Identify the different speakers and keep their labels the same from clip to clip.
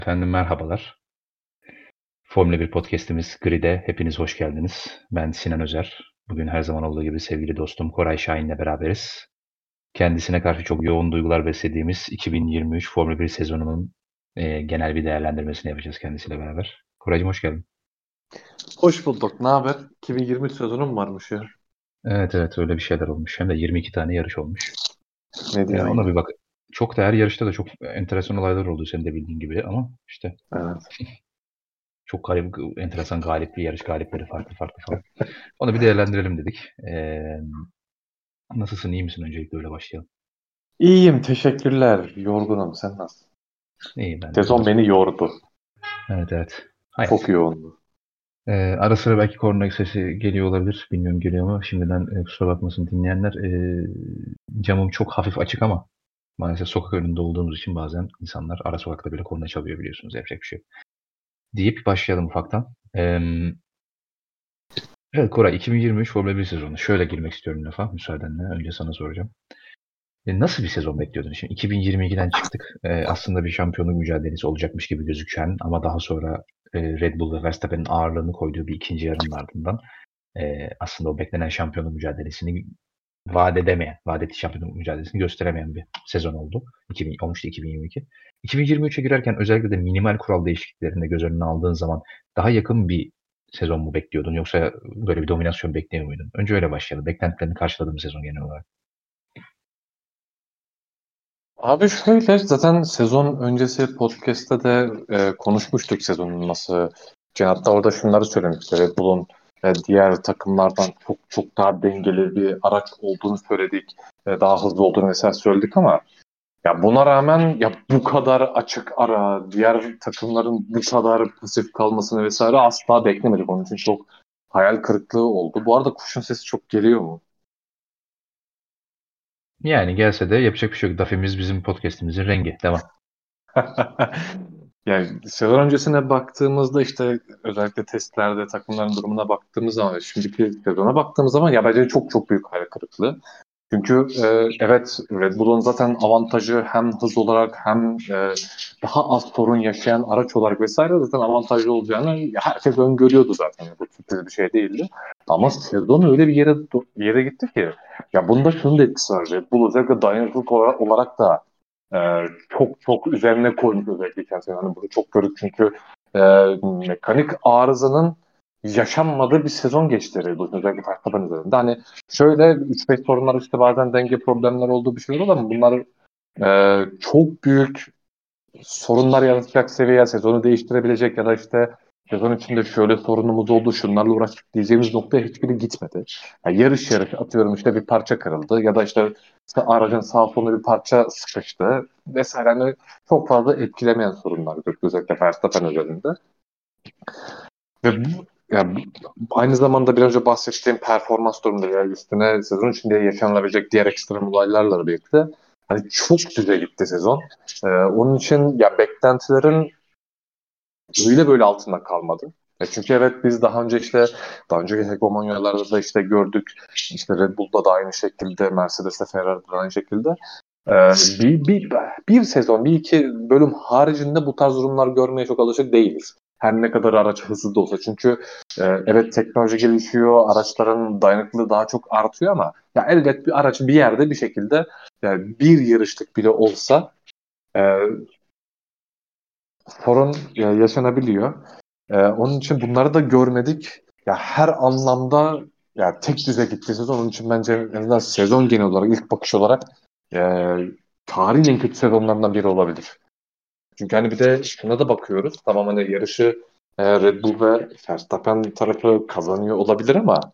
Speaker 1: Efendim merhabalar. Formula 1 podcast'imiz Grid'e hepiniz hoş geldiniz. Ben Sinan Özer. Bugün her zaman olduğu gibi sevgili dostum Koray Şahin'le beraberiz. Kendisine karşı çok yoğun duygular beslediğimiz 2023 Formula 1 sezonunun genel bir değerlendirmesini yapacağız kendisiyle beraber. Koraycığım hoş geldin.
Speaker 2: Hoş bulduk. Ne haber? 2023 sezonu mu varmış ya?
Speaker 1: Evet evet öyle bir şeyler olmuş. Hem de 22 tane yarış olmuş.
Speaker 2: Ne diyorsun
Speaker 1: Ona
Speaker 2: ya?
Speaker 1: bir bak. Çok da her yarışta da çok enteresan olaylar oldu senin de bildiğin gibi ama işte
Speaker 2: Evet.
Speaker 1: çok garip, enteresan galipli yarış galipleri farklı farklı falan. Onu bir değerlendirelim dedik. Nasılsın, iyi misin? Öncelikle öyle başlayalım.
Speaker 2: İyiyim, teşekkürler. Yorgunum. Sen nasılsın?
Speaker 1: İyi ben de
Speaker 2: Sezon
Speaker 1: biraz.
Speaker 2: beni yordu.
Speaker 1: Evet evet.
Speaker 2: Çok
Speaker 1: Hayat.
Speaker 2: yoğundu.
Speaker 1: Ara sıra belki korna sesi geliyor olabilir. Bilmiyorum geliyor mu? Şimdiden kusura bakmasın dinleyenler. Camım çok hafif açık ama maalesef sokak önünde olduğumuz için bazen insanlar ara sokakta bile korna çalıyor biliyorsunuz. Yapacak bir şey yok. Deyip başlayalım ufaktan. Evet Koray 2023 Formula 1 sezonu. Şöyle girmek istiyorum lafa müsaadenle. Önce sana soracağım. Nasıl bir sezon bekliyordun? Şimdi 2022'den çıktık. Aslında bir şampiyonluk mücadelesi olacakmış gibi gözüken ama daha sonra Red Bull ve Verstappen'in ağırlığını koyduğu bir ikinci yarının ardından aslında o beklenen şampiyonluk mücadelesini vaat ettiği şampiyonluk mücadelesini gösteremeyen bir sezon oldu. Olmuştu 2022. 2023'e girerken özellikle de minimal kural değişikliklerini de göz önüne aldığın zaman daha yakın bir sezon mu bekliyordun yoksa böyle bir dominasyon bekliyor muydun? Önce öyle başlayalım. Beklentilerini karşıladığım sezon genel olarak.
Speaker 2: Abi şöyle zaten sezon öncesi podcast'te de konuşmuştuk sezonun nasıl. Hatta orada şunları söylemişti. Red Bull'un diğer takımlardan çok çok daha dengeli bir araç olduğunu söyledik. Daha hızlı olduğunu vesaire söyledik ama ya buna rağmen ya bu kadar açık ara, diğer takımların bu kadar pasif kalmasını vesaire asla beklemedik. Onun için çok hayal kırıklığı oldu. Bu arada kuşun sesi çok geliyor mu?
Speaker 1: Yani gelse de yapacak bir şey yok. Dafemiz bizim podcast'imizin rengi. Devam.
Speaker 2: Yani sezon öncesine baktığımızda işte özellikle testlerde takımların durumuna baktığımız zaman şimdiki sezona baktığımız zaman ya bence çok çok büyük hayal kırıklığı. Çünkü evet Red Bull'un zaten avantajı hem hız olarak hem daha az sorun yaşayan araç olarak vesaire zaten avantajlı olacağını herkes öngörüyordu zaten. Bu sürpriz bir şey değildi. Ama sezon öyle bir yere gitti ki ya bunda şunun da etkisi var. Red Bull özellikle dayanıklılık olarak da çok çok üzerine koymuş özellikle geçen sene. Hani bunu çok gördük çünkü e, mekanik arızanın yaşanmadığı bir sezon geçti Red Bull'un özellikle Verstappen üzerinde. Hani şöyle 3-5 sorunlar işte bazen denge problemler olduğu bir şey olur ama bunlar çok büyük sorunlar yaratacak seviyeye sezonu değiştirebilecek ya da işte sezon içinde şöyle sorunumuz oldu şunlarla uğraştık diyeceğimiz noktaya hiçbiri gitmedi. Yani yarış atıyorum işte bir parça kırıldı ya da işte aracın sağ soluna bir parça sıkıştı vesaire. Hani çok fazla etkilemeyen sorunlar gördük özellikle Verstappen özelinde. Ve bu yani aynı zamanda biraz önce bahsettiğim performans durumunda yani üstüne sezon içinde yaşanabilecek diğer ekstrem olaylarla birlikte hani çok düze gitti sezon. Onun için ya beklentilerin öyle böyle altında kalmadı. Çünkü evet biz daha önceki hegemonyalarda da işte gördük. İşte Red Bull'da da aynı şekilde, Mercedes'te, Ferrari'de de aynı şekilde. Ee, bir sezon, bir iki bölüm haricinde bu tarz durumlar görmeye çok alışık değiliz. Her ne kadar araç hızlı da olsa. Çünkü evet teknoloji gelişiyor, araçların dayanıklılığı daha çok artıyor ama ya elbet bir araç bir yerde bir şekilde yani bir yarışlık bile olsa e, sorun yaşanabiliyor. Onun için bunları da görmedik. Ya her anlamda ya tek düze gitti sezon. Onun için bence en azından sezon genel olarak ilk bakış olarak e, tarihin en kötü sezonlarından biri olabilir. Çünkü hani bir de şuna da bakıyoruz. Tamam hani yarışı Red Bull ve Verstappen tarafı kazanıyor olabilir ama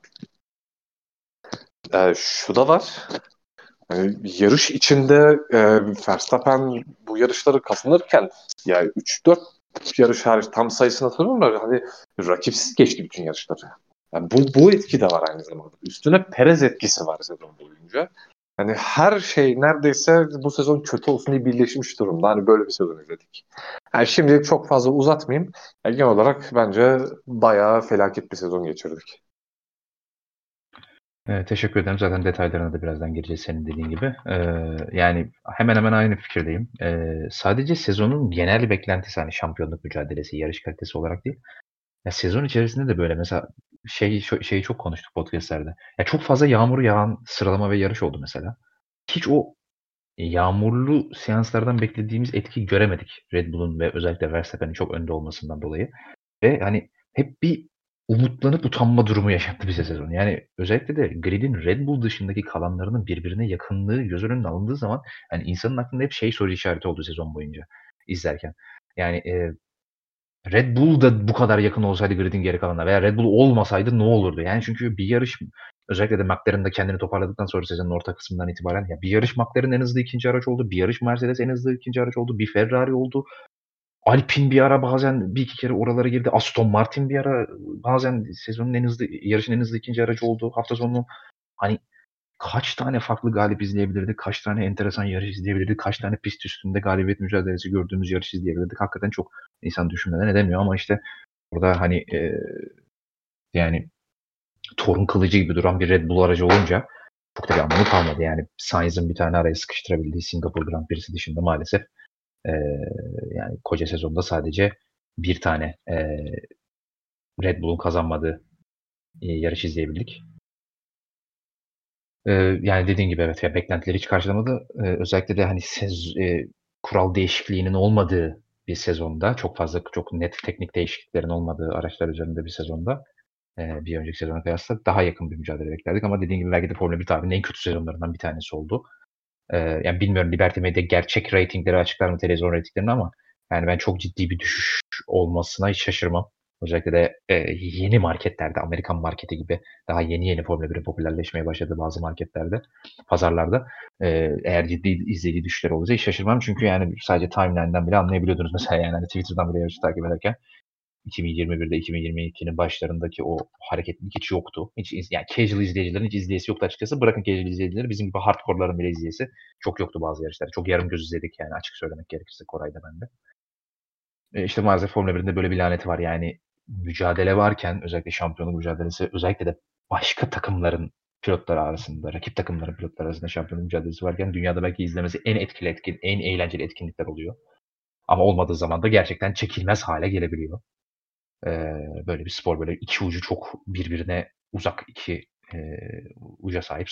Speaker 2: şu da var. Yani yarış içinde Verstappen bu yarışları kazanırken yani 3-4 yarış hariç tam sayısını hatırlamıyorum da hani rakipsiz geçti bütün yarışları. Yani bu etki de var aynı zamanda. Üstüne Perez etkisi var sezon boyunca. Hani her şey neredeyse bu sezon kötü olsun diye birleşmiş durumda. Hani böyle bir sezon izledik. Yani şimdilik çok fazla uzatmayayım. Yani genel olarak bence bayağı felaket bir sezon geçirdik.
Speaker 1: Teşekkür ederim. Zaten detaylarına da birazdan gireceğiz senin dediğin gibi. Yani hemen hemen aynı fikirdeyim. Sadece sezonun genel beklentisi, hani, şampiyonluk mücadelesi, yarış kalitesi olarak değil. Ya, sezon içerisinde de böyle mesela şeyi çok konuştuk podcast'lerde. Ya, çok fazla yağmur yağan sıralama ve yarış oldu mesela. Hiç o yağmurlu seanslardan beklediğimiz etkiyi göremedik Red Bull'un ve özellikle Verstappen'in çok önde olmasından dolayı. Ve, hani, hep bir umutlanıp utanma durumu yaşattı bize sezon. Yani, özellikle de grid'in Red Bull dışındaki kalanlarının birbirine yakınlığı göz önüne alındığı zaman, hani, insanın aklında hep soru işareti oldu sezon boyunca izlerken. Yani, Red Bull da bu kadar yakın olsaydı grid'in geri kalanına veya Red Bull olmasaydı ne olurdu? Yani, çünkü bir yarış özellikle de McLaren da kendini toparladıktan sonra sezonun orta kısmından itibaren ya bir yarış McLaren en hızlı 2'nci araç oldu, bir yarış Mercedes en hızlı 2'nci araç oldu, bir Ferrari oldu. Alpine bir ara bazen bir iki kere oralara girdi. Aston Martin bir ara bazen sezonun en hızlı yarışın en hızlı 2'nci aracı oldu hafta sonu. Hani kaç tane farklı galip izleyebilirdik, kaç tane enteresan yarış izleyebilirdik, kaç tane pist üstünde galibiyet mücadelesi gördüğümüz yarış izleyebilirdik. Hakikaten çok insan düşünmeden edemiyor ama işte orada, hani, yani Thor'un kılıcı gibi duran bir Red Bull aracı olunca çok da bir anlamı kalmadı. Yani Sainz'ın bir tane araya sıkıştırabildiği Singapur Grand Prix'si dışında maalesef, yani koca sezonda sadece bir tane, Red Bull'un kazanmadığı, yarış izleyebildik. Yani dediğin gibi evet, ya beklentileri hiç karşılamadı. Özellikle de hani kural değişikliğinin olmadığı bir sezonda, çok fazla çok net teknik değişikliklerin olmadığı araçlar üzerinde bir sezonda, bir önceki sezona kıyasla daha yakın bir mücadele beklerdik ama dediğin gibi belki de Formula 1 tarihinin en kötü sezonlarından bir tanesi oldu. Yani bilmiyorum Liberty Media gerçek reytingleri açıklar mı televizyon reytinglerini ama yani ben çok ciddi bir düşüş olmasına hiç şaşırmam. Özellikle de, yeni marketlerde, Amerikan marketi gibi daha yeni yeni Formula 1'in popülerleşmeye başladığı bazı marketlerde, pazarlarda, eğer ciddi izleyici düşüşleri olursa hiç şaşırmam. Çünkü yani sadece timeline'dan bile anlayabiliyordunuz mesela yani hani Twitter'dan bile yarışı takip ederken 2021'de 2022'nin başlarındaki o hareketlilik hiç yoktu. Hiç yani casual izleyicilerin hiç izleyesi yoktu açıkçası. Bırakın casual izleyicileri bizim gibi hardcore'ların bile izleyesi çok yoktu bazı yarışlarda. Çok yarım göz izledik yani açık söylemek gerekirse Koray'da ben de. İşte maalesef Formula 1'in de böyle bir laneti var. Yani mücadele varken özellikle şampiyonluk mücadelesi özellikle de başka takımların pilotları arasında, rakip takımların pilotları arasında şampiyonluk mücadelesi varken dünyada belki izlemesi en etkili en eğlenceli etkinlikler oluyor. Ama olmadığı zaman da gerçekten çekilmez hale gelebiliyor. Böyle bir spor, böyle iki ucu çok birbirine uzak iki, uca sahip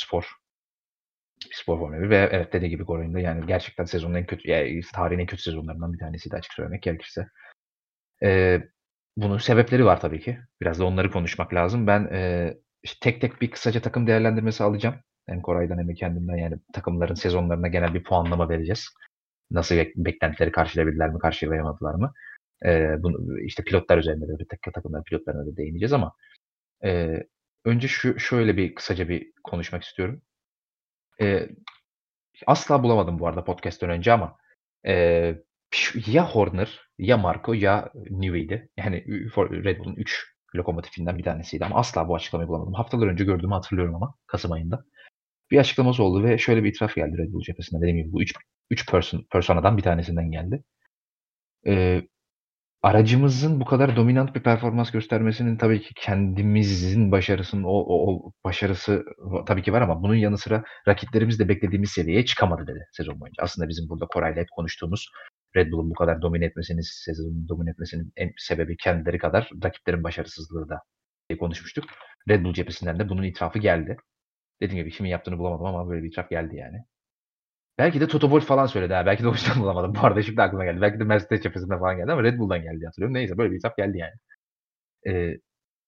Speaker 1: bir spor Formula 1 ve evet, dediği gibi Goray'ın da yani gerçekten sezonun en kötü, tarihin en kötü sezonlarından bir tanesiydi açık söylemek gerekirse. Eee, Bunun sebepleri var tabii ki. Biraz da onları konuşmak lazım. Ben, işte tek tek bir kısaca takım değerlendirmesi alacağım. Hem Koray'dan hem de kendimden yani takımların sezonlarına genel bir puanlama vereceğiz. Nasıl beklentileri karşılayabildiler mi, karşılayamadılar mı? Bunu işte pilotlar üzerinde de bir tek takımların pilotlarına da değineceğiz ama Eee, önce şöyle bir kısaca bir konuşmak istiyorum. Eee, Asla bulamadım bu arada podcast'ten önce ama, eee, ya Horner ya Marko ya Newey'di. Yani Red Bull'un 3 lokomotifinden bir tanesiydi ama asla bu açıklamayı bulamadım. Haftalar önce gördüğümü hatırlıyorum ama kasım ayında. Bir açıklaması oldu ve şöyle bir itiraf geldi Red Bull cephesinden. Dediğim gibi bu 3 personadan bir tanesinden geldi. Eee Aracımızın bu kadar dominant bir performans göstermesinin tabii ki kendimizin başarısının o başarısı tabii ki var ama bunun yanı sıra rakiplerimiz de beklediğimiz seviyeye çıkamadı dedi sezon boyunca. Aslında bizim burada Koray'la hep konuştuğumuz Red Bull'un bu kadar sezonu domine etmesinin en sebebi kendileri kadar rakiplerin başarısızlığı da diye konuşmuştuk. Red Bull cephesinden de bunun itirafı geldi. Dediğim gibi kimin yaptığını bulamadım ama böyle bir itiraf geldi yani. Belki de Toto Wolff falan söyledi ha. Belki de o yüzden bulamadım. Bu arada şimdi aklıma geldi. Belki de Mercedes cephesinden falan geldi ama Red Bull'dan geldi diye hatırlıyorum. Neyse böyle bir hitap geldi yani. Eee,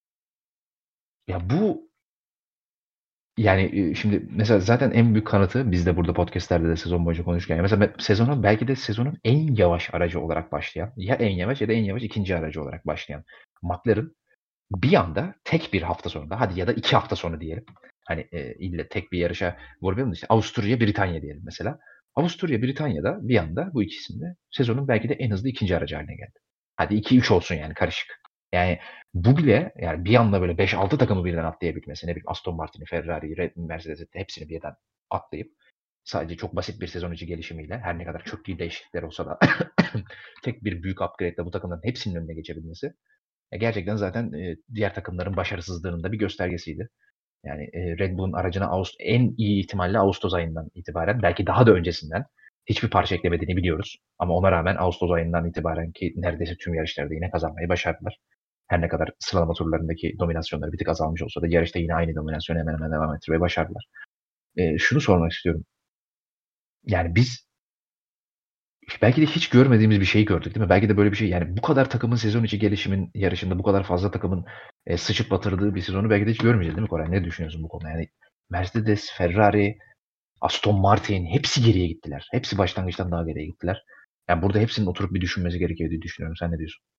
Speaker 1: Ya bu yani, şimdi mesela zaten en büyük kanıtı biz de burada podcast'lerde de sezon boyunca konuşurken ya mesela sezona belki de sezonun en yavaş aracı olarak başlayan ya en yavaş ya da en yavaş 2'nci aracı olarak başlayan McLaren bir anda tek bir hafta sonunda hadi ya da 2 hafta sonra diyelim. Hani, ille tek bir yarışa vurmayalım da işte Avusturya, Britanya diyelim mesela. Avusturya, Britanya'da bir anda bu ikisinde sezonun belki de en hızlı 2'nci aracı hâline geldi. Hadi 2-3 olsun yani karışık. Yani bu bile yani bir anda böyle 5-6 takımı birden atlayabilmesi, ne bileyim Aston Martin'i, Ferrari'yi, Mercedes'i hepsini birden atlayıp sadece çok basit bir sezon içi gelişimiyle her ne kadar çok iyi değişiklikler olsa da tek bir büyük upgrade'le bu takımların hepsinin önüne geçebilmesi gerçekten zaten, diğer takımların başarısızlığının da bir göstergesiydi. Yani Red Bull'un aracına en iyi ihtimalle Ağustos ayından itibaren, belki daha da öncesinden hiçbir parça eklemediğini biliyoruz. Ama ona rağmen Ağustos ayından itibaren ki neredeyse tüm yarışlarda yine kazanmayı başardılar. Her ne kadar sıralama turlarındaki dominasyonları bir tık azalmış olsa da yarışta yine aynı dominasyonu hemen hemen devam ettirmeyi başardılar. Şunu sormak istiyorum. Yani biz belki de hiç görmediğimiz bir şeyi gördük, değil mi? Belki de böyle bir şey, yani bu kadar takımın sezon içi gelişimin yarışında bu kadar fazla takımın sıçıp batırdığı bir sezonu belki de hiç görmeyeceğiz, değil mi Koray? Ne düşünüyorsun bu konuda? Yani Mercedes, Ferrari, Aston Martin hepsi geriye gittiler. Hepsi başlangıçtan daha geriye gittiler. Yani burada hepsinin oturup bir düşünmesi gerekiyor diye düşünüyorum. Sen ne diyorsun?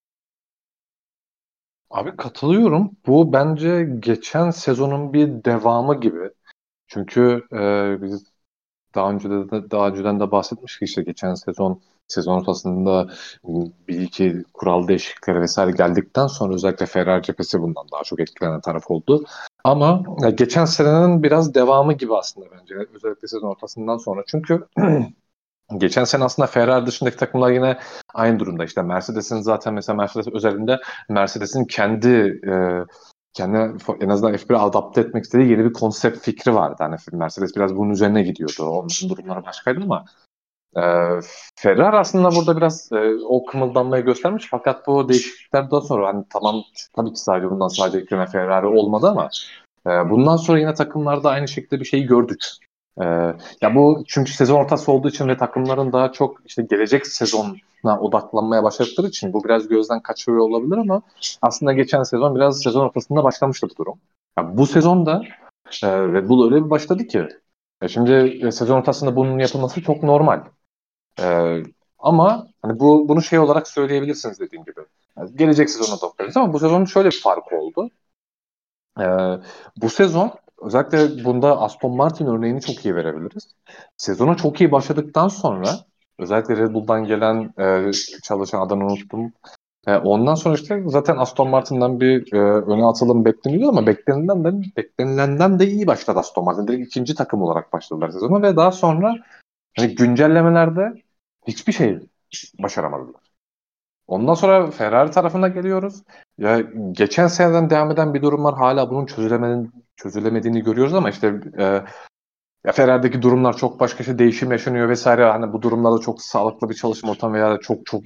Speaker 2: Abi katılıyorum. Bu bence geçen sezonun bir devamı gibi. Çünkü biz daha önceden de bahsetmiştik işte geçen sezon ortasında bir iki kural değişiklikleri vesaire geldikten sonra özellikle Ferrari cephesi bundan daha çok etkilenen taraf oldu. Ama geçen senenin biraz devamı gibi aslında bence özellikle sezon ortasından sonra. Çünkü geçen sene aslında Ferrari dışındaki takımlar yine aynı durumda. İşte Mercedes'in zaten mesela Mercedes özelinde Mercedes'in kendi en azından F1'e adapte etmek istediği yeni bir konsept fikri vardı. Hani Mercedes biraz bunun üzerine gidiyordu. Onların durumları başkaydı ama e, Ferrari aslında burada biraz o kımıldanmayı göstermiş. Fakat bu değişikliklerden sonra hani tamam tabii ki sadece eklenen Ferrari olmadı ama bundan sonra yine takımlarda aynı şekilde bir şeyi gördük. Ee, Ya bu çünkü sezon ortası olduğu için ve takımların daha çok işte gelecek sezona odaklanmaya başladıkları için bu biraz gözden kaçırıyor olabilir ama aslında geçen sezon biraz sezon ortasında başlamıştı bu durum. Ya bu sezon da Red Bull öyle bir başladı ki şimdi sezon ortasında bunun yapılması çok normal. Ee, Ama hani bunu şey olarak söyleyebilirsiniz dediğim gibi. Yani gelecek sezona odaklanacağız ama bu sezonun şöyle bir farkı oldu. Bu sezon özellikle bunda Aston Martin örneğini çok iyi verebiliriz. Sezona çok iyi başladıktan sonra özellikle Red Bull'dan gelen çalışan adını unuttum. Ondan sonra işte zaten Aston Martin'den bir öne atılım bekleniyor ama beklenilenden de iyi başladı Aston Martin. Direkt ikinci takım olarak başladılar sezona ve daha sonra hani güncellemelerde hiçbir şey başaramadılar. Ondan sonra Ferrari tarafına geliyoruz. Ya geçen seneden devam eden bir durum var. Hala bunun çözülemediğini görüyoruz ama işte ya Ferrari'deki durumlar çok başka şey değişim yaşanıyor vesaire. Hani bu durumlarda çok sağlıklı bir çalışma ortamı veya çok çok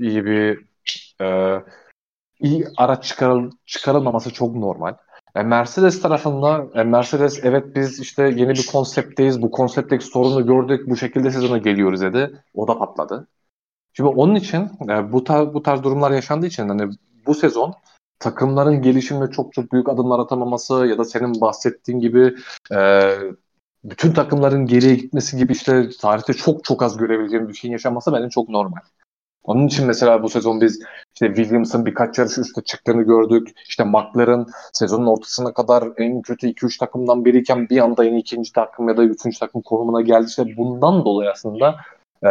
Speaker 2: e, iyi araç çıkarılmaması çok normal. Mercedes tarafında Mercedes evet biz işte yeni bir konseptteyiz. Bu konseptteki sorunu gördük. Bu şekilde sezona geliyoruz dedi. O da patladı. Şimdi onun için bu tarz durumlar yaşandığı için hani bu sezon takımların gelişimde çok çok büyük adımlar atamaması ya da senin bahsettiğin gibi e, bütün takımların geriye gitmesi gibi işte tarihte çok çok az görebileceğim bir şeyin yaşanması bence çok normal. Onun için mesela bu sezon biz işte Williams'ın birkaç yarış üstte çıktığını gördük. İşte McLaren sezonun ortasına kadar en kötü 2-3 takımdan biriyken bir anda en ikinci takım ya da üçüncü takım konumuna geldi. İşte bundan dolayı aslında e,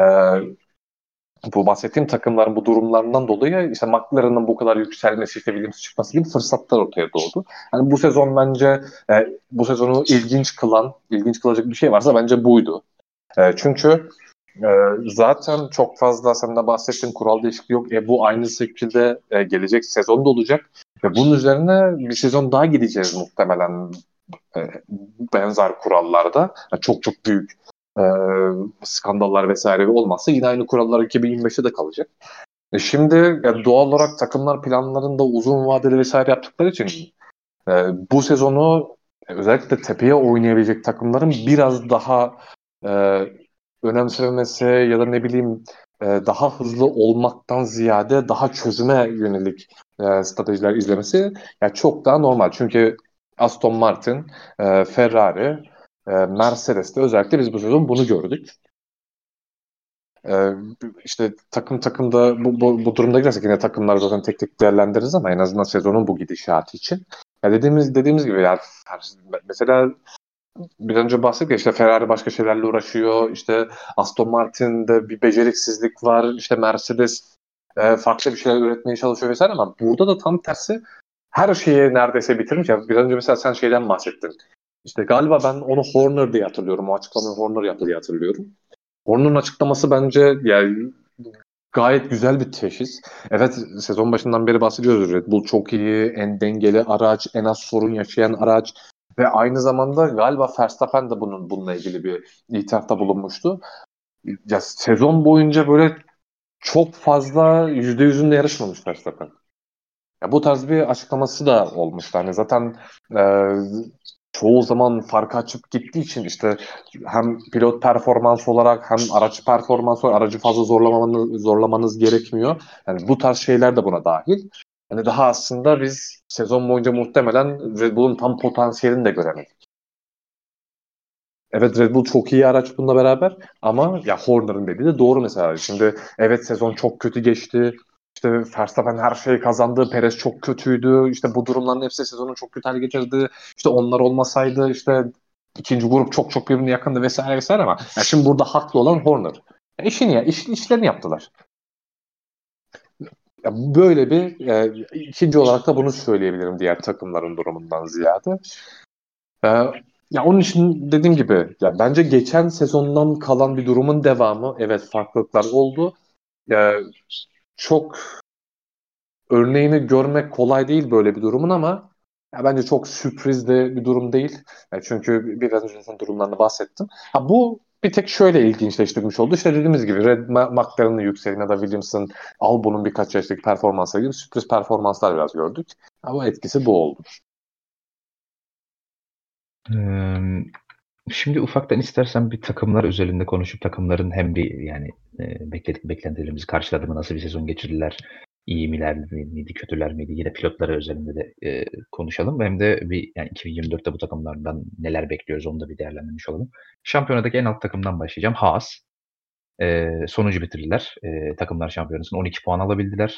Speaker 2: bu bahsettiğim takımların bu durumlarından dolayı işte McLaren'ın bu kadar yükselmesi, işte Williams çıkması gibi fırsatlar ortaya doğdu. Yani bu sezon bence bu sezonu ilginç kılacak bir şey varsa bence buydu. Çünkü e, zaten çok fazla sen de bahsettiğin kural değişikliği yok. Bu aynı şekilde gelecek sezon da olacak. Ve bunun üzerine bir sezon daha gideceğiz muhtemelen e, benzer kurallarda. Yani çok çok büyük e, skandallar vesaire olmazsa yine aynı kurallar 2025'te de kalacak. Şimdi doğal olarak takımlar planlarında uzun vadeli vesaire yaptıkları için e, bu sezonu özellikle tepeye oynayabilecek takımların biraz daha e, önemsememesi ya da ne bileyim daha hızlı olmaktan ziyade daha çözüme yönelik stratejiler izlemesi yani çok daha normal. Çünkü Aston Martin, Ferrari, Mercedes'te özellikle biz bu sezon bunu gördük. E, işte takımda bu durumda gidersek yine takımları zaten tek tek değerlendiririz ama en azından sezonun bu gidişatı için. Ya dediğimiz gibi yani mesela bir önce bahsettik ya işte Ferrari başka şeylerle uğraşıyor. İşte Aston Martin'de bir beceriksizlik var. İşte Mercedes farklı bir şeyler üretmeye çalışıyor vesaire ama burada da tam tersi her şeyi neredeyse bitirmiş. Ya bir önce mesela sen şeyden bahsettin. İşte galiba ben onu Horner diye hatırlıyorum. O açıklamayı Horner yaptı diye hatırlıyorum. Horner'ın açıklaması bence yani gayet güzel bir teşhis. Evet sezon başından beri bahsediyoruz. Red Bull çok iyi, en dengeli araç, en az sorun yaşayan araç. Ve aynı zamanda galiba Verstappen de bununla ilgili bir itirafta bulunmuştu. Ya sezon boyunca böyle çok fazla %100'ünde yarışmamış Verstappen. Ya bu tarz bir açıklaması da olmuştu. Hani zaten e, çoğu zaman farkı açıp gittiği için işte hem pilot performans olarak hem araç performans olarak aracı fazla zorlamanız gerekmiyor. Yani bu tarz şeyler de buna dahil. Hani daha aslında biz sezon boyunca muhtemelen Red Bull'un tam potansiyelini de göremedik. Evet, Red Bull çok iyi araç bununla beraber ama ya Horner'ın dediği de doğru mesela. Şimdi evet, sezon çok kötü geçti. İşte Verstappen her şeyi kazandı. Perez çok kötüydü. İşte bu durumların hepsi sezonu çok kötü hale getirdi. İşte onlar olmasaydı işte ikinci grup çok çok birbirine yakındı vesaire vesaire ama ya şimdi burada haklı olan Horner. Ya işlerini yaptılar. Ya böyle bir ikinci olarak da bunu söyleyebilirim diğer takımların durumundan ziyade. Ee, Ya onun için dediğim gibi ya bence geçen sezondan kalan bir durumun devamı. Evet, farklılıklar oldu. Ya çok örneğini görmek kolay değil böyle bir durumun ama ya bence çok sürpriz de bir durum değil. Ya çünkü biraz önce zaten durumlarını bahsettim. Ha, bu bir tek şöyle ilginçleştirmiş oldu. İşte dediğimiz gibi McLaren'ın yükselişine ya da Williams'ın Albon'un birkaç yaştaki performansları gibi sürpriz performanslar biraz gördük. Ama etkisi bu oldu.
Speaker 1: Emm, Şimdi ufaktan istersen bir takımlar özelinde konuşup takımların hem bir yani, bekledik beklentilerimizi karşıladı mı, nasıl bir sezon geçirdiler, iyi miler miydi, kötüler miydi, yine pilotları özelinde de, konuşalım. Hem de bir yani 2024'te bu takımlardan neler bekliyoruz onu da bir değerlendirmiş olalım. Şampiyonadaki en alt takımdan başlayacağım. Haas. Sonuncu bitirdiler. Takımlar Şampiyonası'nda 12 puan alabildiler.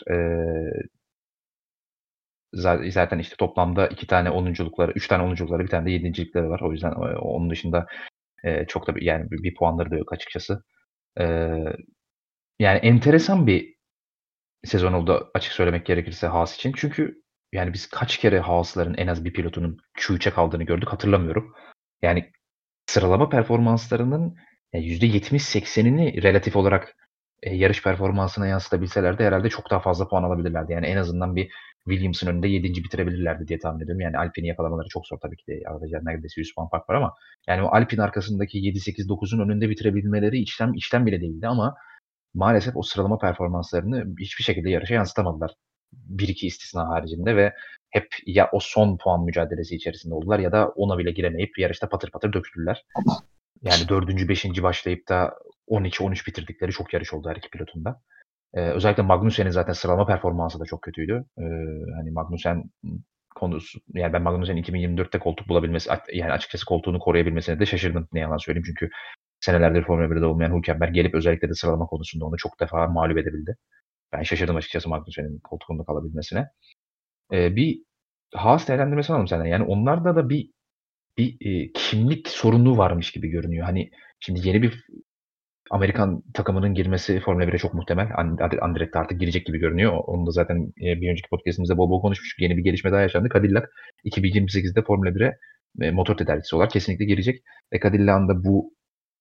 Speaker 1: Zaten işte toplamda 2 tane 10'unculukları, 3 tane 10'unculukları, 1 tane de 7'cilikleri var. O yüzden, onun dışında, çok da yani bir puanları da yok açıkçası. Eee, Yani enteresan bir sezon oldu açık söylemek gerekirse Haas için. Çünkü yani biz kaç kere Haas'ların en az bir pilotunun Q3'e kaldığını gördük hatırlamıyorum. Yani sıralama performanslarının %70-80'ini relatif olarak, yarış performansına yansıtabilselerdi herhâlde çok daha fazla puan alabilirlerdi. Yani en azından bir Williams'ın önünde 7'nci bitirebilirlerdi diye tahmin ediyorum. Yani Alpine'i yakalamaları çok zor tabii ki de. Arada neredeyse 100 puan fark var ama yani o Alpine arkasındaki 7-8-9'un önünde bitirebilmeleri işten bile değildi ama maalesef o sıralama performanslarını hiçbir şekilde yarışa yansıtamadılar. 1-2 istisna haricinde ve hep ya o son puan mücadelesi içerisinde oldular ya da ona bile giremeyip yarışta patır patır döküldüler. Yani 4. 5. başlayıp da 12-13 bitirdikleri çok yarış oldu her iki pilotun da. Özellikle Magnussen'in zaten sıralama performansı da çok kötüydü. Hani Magnussen konusu yani ben Magnussen'in 2024'te koltuk bulabilmesi yani açıkçası koltuğunu koruyabilmesine de şaşırdım ne yalan söyleyeyim. Çünkü senelerdir Formula 1'de olmayan Hülkenberg gelip özellikle de sıralama konusunda onu çok defa mağlup edebildi. Ben şaşırdım açıkçası Magnussen'in koltuğunda kalabilmesine. Bir Haas değerlendirmesi alalım senden. Yani onlarda da bir kimlik sorunu varmış gibi görünüyor. Hani şimdi yeni bir Amerikan takımının girmesi Formula 1'e çok muhtemel. Andretti artık girecek gibi görünüyor. Onu da zaten, bir önceki podcast'imizde bol bol konuşmuştuk. Yeni bir gelişme daha yaşandı. Cadillac 2028'de Formula 1'e, motor tedarikçisi olarak kesinlikle girecek ve Cadillac'ın da bu,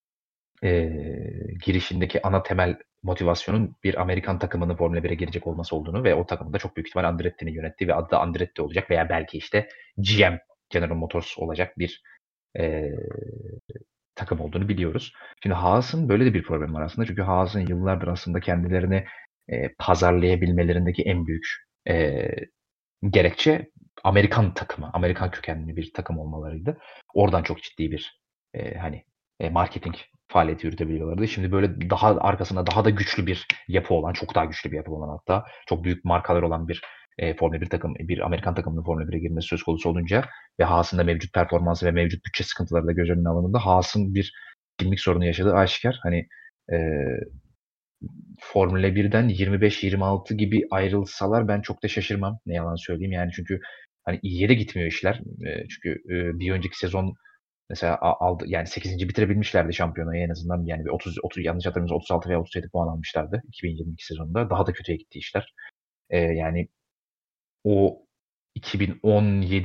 Speaker 1: girişindeki ana temel motivasyonun bir Amerikan takımının Formula 1'e girecek olması olduğunu ve o takımın da çok büyük ihtimal Andretti'nin yönettiği ve adı da Andretti olacak veya belki işte GM, General Motors olacak bir, eee, takım olduğunu biliyoruz. Şimdi Haas'ın böyle de bir problemi var aslında. Çünkü Haas'ın yıllardır aslında kendilerini, pazarlayabilmelerindeki en büyük, eee, gerekçe Amerikan takımı, Amerikan kökenli bir takım olmalarıydı. Oradan çok ciddi bir, hani, marketing faaliyeti yürütebiliyorlardı. Şimdi böyle daha arkasında daha da güçlü bir yapı olan, çok daha güçlü bir yapı olan hatta çok büyük markalar olan bir, Formula 1 takım, bir Amerikan takımının Formula 1'e girmesi söz konusu olunca ve Haas'ın da mevcut performansı ve mevcut bütçe sıkıntıları da göz önüne alındığında Haas'ın bir kimlik sorunu yaşadığı aşikar. Hani, eee Formula 1'den 25-26 gibi ayrılsalar ben çok da şaşırmam. Ne yalan söyleyeyim. Yani çünkü hani iyiye de gitmiyor işler. Çünkü, bir önceki sezon mesela aldı yani 8'inci bitirebilmişlerdi şampiyonayı en azından. Yani bir 30 yanlış hatırlamıyorsam 36 veya 37 puan almışlardı 2022 sezonunda. Daha da kötüye gitti işler. Yani o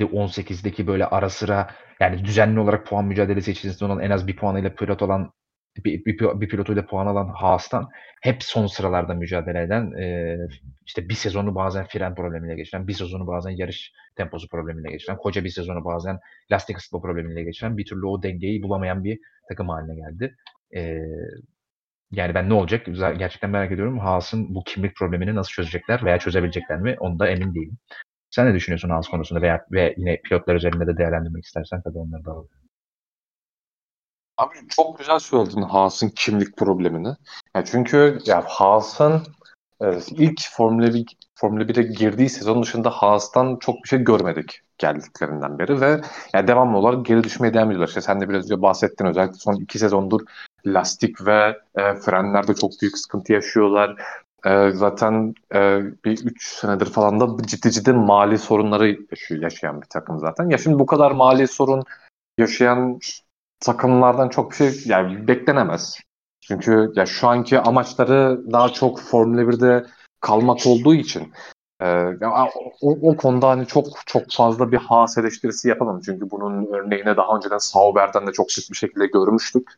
Speaker 1: 2017-18'deki böyle ara sıra yani düzenli olarak puan mücadelesi içerisinde olan en az bir puanıyla pilot olan bir pilotuyla puan alan Haas'tan hep son sıralarda mücadele eden, işte bir sezonu bazen fren problemiyle geçiren, bir sezonu bazen yarış temposu problemiyle geçiren, koca bir sezonu bazen lastik ısıtma problemiyle geçiren, bir türlü o dengeyi bulamayan bir takım haline geldi. Eee, Yani ben ne olacak? Gerçekten merak ediyorum. Haas'ın bu kimlik problemini nasıl çözecekler veya çözebilecekler mi? Onda emin değilim. Sen ne düşünüyorsun Haas konusunda ve yine pilotlar üzerinde de değerlendirmek istersen tabii onları da alalım.
Speaker 2: Abi çok güzel söyledin Haas'ın kimlik problemini. Ya çünkü ya Haas'ın ilk Formula 1'e girdiği sezon dışında Haas'tan çok bir şey görmedik geldiklerinden beri ve ya devamlı olarak geri düşmeye devam ediyorlar. İşte sen de biraz önce bahsettin, özellikle son 2 sezondur lastik ve frenlerde çok büyük sıkıntı yaşıyorlar. Zaten bir 3 senedir falan da ciddi mali sorunları yaşayan bir takım zaten. Ya şimdi bu kadar mali sorun yaşayan takımlardan çok bir şey yani beklenemez. Çünkü ya şu anki amaçları daha çok Formula 1'de kalmak olduğu için ya o konuda hani çok fazla bir Haas eleştirisi yapamam. Çünkü bunun örneğini daha önceden Sauber'den de çok sık bir şekilde görmüştük.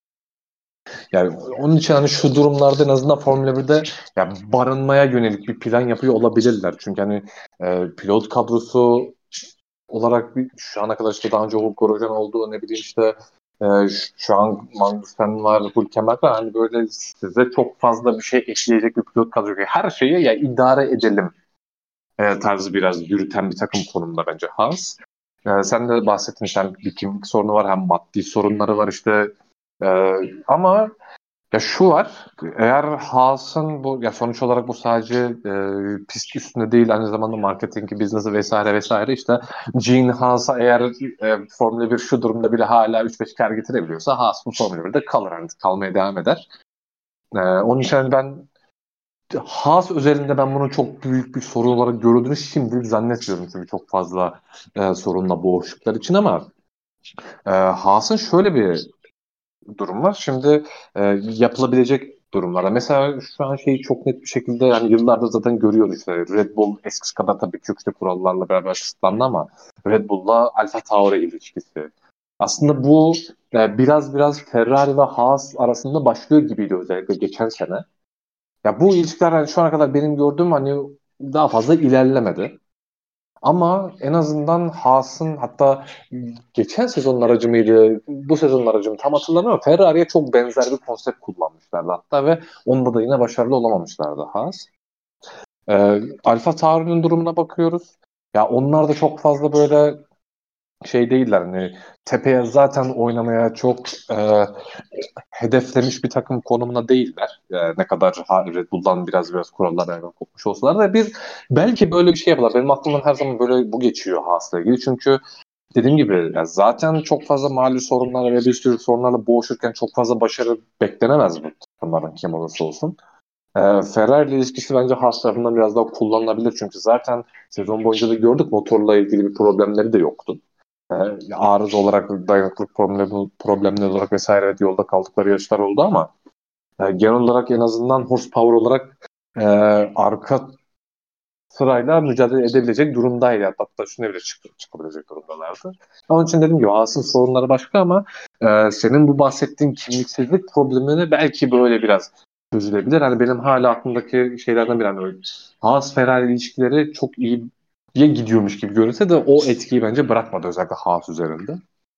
Speaker 2: Yani onun için hani şu durumlarda en azından Formula 1'de yani barınmaya yönelik bir plan yapıyor olabilirler. Çünkü hani pilot kadrosu olarak şu ana kadar işte daha önce Hulk Grosjean oldu, ne bileyim işte şu an Magnussen var, Hülkenberg var. Hani böyle size çok fazla bir şey ekleyecek bir pilot kadro yok. Her şeyi ya idare edelim tarzı biraz yürüten bir takım konumunda bence Haas. Sen de bahsettin, sen bir kimlik sorunu var, hem maddi sorunları var işte. E, ama ya şu var, eğer Haas'ın bu ya sonuç olarak bu sadece pist üstünde değil, aynı zamanda marketingi, biznesi vesaire vesaire, işte Gene Haas'a eğer Formula 1 şu durumda bile hala 3-5 kar getirebiliyorsa Haas bu Formula 1'de kalır, yani kalmaya devam eder. Onun için ben Haas özelinde ben bunu çok büyük bir sorun olarak görüldüğünü şimdi zannetmiyorum, çünkü çok fazla sorunla boğuştukları için, ama Haas'ın şöyle bir durum var. Şimdi yapılabilecek durumlarda. Mesela şu an şeyi çok net bir şekilde yani yıllardır zaten görüyoruz işte. Red Bull eskisi kadar tabii ki işte kurallarla beraber kısıtlandı, ama Red Bull'la Alfa Tauri ilişkisi. Aslında bu biraz Ferrari ve Haas arasında başlıyor gibiydi özellikle geçen sene. Ya bu ilişkiler hani şu ana kadar benim gördüğüm hani daha fazla ilerlemedi. Ama en azından Haas'ın, hatta geçen sezonun aracı mıydı, bu sezonun aracı mı tam hatırlamıyorum, ama Ferrari'ye çok benzer bir konsept kullanmışlardı hatta ve onda da yine başarılı olamamışlardı Haas. Alfa Tauri'nin durumuna bakıyoruz. Ya onlar da çok fazla böyle şey değiller, hani tepeye zaten oynamaya çok hedeflemiş bir takım konumuna değiller. Ne kadar Red Bull'dan biraz kurallar kopmuş olsalar da bir belki böyle bir şey yapıyorlar. Benim aklımdan her zaman böyle bu geçiyor Haas'la ilgili. Çünkü dediğim gibi ya zaten çok fazla mali sorunlarla ve bir sürü sorunlarla boğuşurken çok fazla başarı beklenemez bu takımların, kim olursa olsun. Ferrari ile ilişkisi bence Haas tarafından biraz daha kullanılabilir. Çünkü zaten sezon boyunca da gördük, motorla ilgili bir problemleri de yoktu. Arıza olarak, dayanıklılık problemleri olarak vesaire, evet, yolda kaldıkları yarışlar oldu, ama genel olarak en azından horsepower olarak e, arka sırayla mücadele edebilecek durumdaydı. Hatta şuna bile çıkabilecek durumdalardı. Onun için dediğim gibi Haas'ın sorunları başka, ama senin bu bahsettiğin kimliksizlik problemini belki böyle biraz çözülebilir. Hani benim hala aklımdaki şeylerden biri, hani Haas-Ferrari ilişkileri çok iyiye gidiyormuş gibi görünse de o etkiyi bence bırakmadı, özellikle Haas üzerinde.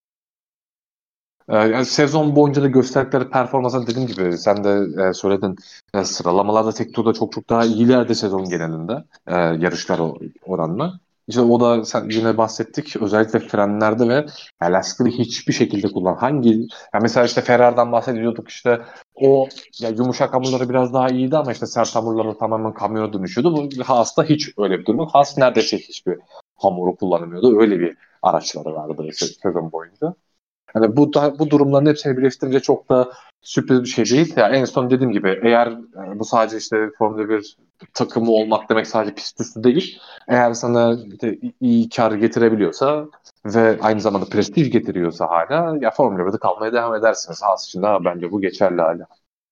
Speaker 2: Yani sezon boyunca da gösterdikleri performansa, dediğim gibi sen de söyledin, sıralamalarda tek turda çok daha iyilerdi sezon genelinde, yarışlar oranla. İşte o da sen yine bahsettik, özellikle frenlerde ve lastikleri hiçbir şekilde ya mesela işte Ferrari'den bahsediyorduk, işte o ya yumuşak hamurları biraz daha iyiydi, ama işte sert hamurları tamamen kamyona dönüşüyordu. Bu Haas'ta hiç öyle bir durum yok. Haas neredeyse hiçbir hamuru kullanamıyordu. Öyle bir araçları vardı sezon boyunca. Hani bu durumların hepsini birleştirince çok da sürpriz bir şey değil. Yani en son dediğim gibi, eğer bu sadece işte Formula 1 takımı olmak demek sadece pist üstü değil. Eğer sana işte iyi kar getirebiliyorsa ve aynı zamanda prestij getiriyorsa hala, ya Formula 1'de kalmaya devam edersiniz. Haas için de bence bu geçerli hala.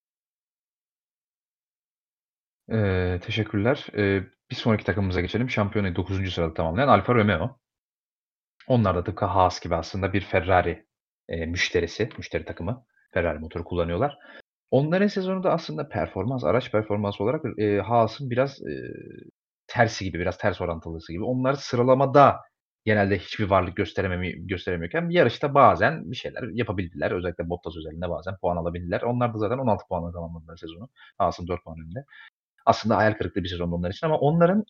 Speaker 1: Teşekkürler. Bir sonraki takımımıza geçelim. Şampiyonayı 9. sırada tamamlayan Alfa Romeo. Onlar da tıpkı Haas gibi aslında bir Ferrari müşteri takımı. Ferrari motoru kullanıyorlar. Onların sezonu da aslında araç performansı olarak Haas'ın biraz tersi gibi, biraz ters orantılısı gibi. Onlar sıralamada genelde hiçbir varlık gösteremiyorken yarışta bazen bir şeyler yapabildiler. Özellikle Bottas özelinde bazen puan alabildiler. Onlar da zaten 16 puanla tamamladılar sezonu. Haas'ın 4 puan önünde. Aslında hayal kırıklığı bir sezon onlar için ama onların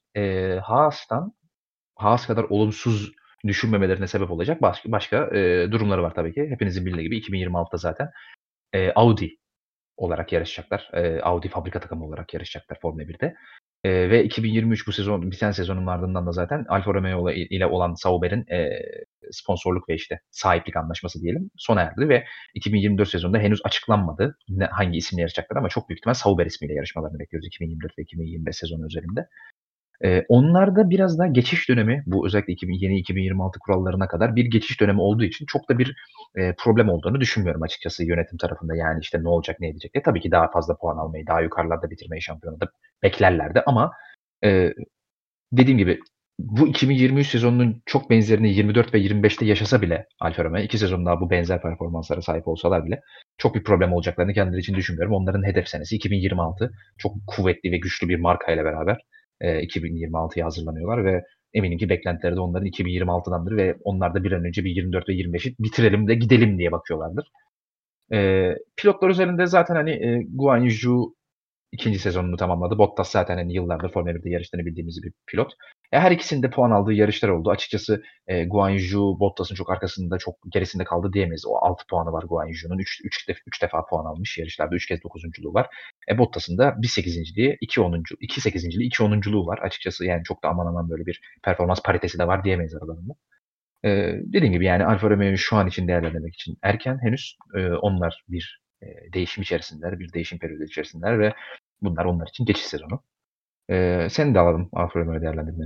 Speaker 1: Haas kadar olumsuz düşünmemelerine sebep olacak başka durumları var tabii ki. Hepinizin bildiği gibi 2026'da zaten Audi olarak yarışacaklar. Audi fabrika takımı olarak yarışacaklar Formula 1'de. Ve 2023 bu sezon biten sezonun ardından da zaten Alfa Romeo ile olan Sauber'in sponsorluk ve işte sahiplik anlaşması diyelim sona erdi ve 2024 sezonunda henüz açıklanmadı hangi isimle yarışacaklar ama çok büyük ihtimal Sauber ismiyle yarışmalarını bekliyoruz 2024 ve 2025 sezonu özelinde. Onlarda biraz daha geçiş dönemi, bu özellikle yeni 2026 kurallarına kadar bir geçiş dönemi olduğu için çok da bir problem olduğunu düşünmüyorum açıkçası yönetim tarafında. Yani işte ne olacak, ne edecek diye. Tabii ki daha fazla puan almayı, daha yukarılarda bitirmeyi şampiyonada beklerlerdi ama eee, dediğim gibi bu 2023 sezonunun çok benzerini 24 ve 25'te yaşasa bile Alfa Romeo 2 sezon daha bu benzer performanslara sahip olsalar bile çok bir problem olacaklarını kendileri için düşünmüyorum. Onların hedef senesi 2026. Çok kuvvetli ve güçlü bir markayla beraber 2026'ya hazırlanıyorlar ve eminim ki beklentileri de onların 2026'dandır ve onlar da bir an önce bir 24 ve 25'i bitirelim de gidelim diye bakıyorlardır. Pilotlar üzerinde zaten hani Guan Yu Zhou 2. sezonunu tamamladı. Bottas zaten hani yıllardır Formula 1'de yarıştığını bildiğimiz bir pilot. Her ikisinin de puan aldığı yarışlar oldu. Açıkçası Guan Yu Zhou Bottas'ın çok arkasında, çok gerisinde kaldı diyemeyiz. O 6 puanı var Guan Yu Zhou'nun. 3 defa puan almış yarışlarda. 3 kez 9'unculuğu var. Bottas'ın da bir 8.liği, 2 8.liği, 2 10'unculuğu var. Açıkçası yani çok da aman aman böyle bir performans paritesi de var diyemeyiz aralarında. Dediğim gibi yani Alfa Romeo'yu şu an için değerlendirmek için erken henüz. Onlar bir değişim içerisindeler, bir değişim periyodu içerisindeler ve bunlar onlar için geçiş sezonu. Seni de alalım Alfa Romeo'yu değerlendirmeni.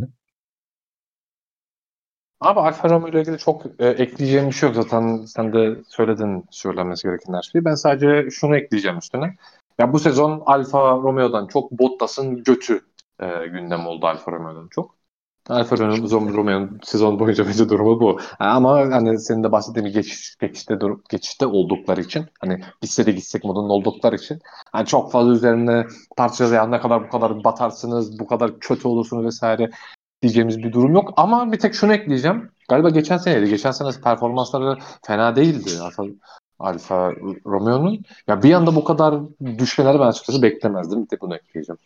Speaker 2: Abi Alfa Romeo ile ilgili çok ekleyeceğim bir şey yok. Zaten sen de söyledin söylenmesi gereken her şeyi. Ben sadece şunu ekleyeceğim üstüne. Ya bu sezon Alfa Romeo'dan çok Bottas'ın götü gündem oldu Alfa Romeo'dan çok. Alfa Romeo'nun sezon boyunca bence durumu bu. Ama hani senin de bahsettiğin geçişte oldukları için hani bitse de gitsek modunda oldukları için hani çok fazla üzerine tartışacağız ya ne kadar bu kadar batarsınız, bu kadar kötü olursunuz vesaire diyeceğimiz bir durum yok. Ama bir tek şunu ekleyeceğim. Galiba geçen seneydi. Geçen sene performansları fena değildi Alfa Romeo'nun. Ya bir anda bu kadar düşmeleri ben açıkçası beklemezdim. Bir tek bunu ekleyeceğim.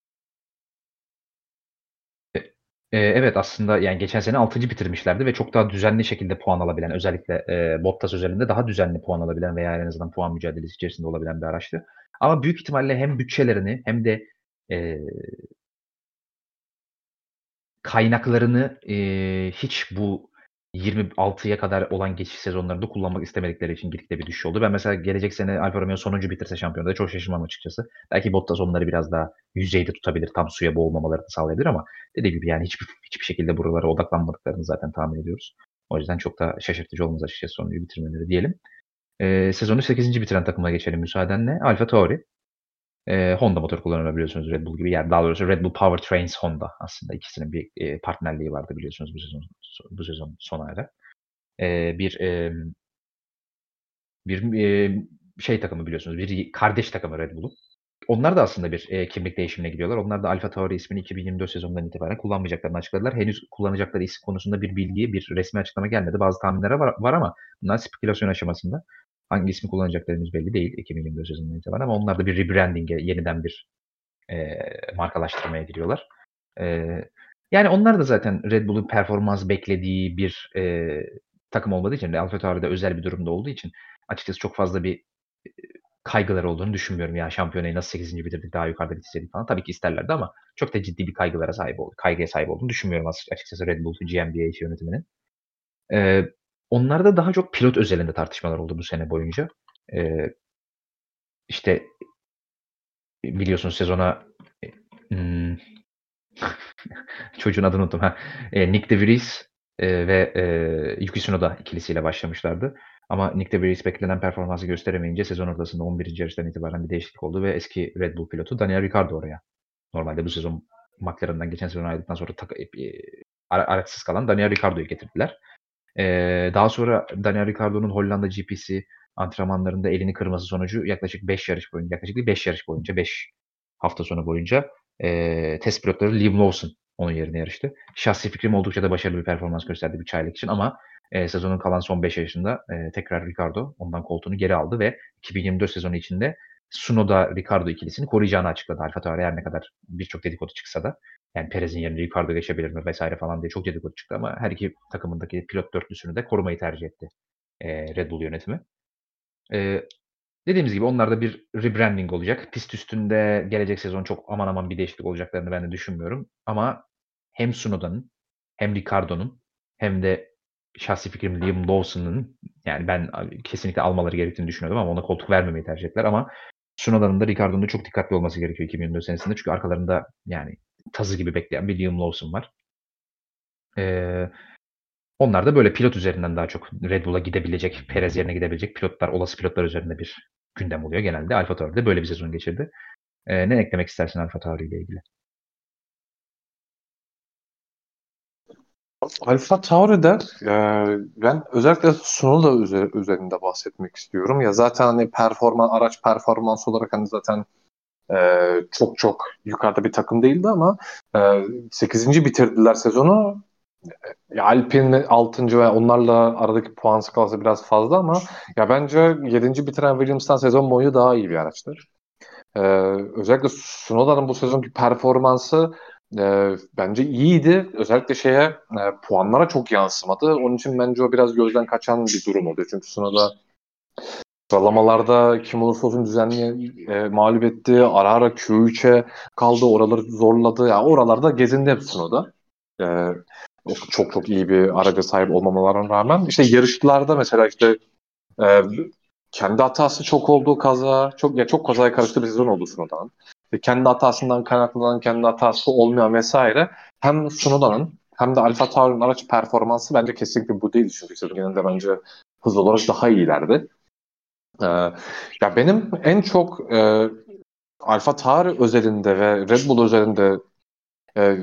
Speaker 1: Evet aslında yani geçen sene 6. bitirmişlerdi ve çok daha düzenli şekilde puan alabilen özellikle Bottas özelinde daha düzenli puan alabilen veya en azından puan mücadelesi içerisinde olabilen bir araçtı. Ama büyük ihtimalle hem bütçelerini hem de e, kaynaklarını hiç bu 26'ya kadar olan geçiş sezonlarında kullanmak istemedikleri için gitgide bir düşüş oldu. Ben mesela gelecek sene Alfa Romeo sonuncu bitirse şampiyonada çok şaşırmam açıkçası. Belki Bottas onları biraz daha yüzeyde tutabilir, tam suya boğulmamalarını sağlayabilir ama dediğim gibi yani hiçbir şekilde buralara odaklanmadıklarını zaten tahmin ediyoruz. O yüzden çok da şaşırtıcı olmaz açıkçası sonuncu bitirmeleri diyelim. Sezonu 8. bitiren takıma geçelim müsaadenle. AlphaTauri. Honda motor kullanıyor biliyorsunuz Red Bull gibi. Yani daha doğrusu Red Bull Powertrains Honda aslında ikisinin bir partnerliği vardı biliyorsunuz bu sezon sona eren. Bir şey takımı biliyorsunuz. Bir kardeş takımı Red Bull'un. Onlar da aslında bir kimlik değişimine gidiyorlar. Onlar da AlphaTauri ismini 2024 sezonundan itibaren kullanmayacaklarını açıkladılar. Henüz kullanacakları isim konusunda bir bilgi, bir resmi açıklama gelmedi. Bazı tahminler var ama bunlar spekülasyon aşamasında. Hangi ismi kullanacakları henüz belli değil 2024 sezonundan itibaren ama onlar da bir rebranding'e, yeniden bir markalaştırmaya giriyorlar. Yani onlar da zaten Red Bull'un performans beklediği bir takım olmadığı için, AlphaTauri'de özel bir durumda olduğu için açıkçası çok fazla bir kaygıları olduğunu düşünmüyorum. Ya şampiyonayı nasıl 8. bitirdik, daha yukarıda bitirseydik falan. Tabii ki isterlerdi ama çok da ciddi bir kaygıya sahip olduğunu düşünmüyorum açıkçası Red Bull GmbH yönetiminin. Onlarda daha çok pilot özelinde tartışmalar oldu bu sene boyunca. İşte biliyorsunuz sezona çocuğun adını unuttum. Nick de Vries ve Yuki Tsunoda ikilisiyle başlamışlardı. Ama Nick de Vries beklenen performansı gösteremeyince sezon ortasında 11. yarıştan itibaren bir değişiklik oldu ve eski Red Bull pilotu Daniel Ricciardo oraya. Normalde bu sezon McLaren'dan geçen sezon ayrıldıktan sonra araçsız kalan Daniel Ricciardo'yu getirdiler. Daha sonra Daniel Ricciardo'nun Hollanda GP'si antrenmanlarında elini kırması sonucu yaklaşık 5 yarış boyunca, yaklaşık değil 5 yarış boyunca, 5 hafta sonu boyunca test pilotları Liam Lawson onun yerine yarıştı. Şahsi fikrim oldukça da başarılı bir performans gösterdi bir çaylak için ama sezonun kalan son 5 yarışında tekrar Ricardo ondan koltuğunu geri aldı ve 2024 sezonu içinde Tsunoda-Ricardo ikilisini koruyacağını açıkladı. AlphaTauri her ne kadar birçok dedikodu çıksa da yani Perez'in yerine Ricardo geçebilir mi vesaire falan diye çok dedikodu çıktı ama her iki takımındaki pilot dörtlüsünü de korumayı tercih etti Red Bull yönetimi. Dediğimiz gibi onlarda bir rebranding olacak. Pist üstünde gelecek sezon çok aman aman bir değişiklik olacaklarını ben de düşünmüyorum. Ama hem Tsunoda'nın hem Ricardo'nun hem de şahsi fikrim Liam Lawson'ın yani ben kesinlikle almaları gerektiğini düşünüyordum ama ona koltuk vermemeyi tercih ettiler ama Tsunoda'nın da Ricardo'nun da çok dikkatli olması gerekiyor 2024 senesinde. Çünkü arkalarında yani tazı gibi bekleyen bir Liam Lawson var. Onlar da böyle pilot üzerinden daha çok Red Bull'a gidebilecek, Perez yerine gidebilecek pilotlar, olası pilotlar üzerinde bir gündem oluyor genelde. AlphaTauri de böyle bir sezon geçirdi. Ne eklemek istersin AlphaTauri ile ilgili?
Speaker 2: Alfa Tauri'de ben özellikle Tsunoda üzerinde bahsetmek istiyorum. Ya zaten hani araç performans olarak hani zaten çok çok yukarıda bir takım değildi ama 8. bitirdiler sezonu. Ya Alpine 6. ve onlarla aradaki puan skalası biraz fazla ama ya bence 7. bitiren Williams'tan sezon boyu daha iyi bir araçtır. Ee, Özellikle Tsunoda'nın bu sezonki performansı bence iyiydi. Özellikle puanlara çok yansımadı. Onun için bence o biraz gözden kaçan bir durum oluyor. Çünkü Tsunoda sıralamalarda kim olursa olsun düzenli mağlup etti. Ara ara Q3'e kaldı. Oraları zorladı. Yani oralarda gezindi hep Tsunoda. Ee, Çok çok iyi bir araca sahip olmamalarına rağmen işte yarışlarda mesela e, kendi hatası çok oldu kaza. Çok kazaya karıştı bir sezon oldu Tsunoda'nın. Kendi hatasından kaynaklanan, kendi hatası olmayan vesaire hem Tsunoda'nın hem de Alfa Tauri'nin araç performansı bence kesinlikle bu değil. Çünkü sezon genelinde bence hız olarak daha iyilerdi. Ya benim en çok Alfa Tauri özelinde ve Red Bull özelinde e,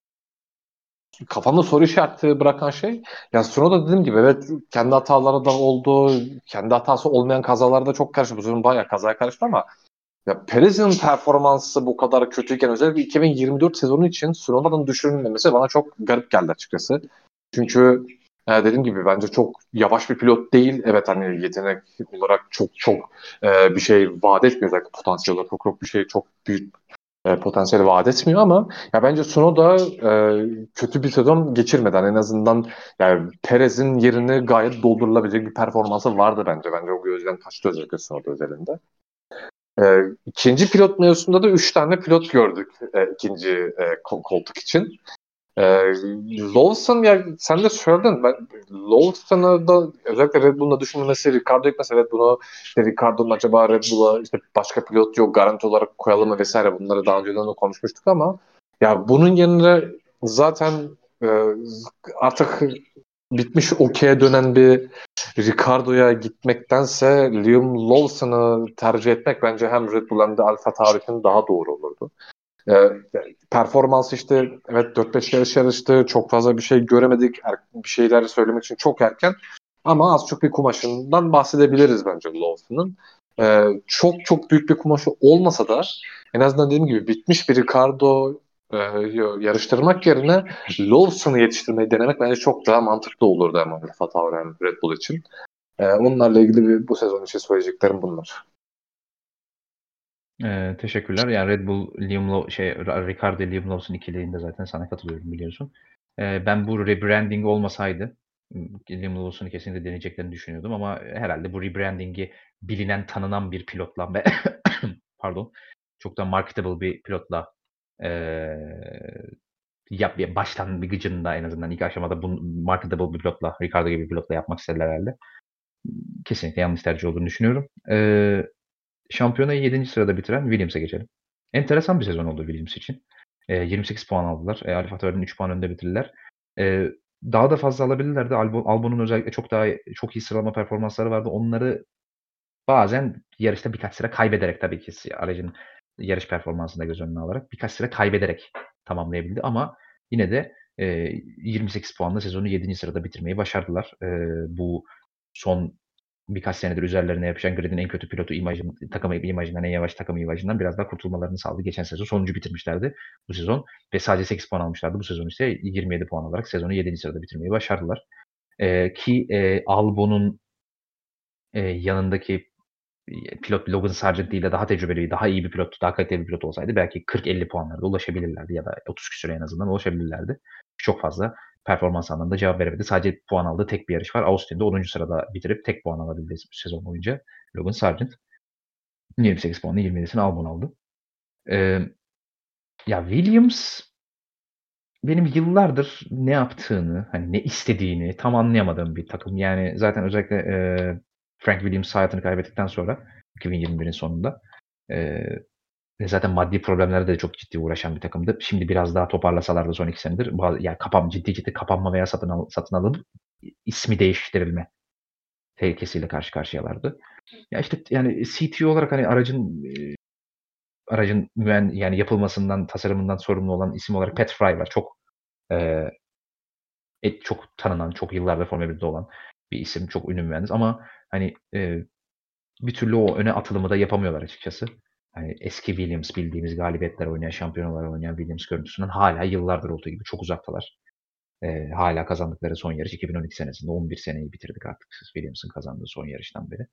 Speaker 2: kafamda soru işareti bırakan şey ya Tsunoda dediğim gibi evet kendi hataları da oldu. Kendi hatası olmayan kazalarda çok karıştı. Bu sezon bayağı kazaya karıştı ama ya Perez'in performansı bu kadar kötüyken özellikle 2024 sezonu için Tsunoda'nın düşürülmemesi bana çok garip geldi açıkçası. Çünkü dediğim gibi bence çok yavaş bir pilot değil. Evet hani yetenek olarak çok çok bir şey vaat etmiyor. Özellikle potansiyel olarak çok bir şey çok büyük potansiyeli vaat etmiyor ama ya bence Tsunoda kötü bir sezon geçirmeden en azından yani Perez'in yerini gayet doldurulabilecek bir performansı vardı bence. Bence o gözden kaçtı özellikle Tsunoda özelinde. İkinci pilot mevzusunda da 3 tane pilot gördük ikinci koltuk için. E, Lawson ya sen de söyledin. Lawson'ı da özellikle Red Bull'un da düşünülmesi, Ricardo ekmesi evet bunu işte Ricardo'nun acaba Red Bull'a işte başka pilot yok garanti olarak koyalım mı vesaire bunları daha önceden de konuşmuştuk ama ya bunun yerine zaten e, artık bitmiş okey'e dönen bir Ricardo'ya gitmektense Liam Lawson'ı tercih etmek bence hem Red Bull hem de Alfa Tauri'nin daha doğru olurdu. Ee, Performans işte evet 4-5 yarış yarıştı. Çok fazla bir şey göremedik. Bir şeyler söylemek için çok erken. Ama az çok bir kumaşından bahsedebiliriz bence Lawson'ın. Çok çok büyük bir kumaşı olmasa da en azından dediğim gibi bitmiş bir Ricardo yarıştırmak yerine Lawson'ı yetiştirmeyi denemek bence çok daha mantıklı olurdu hem Alfa Tauri hem Red Bull için. Onlarla ilgili bu sezon için söyleyeceklerim bunlar.
Speaker 1: Teşekkürler. Yani Red Bull, Ricardo, Liam Lawson ikiliğinde zaten sana katılıyorum biliyorsun. Ben bu rebranding olmasaydı Liam Lawson'u kesinlikle deneyeceklerini düşünüyordum ama herhalde bu rebrandingi bilinen, tanınan bir pilotla ve pardon, çok da marketable bir pilotla baştan bir gıcını en azından ilk aşamada bu marketable bir pilotla, Ricardo gibi bir pilotla yapmak istediler herhalde. Kesinlikle yanlış tercih olduğunu düşünüyorum. Şampiyonayı 7. sırada bitiren Williams'e geçelim. Enteresan bir sezon oldu Williams için. 28 puan aldılar. AlphaTauri'nin 3 puan önünde bitirdiler. Daha da fazla alabilirlerdi. Albon'un özellikle çok iyi sıralama performansları vardı. Onları bazen yarışta birkaç sıra kaybederek tabii ki aracın yarış performansını da göz önüne alarak birkaç sıra kaybederek tamamlayabildi ama yine de 28 puanla sezonu 7. sırada bitirmeyi başardılar. Bu son birkaç senedir üzerlerine yapışan gridin en kötü pilotu takım imajından, en yavaş takım imajından biraz daha kurtulmalarını sağladı. Geçen sezon sonuncu bitirmişlerdi bu sezon ve sadece 8 puan almışlardı. Bu sezon ise 27 puan alarak sezonu 7. sırada bitirmeyi başardılar. Albon'un yanındaki pilot Logan Sargent değil de daha tecrübeli, daha iyi bir pilot, daha kaliteli bir pilot olsaydı belki 40-50 puanlarda ulaşabilirlerdi ya da 30 küsur en azından ulaşabilirlerdi. Çok fazla performans anlamında cevap veremedi. Sadece puan aldığı tek bir yarış var. Austin'de 10. sırada bitirip tek puan alabildi sezon boyunca Logan Sargent. 28 puanla 27'sini Albon aldı. Ya Williams benim yıllardır ne yaptığını, hani ne istediğini tam anlayamadığım bir takım. Yani zaten özellikle Frank Williams hayatını kaybettikten sonra 2021'in sonunda zaten maddi problemlerde de çok ciddi uğraşan bir takımdı. Şimdi biraz daha toparlasalar da son 2 senedir yani ciddi kapanma veya satın alınıp ismi değiştirilme tehlikesiyle karşı karşıyalardı. Ya işte yani CTO olarak hani aracın yani yapılmasından, tasarımından sorumlu olan isim olarak Pat Fry var. Çok tanınan, çok yıllardır Formula 1'de olan bir isim. Çok ünlü mühendis ama hani bir türlü o öne atılımı da yapamıyorlar açıkçası. Hani eski Williams bildiğimiz galibiyetler oynayan, şampiyonalar oynayan Williams görüntüsünden hala yıllardır olduğu gibi çok uzaktalar. Hala kazandıkları son yarış 2012 senesinde 11 seneyi bitirdik artık Williams'ın kazandığı son yarıştan beri.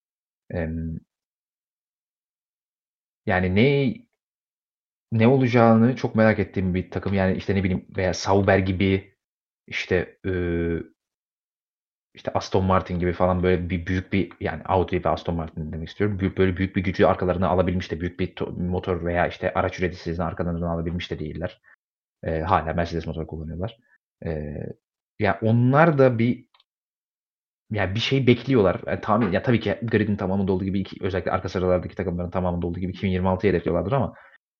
Speaker 1: Yani ne olacağını çok merak ettiğim bir takım. Yani işte ne bileyim veya Sauber gibi işte Aston Martin gibi falan böyle büyük bir yani Audi ve Aston Martin demek istiyorum. Böyle büyük bir gücü arkalarına alabilmiş de büyük bir motor veya işte araç üreticisini arkalarına alabilmiş de değiller. Hala Mercedes motor kullanıyorlar. Ya onlar da bir şey bekliyorlar. Ya tabii ki gridin tamamında olduğu gibi özellikle arka sıralardaki takımların tamamında olduğu gibi 2026'yı hedefliyorlardır ama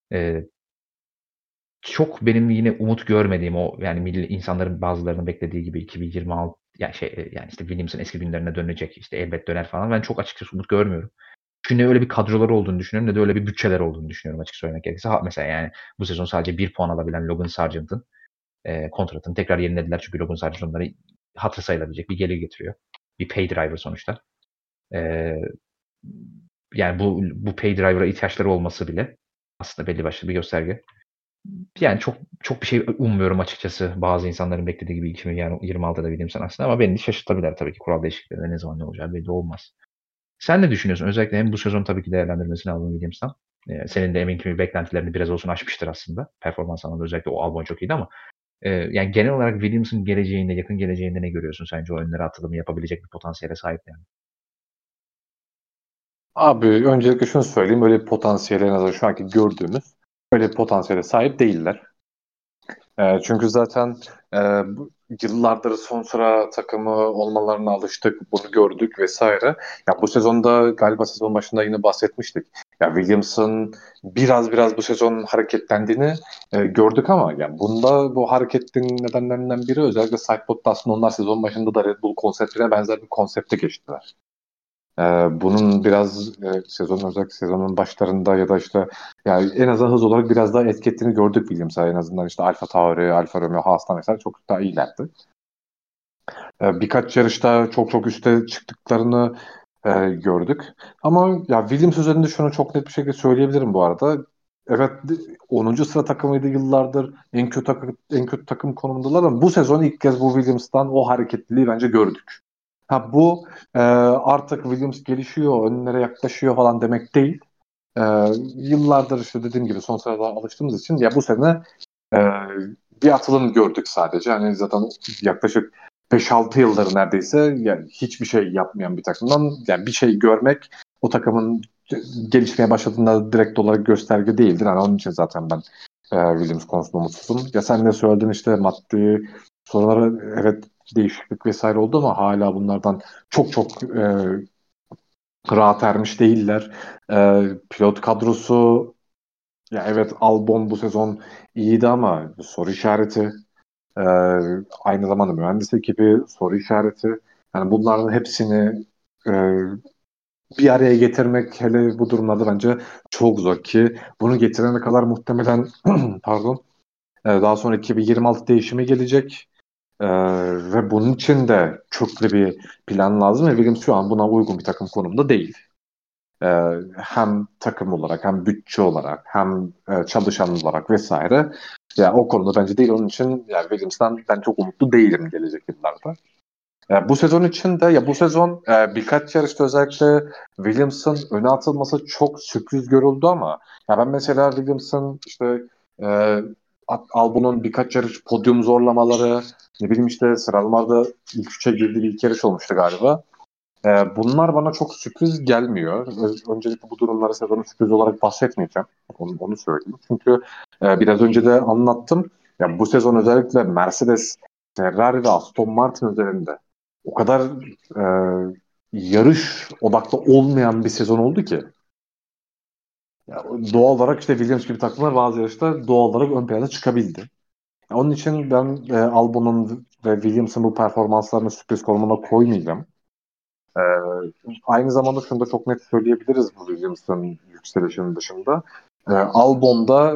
Speaker 1: çok benim yine umut görmediğim o yani insanların bazılarının beklediği gibi 2026 yani yani işte Williams'ın eski günlerine dönecek işte elbet döner falan. Ben çok açıkçası umut görmüyorum. Çünkü ne öyle bir kadroları olduğunu düşünüyorum ne de öyle bir bütçeler olduğunu düşünüyorum açık söylemek gerekirse. Mesela yani bu sezon sadece 1 puan alabilen Logan Sargent'ın kontratını tekrar yenilediler. Çünkü Logan Sargent onları hatırı sayılabilecek bir gelir getiriyor. Bir pay driver sonuçta. Eee, Yani bu pay driver'a ihtiyaçları olması bile aslında belli başlı bir gösterge. Yani çok bir şey ummuyorum açıkçası bazı insanların beklediği gibi 2026'da Williams'ın aslında ama beni de şaşırtabilir tabii ki kural değişikliklerinde ne zaman ne olacağı belli olmaz. Sen ne düşünüyorsun? Özellikle hem bu sezon tabii ki değerlendirmesini aldın Williams'tan. Senin de emin ki beklentilerini biraz olsun aşmıştır aslında. Performans anlamında özellikle o Albon çok iyiydi ama yani genel olarak Williams'ın geleceğinde, yakın geleceğinde ne görüyorsun sence? O önlere atılımı yapabilecek bir potansiyele sahip yani.
Speaker 2: Abi öncelikle şunu söyleyeyim. Öyle bir potansiyele en azından şu anki gördüğümüz öyle bir potansiyele sahip değiller. Çünkü zaten yıllardır son sıra takımı olmalarına alıştık. Bunu gördük vesaire. Ya bu sezonda galiba sezon başında yine bahsetmiştik. Ya Williams'ın biraz bu sezon hareketlendiğini gördük ama yani bunda bu hareketin nedenlerinden biri özellikle Sidepod'da aslında onlar sezon başında da Red Bull konseptine benzer bir konsepte geçtiler. Bunun biraz özellikle sezonun başlarında ya da işte yani en azından hız olarak biraz daha etki ettiğini gördük Williams'a en azından işte Alfa Tauri, Alfa Romeo, Haas'tan mesela çok daha iyilerdi. Birkaç yarışta çok üste çıktıklarını gördük. Ama ya Williams üzerinde şunu çok net bir şekilde söyleyebilirim bu arada. Evet 10. sıra takımıydı yıllardır. En kötü takım konumundalar ama bu sezon ilk kez bu Williams'tan o hareketliliği bence gördük. Bu artık Williams gelişiyor, önlere yaklaşıyor falan demek değil. Yıllardır işte dediğim gibi son sıralar alıştığımız için ya bu sene e, bir atılım gördük sadece. Hani zaten yaklaşık 5-6 yıldır neredeyse yani hiçbir şey yapmayan bir takımdan yani bir şey görmek o takımın gelişmeye başladığında direkt olarak gösterge değildir. Yani onun için zaten ben Williams konusunda mutsuzum. Ya sen ne söyledin işte maddi sorulara evet değişiklik vesaire oldu ama hala bunlardan çok rahat ermiş değiller. Pilot kadrosu ya evet Albon bu sezon iyiydi ama soru işareti. Ee, Aynı zamanda mühendis ekibi soru işareti. Yani bunların hepsini e, bir araya getirmek hele bu durumlarda bence çok zor ki bunu getirene kadar muhtemelen pardon daha sonra 2026 değişimi gelecek. Ve bunun için de köklü bir plan lazım ve Williams şu an buna uygun bir takım konumunda değil. Hem takım olarak hem bütçe olarak hem çalışan olarak vesaire. Ya o konuda bence değil. Onun için ya Williams'tan ben çok umutlu değilim gelecek yıllarda. Bu sezon için de ya bu sezon birkaç yarışta özellikle Williams'ın öne atılması çok sürpriz görüldü ama ya ben mesela Williams'ın işte e, Albon'un birkaç yarış podyum zorlamaları, ne bileyim işte sıralamalarda ilk üçe girdiği bir iki yarış olmuştu galiba. Bunlar bana çok sürpriz gelmiyor. Öncelikle bu durumlara sezonun sürpriz olarak bahsetmeyeceğim. Onu söyleyeyim. Çünkü biraz önce de anlattım. Ya bu sezon özellikle Mercedes, Ferrari ve Aston Martin üzerinde o kadar e, yarış odaklı olmayan bir sezon oldu ki. Ya, doğal olarak işte Williams gibi takımlar bazı yarışta doğal olarak ön plana çıkabildi. Onun için ben Albon'un ve Williams'ın bu performanslarını sürpriz konumuna koymayacağım. Ee, Aynı zamanda şunu da çok net söyleyebiliriz bu Williams'ın yükselişinin dışında. Albon'da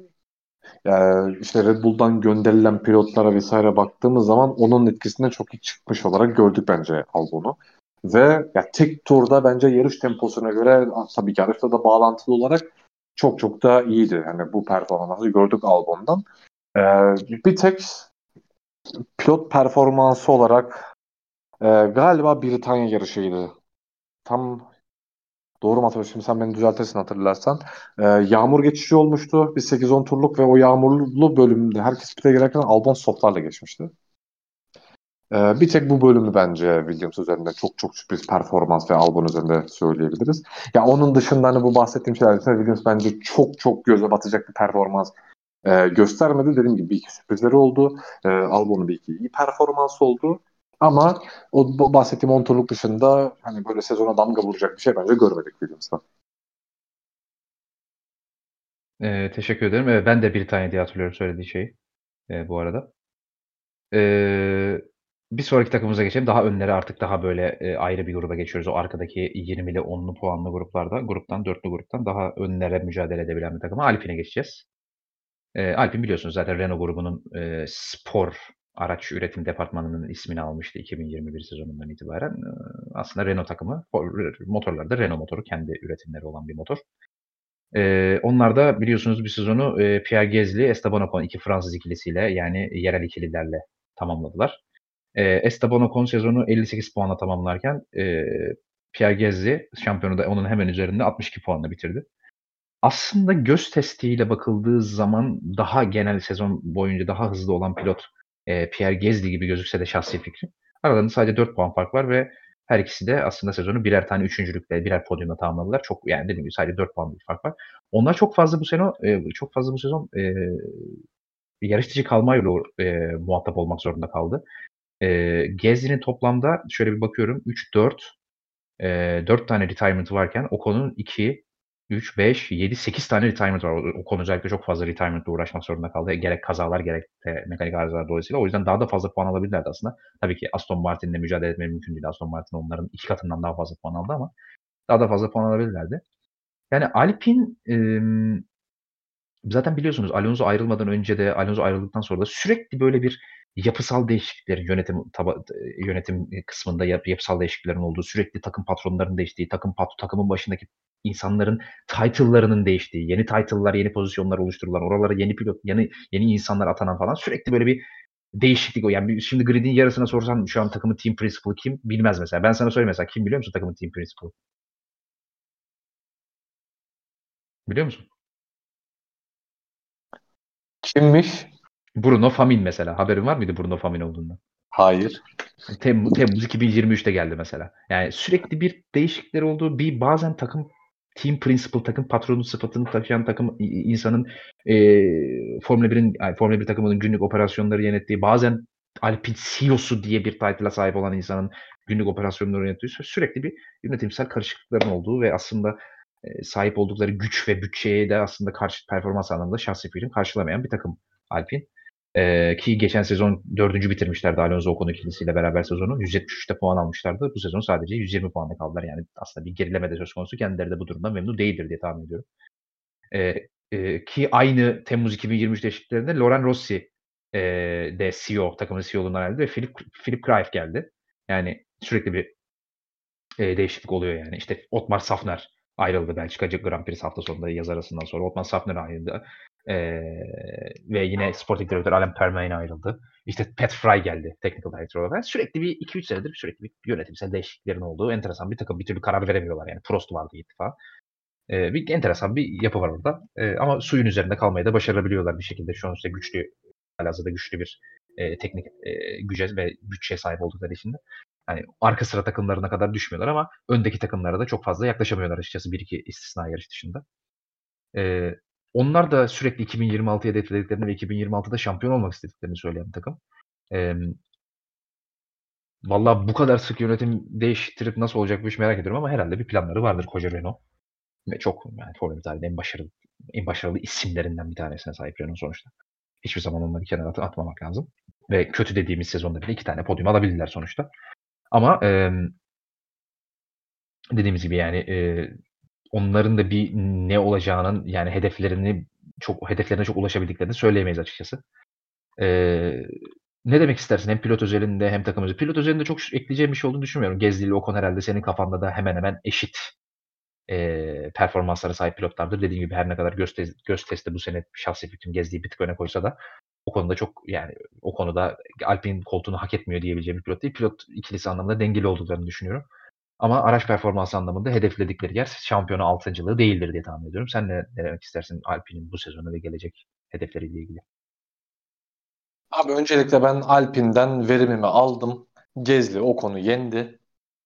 Speaker 2: işte Red Bull'dan gönderilen pilotlara vesaire baktığımız zaman onun etkisinden çok iyi çıkmış olarak gördük bence Albon'u. Ve ya tek turda bence yarış temposuna göre tabii ki yarışta da bağlantılı olarak çok çok daha iyiydi. Yani bu performansı gördük Albon'dan. Ee, Bir tek pilot performansı olarak galiba Britanya yarışıydı. Tam doğru mu hatırlıyorum? Şimdi sen beni düzeltirsin hatırlarsan. Yağmur geçişi olmuştu. Bir 8-10 turluk ve o yağmurlu bölümde herkes pite girerken Albon softlarla geçmişti. Bir tek bu bölümü bence Williams üzerinde çok çok sürpriz performans ve Albon üzerinde söyleyebiliriz. Ya onun dışında hani bu bahsettiğim şeyler Williams bence çok çok göze batacak bir performans göstermedi. Dediğim gibi bir iki sürprizleri oldu. Albon'un bir iki iyi performans oldu. Ama o bahsettiğim 10 turluk dışında hani böyle sezona damga vuracak bir şey bence görmedik Williams'ta.
Speaker 1: Teşekkür ederim. Evet, ben de Britanya diye hatırlıyorum söylediği şeyi, bu arada. Eee, Bir sonraki takımımıza geçelim. Daha önlere artık daha böyle, ayrı bir gruba geçiyoruz. O arkadaki 20'li 10'lu puanlı gruptan, 4'lü gruptan daha önlere mücadele edebilen bir takıma, Alpine'e geçeceğiz. Alpine biliyorsunuz zaten Renault grubunun, spor araç üretim departmanının ismini almıştı 2021 sezonundan itibaren. Aslında Renault takımı. Motorları da Renault motoru. Kendi üretimleri olan bir motor. Onlar da biliyorsunuz bir sezonu, Pierre Gasly, Esteban Ocon 2 Fransız ikilisiyle yani yerel ikililerle tamamladılar. Esteban Ocon sezonu 58 puanla tamamlarken, Pierre Gasly şampiyonu da onun hemen üzerinde 62 puanla bitirdi. Aslında göz testiyle bakıldığı zaman daha genel sezon boyunca daha hızlı olan pilot, Pierre Gasly gibi gözükse de şahsi fikrim. Aralarında sadece 4 puan fark var ve her ikisi de aslında sezonu birer tane üçüncülükle, birer podyumla tamamladılar. Çok yani dediğim gibi sadece 4 puanlık bir fark var. Onlar çok fazla bu sezon, yarış dışı kalmayla muhatap olmak zorunda kaldı. Gasly'nin toplamda şöyle bir bakıyorum 3, 4, 4 tane retirement'ı varken Ocon'un 2, 3, 5, 7, 8 tane retirement var. Ocon özellikle çok fazla retirement'la uğraşmak zorunda kaldı. Gerek kazalar gerek de mekanik arızalar dolayısıyla. O yüzden daha da fazla puan alabilirlerdi aslında. Tabii ki Aston Martin'le mücadele etmeleri mümkün değil. Aston Martin onların 2 katından daha fazla puan aldı ama daha da fazla puan alabilirlerdi. Yani Alpine, zaten biliyorsunuz Alonso ayrıldıktan sonra da sürekli böyle bir yapısal değişikliklerin yönetim kısmında yapısal değişikliklerin olduğu, sürekli takım patronlarının değiştiği, takımın başındaki insanların title'larının değiştiği, yeni title'lar, yeni pozisyonlar oluşturulan, oralara yeni pilot, yeni insanlar atanan falan sürekli böyle bir değişiklik o. Yani şimdi grid'in yarısına sorsan şu an takımın team principal'ı kim bilmez mesela. Ben sana söyleyeyim mesela kim biliyor musun takımın team principal'ı? Biliyor musun?
Speaker 2: Kimmiş?
Speaker 1: Bruno Famin mesela. Haberin var mıydı Bruno Famin olduğundan?
Speaker 2: Hayır.
Speaker 1: Temmuz 2023'te geldi mesela. Yani sürekli bir değişiklikler oldu. Bazen team principal, takım patronu sıfatını taşıyan insanın Formula 1 takımının günlük operasyonları yönettiği, bazen Alpine CEO'su diye bir title'a sahip olan insanın günlük operasyonları yönettiği sürekli bir yönetimsel karışıklıkların olduğu ve aslında sahip oldukları güç ve bütçeye de aslında performans anlamında şahsi fikrim karşılamayan bir takım Alpine. Ki geçen sezon 4. bitirmişlerdi Alonso Ocon ikilisiyle beraber sezonu. 173'te puan almışlardı. Bu sezon sadece 120 puanda kaldılar. Yani aslında bir gerileme de söz konusu. Kendileri de bu durumdan memnun değildir diye tahmin ediyorum. Ki aynı Temmuz 2023 eşitlerinde Loren Rossi de CEO, takımın CEO'luğundan geldi ve Philip Cruyff geldi. Yani sürekli bir değişiklik oluyor yani. İşte Otmar Safner ayrıldı Belçika Grand Prix hafta sonunda yaz arasından sonra. Otmar Safner ayrıldı. Ve yine sportif direktör Alain Permain ayrıldı. İşte Pat Fry geldi teknik direktör olarak. Sürekli bir 2-3 senedir sürekli bir yönetimsel değişikliklerin olduğu enteresan bir takım. Bir türlü karar veremiyorlar yani. Prost vardı gitti falan. Bir enteresan bir yapı var orada. Ama suyun üzerinde kalmayı da başarabiliyorlar bir şekilde. Şu an işte halihazırda güçlü bir teknik güce ve bütçeye sahip oldukları için de. Yani arka sıra takımlarına kadar düşmüyorlar ama öndeki takımlara da çok fazla yaklaşamıyorlar açıkçası bir iki istisna yarış dışında. Onlar da sürekli 2026'ya hedeflediklerini ve 2026'da şampiyon olmak istediklerini söyleyen bir takım. Valla bu kadar sık yönetim değiştirip nasıl olacak bu iş merak ediyorum ama herhalde bir planları vardır koca Renault. Ve çok yani Formula 1 tarihinin en başarılı isimlerinden bir tanesine sahip Renault sonuçta. Hiçbir zaman onları kenara atmamak lazım. Ve kötü dediğimiz sezonda bile 2 tane podyum alabildiler sonuçta. Ama dediğimiz gibi yani onların da bir ne olacağının yani hedeflerine çok ulaşabildiklerini söyleyemeyiz açıkçası. Ne demek istersin hem pilot özelinde hem takım özelinde? Pilot özelinde çok ekleyeceğim bir şey olduğunu düşünmüyorum. Gasly ile Ocon herhalde senin kafanda da hemen hemen eşit performanslara sahip pilotlardır. Dediğim gibi her ne kadar göz testi bu sene şahsi fikrim Gasly'yi bir tık öne koysa da o konuda çok yani o konuda Alpine'in koltuğunu hak etmiyor diyebileceğim bir pilot değil. Pilot ikilisi anlamında dengeli olduklarını düşünüyorum. Ama araç performansı anlamında hedefledikleri yer şampiyonu 6.'lığı değildir diye tahmin ediyorum. Sen ne demek istersin Alpine'in bu sezonu ve gelecek hedefleriyle ilgili?
Speaker 2: Abi öncelikle ben Alpine'den verimimi aldım. Gasly Ocon'u yendi.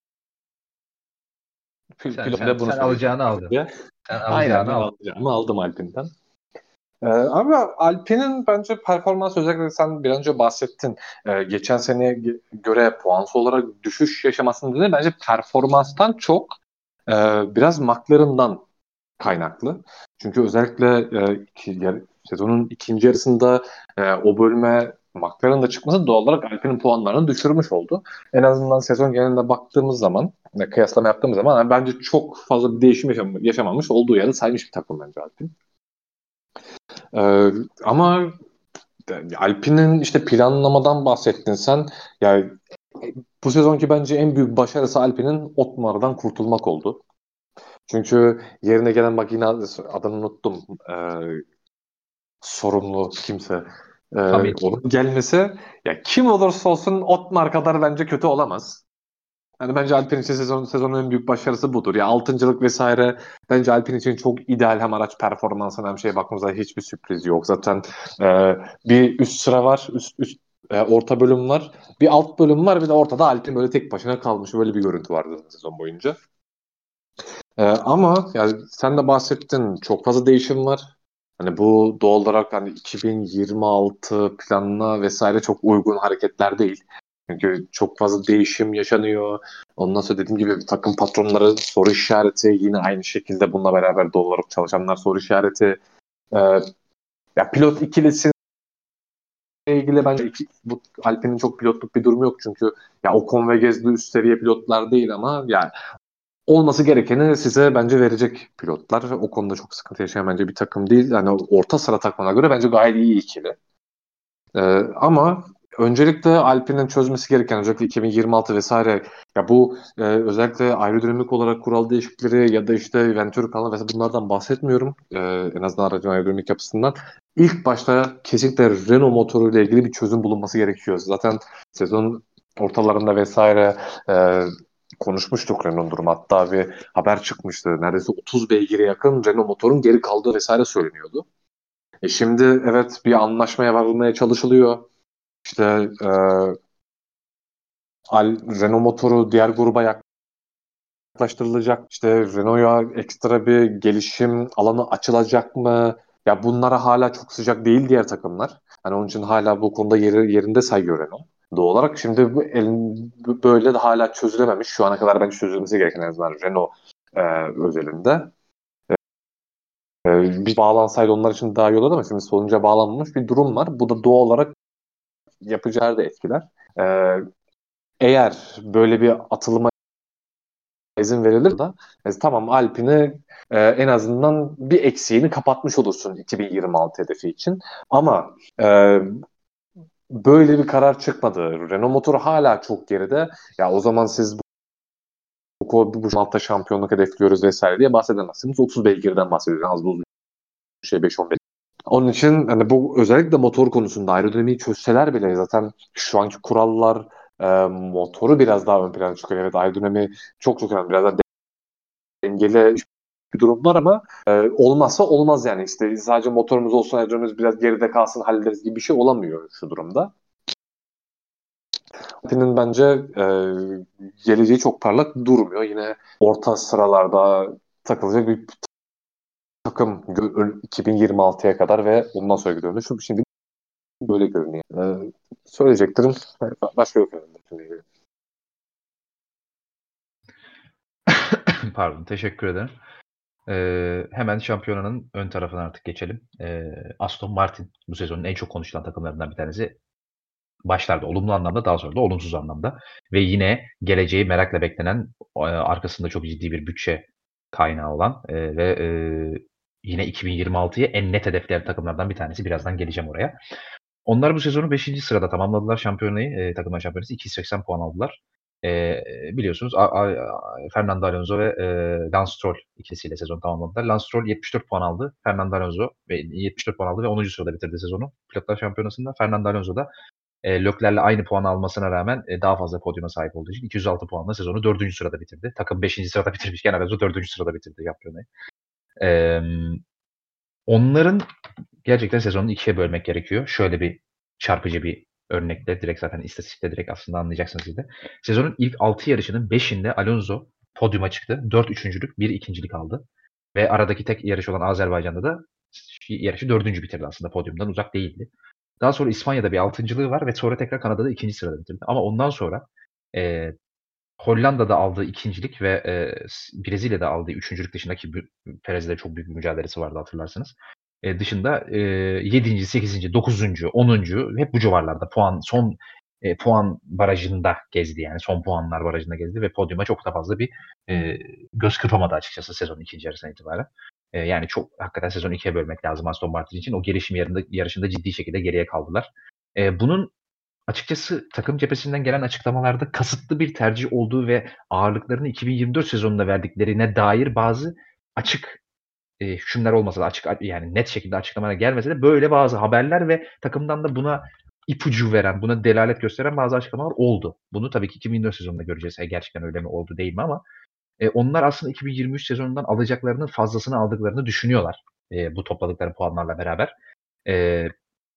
Speaker 2: Pilot
Speaker 1: Sen,
Speaker 2: de bunu
Speaker 1: sen
Speaker 2: söyleyecek
Speaker 1: alacağını aldın.
Speaker 2: diye.
Speaker 1: Sen
Speaker 2: Aynen
Speaker 1: alacağını
Speaker 2: ben
Speaker 1: aldın.
Speaker 2: alacağımı aldım Alpine'den. Abi Alpine'in bence performans özellikle sen bir önce bahsettin. Geçen seneye göre puansal olarak düşüş yaşamasının nedeni bence performanstan çok e, biraz McLaren'dan kaynaklı. Çünkü özellikle sezonun ikinci yarısında o bölüme McLaren'ın da çıkması doğal olarak Alpine'in puanlarını düşürmüş oldu. En azından sezon genelinde baktığımız zaman, kıyaslama yaptığımız zaman yani bence çok fazla bir değişim yaşamamış olduğu yerde saymış bir takım bence Alpine. Ama Alpine'in işte planlamadan bahsettin sen. Yani bu sezonki bence en büyük başarısı Alpine'in Otmar'dan kurtulmak oldu. Çünkü yerine gelen bak yine adını unuttum. Sorumlu kimse.
Speaker 1: Hamilton.
Speaker 2: Onun gelmesi ya kim olursa olsun Otmar kadar bence kötü olamaz. Yani bence Alpine için sezonun en büyük başarısı budur. Ya altıncılık vesaire bence Alpine için çok ideal hem araç performansına hem şeye baktığımızda hiçbir sürpriz yok. Zaten bir üst sıra var, orta bölüm var, bir alt bölüm var, bir de ortada Alpine böyle tek başına kalmış. Böyle bir görüntü vardı sezon boyunca. Ama yani sen de bahsettin çok fazla değişim var. Hani bu doğal olarak hani 2026 planına vesaire çok uygun hareketler değil. Çünkü çok fazla değişim yaşanıyor. Ondan sonra dediğim gibi takım patronları soru işareti, yine aynı şekilde bununla beraber doğal olarak çalışanlar soru işareti. Ee, Ya pilot ikilisine ilgili bence bu Alpine'in çok pilotluk bir durumu yok çünkü ya Ocon ve Gasly üst seviye pilotlar değil ama yani olması gerekeni size bence verecek pilotlar. O konuda çok sıkıntı yaşayan bence bir takım değil. Yani orta sıra takımına göre bence gayet iyi ikili. Ama öncelikle Alpine'in çözmesi gereken özellikle 2026 vesaire ya bu özellikle aerodinamik olarak kural değişiklikleri ya da işte Venturi kanalı vesaire bunlardan bahsetmiyorum. En azından aracın aerodinamik yapısından. İlk başta kesinlikle Renault motoruyla ilgili bir çözüm bulunması gerekiyor. Zaten sezon ortalarında vesaire konuşmuştuk Renault durumu. Hatta bir haber çıkmıştı. Neredeyse 30 beygire yakın Renault motorun geri kaldığı vesaire söyleniyordu. Şimdi evet bir anlaşmaya varılmaya çalışılıyor. İşte Renault motoru diğer gruba yaklaştırılacak. İşte Renault'a ekstra bir gelişim alanı açılacak mı? Ya bunlara hala çok sıcak değil diğer takımlar. Hani onun için hala bu konuda yerinde sayıyor Renault. Doğal olarak şimdi böyle de hala çözülememiş. Şu ana kadar bence çözülmesi gereken en azından Renault özelinde. Bir bağlansaydı onlar için daha iyi olurdu ama şimdi sonuca bağlanmamış bir durum var. Bu da doğal olarak yapacağı da etkiler. Eğer böyle bir atılıma izin verilir de tamam Alpine en azından bir eksiğini kapatmış olursun 2026 hedefi için. Ama böyle bir karar çıkmadı. Renault motoru hala çok geride. Ya o zaman siz bu Malta şampiyonluk hedefliyoruz vesaire diye bahsedemezsiniz. 30 beygirden bahsediyoruz. Az buz bir şey 5-10 beygir. Onun için hani bu özellikle motor konusunda aerodinamiği çözseler bile zaten şu anki kurallar motoru biraz daha ön plana çıkıyor. Evet, aerodinamiği çok çok önemli. Biraz daha dengeli bir durum var ama olmazsa olmaz yani. İşte sadece motorumuz olsun, aerodinamimiz biraz geride kalsın hallederiz gibi bir şey olamıyor şu durumda. Alpine'in bence geleceği çok parlak durmuyor. Yine orta sıralarda takılacak bir takım 2026'ya kadar ve ondan sonraki dönemde. Şimdi böyle görünüyor. Söyleyeceklerim başka yok herhalde.
Speaker 1: Pardon, teşekkür ederim. Hemen şampiyonanın ön tarafına artık geçelim. Aston Martin bu sezonun en çok konuşulan takımlarından bir tanesi. Başlarda olumlu anlamda, daha sonra da olumsuz anlamda ve yine geleceği merakla beklenen, arkasında çok ciddi bir bütçe kaynağı olan, ve yine 2026'yı en net hedefleyen takımlardan bir tanesi. Birazdan geleceğim oraya. Onlar bu sezonu 5. sırada tamamladılar şampiyonayı. Takımlar şampiyonası 280 puan aldılar. Biliyorsunuz Fernando Alonso ve Lance Stroll ikilisiyle sezonu tamamladılar. Lance Stroll 74 puan aldı. Fernando Alonso ve 74 puan aldı ve 10. sırada bitirdi sezonu Pilotlar Şampiyonası'nda. Fernando Alonso da Leclerc'le aynı puan almasına rağmen daha fazla podyuma sahip olduğu için 206 puanla sezonu 4. sırada bitirdi. Takım 5. sırada bitirmişken Alonso 4. sırada bitirdi şampiyonayı. Onların gerçekten sezonu ikiye bölmek gerekiyor. Şöyle bir çarpıcı bir örnekle direkt zaten istatistikte direkt aslında anlayacaksınız siz de. Sezonun ilk 6 yarışının 5'inde Alonso podyuma çıktı. 4 üçüncülük, 1 ikincilik aldı. Ve aradaki tek yarış olan Azerbaycan'da da yarışı 4. bitirdi aslında. Podyumdan uzak değildi. Daha sonra İspanya'da bir 6.'lığı var ve sonra tekrar Kanada'da 2. sırada bitirdi. Ama ondan sonra e, Hollanda'da aldığı ikincilik ve Brezilya'da aldığı üçüncülük dışındaki Perez'le çok büyük bir mücadelesi vardı hatırlarsınız. Dışında 7. 8. 9. 10. hep bu civarlarda son puan barajında gezdi yani. Son puanlar barajında gezdi ve podyuma çok da fazla bir göz kırpamadı açıkçası sezonun ikinci yarısına itibaren. Yani çok hakikaten sezonu ikiye bölmek lazım Aston Martin için. O gelişim yarışında ciddi şekilde geriye kaldılar. Bunun açıkçası takım cephesinden gelen açıklamalarda kasıtlı bir tercih olduğu ve ağırlıklarını 2024 sezonunda verdiklerine dair bazı açık hükümler olmasa da açık yani net şekilde açıklamalar gelmese de böyle bazı haberler ve takımdan da buna ipucu veren, buna delalet gösteren bazı açıklamalar oldu. Bunu tabii ki 2024 sezonunda göreceğiz. Gerçekten öyle mi oldu değil mi ama onlar aslında 2023 sezonundan alacaklarının fazlasını aldıklarını düşünüyorlar. Bu topladıkları puanlarla beraber. Eee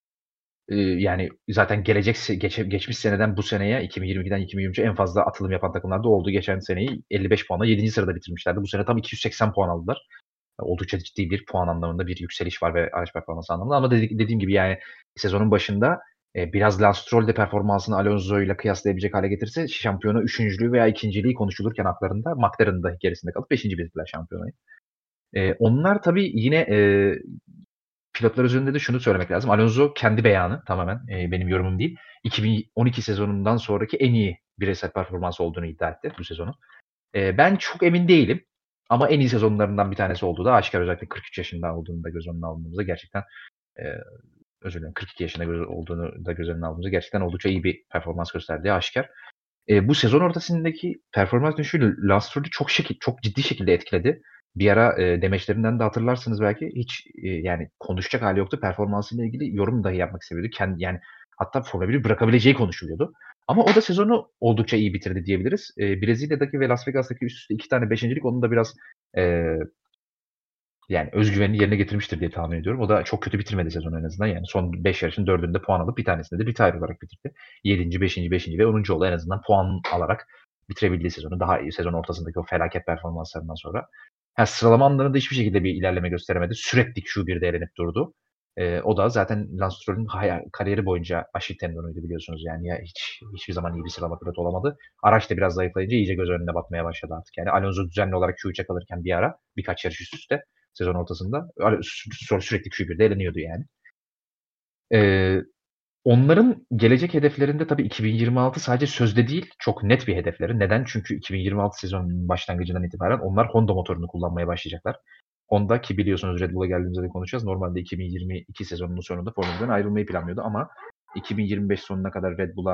Speaker 1: Yani zaten geçmiş seneden bu seneye 2022'den 2023'e en fazla atılım yapan takımlar da oldu. Geçen seneyi 55 puanla 7. sırada bitirmişlerdi. Bu sene tam 280 puan aldılar. Oldukça ciddi bir puan anlamında bir yükseliş var ve araç performansı anlamında ama dediğim gibi yani sezonun başında biraz Lance Stroll de performansını Alonso'yla kıyaslayabilecek hale getirse şampiyona 3.'lüğü veya 2.'liği konuşulurken haklarında McLaren'ın da gerisinde kalıp 5. bitirdiler şampiyonayı. Onlar tabii yine pilotlar üzerinde de şunu söylemek lazım. Alonso kendi beyanı tamamen benim yorumum değil. 2012 sezonundan sonraki en iyi bireysel performans olduğunu iddia etti bu sezonun. Ben çok emin değilim ama en iyi sezonlarından bir tanesi olduğu da aşikar. Özellikle 43 yaşında olduğunu da göz önüne aldığımızda gerçekten eee, özür dilerim 42 yaşında olduğunu da göz önüne aldığımızda gerçekten oldukça iyi bir performans gösterdiği aşikar. Bu sezon ortasındaki performans düşüşü Lance Stroll'ü çok ciddi şekilde etkiledi. Bir ara demeçlerinden de hatırlarsınız belki hiç yani konuşacak hali yoktu. Performansıyla ilgili yorum dahi yapmak istemiyordu. Yani hatta Formula 1'i bırakabileceği konuşuluyordu. Ama o da sezonu oldukça iyi bitirdi diyebiliriz. Brezilya'daki ve Las Vegas'taki üst üste 2 tane beşincilik onun da biraz eee, yani özgüvenini yerine getirmiştir diye tahmin ediyorum. O da çok kötü bitirmedi sezonu en azından. Yani son 5 yarışın 4'ünde puan alıp bir tanesinde de retire olarak bitirdi. 7. 5. ve 10. oldu en azından puan alarak bitirebildiği sezonu. Daha iyi sezon ortasındaki o felaket performanslarından sonra. Sıralama anlarında hiçbir şekilde bir ilerleme gösteremedi. Sürekli Q1'de elenip durdu. O da zaten Lance Stroll'ün kariyeri boyunca Achilles tendonuydu biliyorsunuz. Yani ya hiçbir zaman iyi bir sıralama pilotu olamadı. Araç da biraz zayıflayınca iyice göz önüne batmaya başladı artık. Yani Alonso düzenli olarak Q3'e kalırken bir ara birkaç yarış üst üste sezon ortasında sürekli Q1'de eleniyordu yani. Eee, Onların gelecek hedeflerinde tabii 2026 sadece sözde değil, çok net bir hedefleri. Neden? Çünkü 2026 sezonunun başlangıcından itibaren onlar Honda motorunu kullanmaya başlayacaklar. Honda ki biliyorsunuz Red Bull'a geldiğimizde de konuşacağız. Normalde 2022 sezonunun sonunda Formula 1'den ayrılmayı planlıyordu ama 2025 sonuna kadar Red Bull'a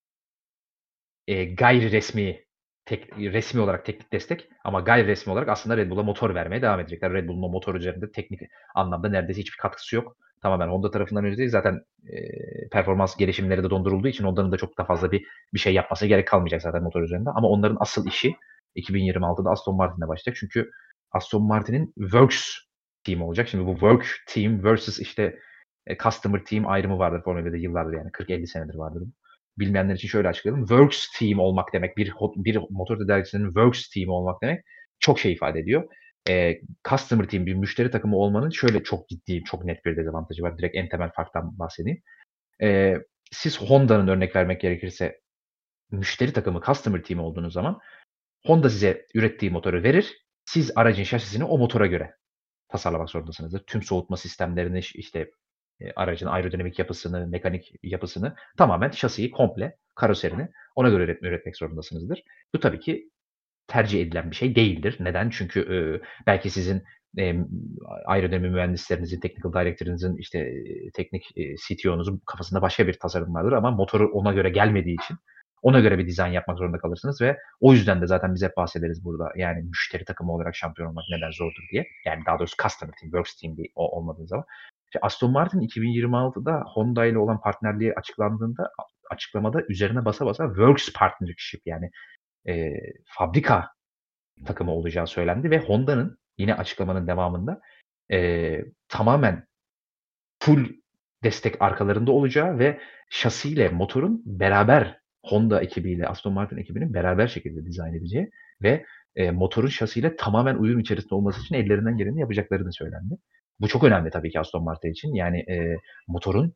Speaker 1: gayri resmi olarak teknik destek ama gayri resmi olarak aslında Red Bull'a motor vermeye devam edecekler. Red Bull'un o motor üzerinde teknik anlamda neredeyse hiçbir katkısı yok. Tamamen Honda tarafından üretildi. Zaten performans gelişimleri de dondurulduğu için Honda'nın da çok da fazla bir şey yapmasına gerek kalmayacak zaten motor üzerinde. Ama onların asıl işi 2026'da Aston Martin'le başlayacak. Çünkü Aston Martin'in Works team olacak. Şimdi bu Work team versus işte Customer team ayrımı vardır Formula 1'de yıllardır, yani 40-50 senedir vardır. Bilmeyenler için şöyle açıklayalım. Works team olmak demek, bir motor tedarikçisinin Works team olmak demek çok şey ifade ediyor. Customer team, bir müşteri takımı olmanın şöyle çok ciddi, çok net bir dezavantajı var. Direkt en temel farktan bahsedeyim. Siz Honda'nın, örnek vermek gerekirse, müşteri takımı, customer team olduğunuz zaman Honda size ürettiği motoru verir. Siz aracın şasisini o motora göre tasarlamak zorundasınızdır. Tüm soğutma sistemlerini, işte aracın aerodinamik yapısını, mekanik yapısını, tamamen şasiyi komple, karoserini ona göre üretmek zorundasınızdır. Bu tabii ki tercih edilen bir şey değildir. Neden? Çünkü belki sizin aerodinamik mühendislerinizin, technical director'ınızın, işte teknik CTO'nuzun kafasında başka bir tasarım vardır ama motoru ona göre gelmediği için ona göre bir dizayn yapmak zorunda kalırsınız ve o yüzden de zaten biz hep bahsederiz burada. Yani müşteri takımı olarak şampiyon olmak neden zordur diye. Yani daha doğrusu customer team, works team olmadığı zaman. İşte Aston Martin 2026'da Honda ile olan partnerliği açıklandığında, açıklamada üzerine basa basa works partnership, yani fabrika takımı olacağı söylendi ve Honda'nın yine açıklamanın devamında tamamen full destek arkalarında olacağı ve şasiyle motorun beraber Honda ekibiyle Aston Martin ekibinin beraber şekilde dizayn edeceği ve motorun şasiyle tamamen uyum içerisinde olması için ellerinden geleni yapacaklarını söylendi. Bu çok önemli tabii ki Aston Martin için. Yani motorun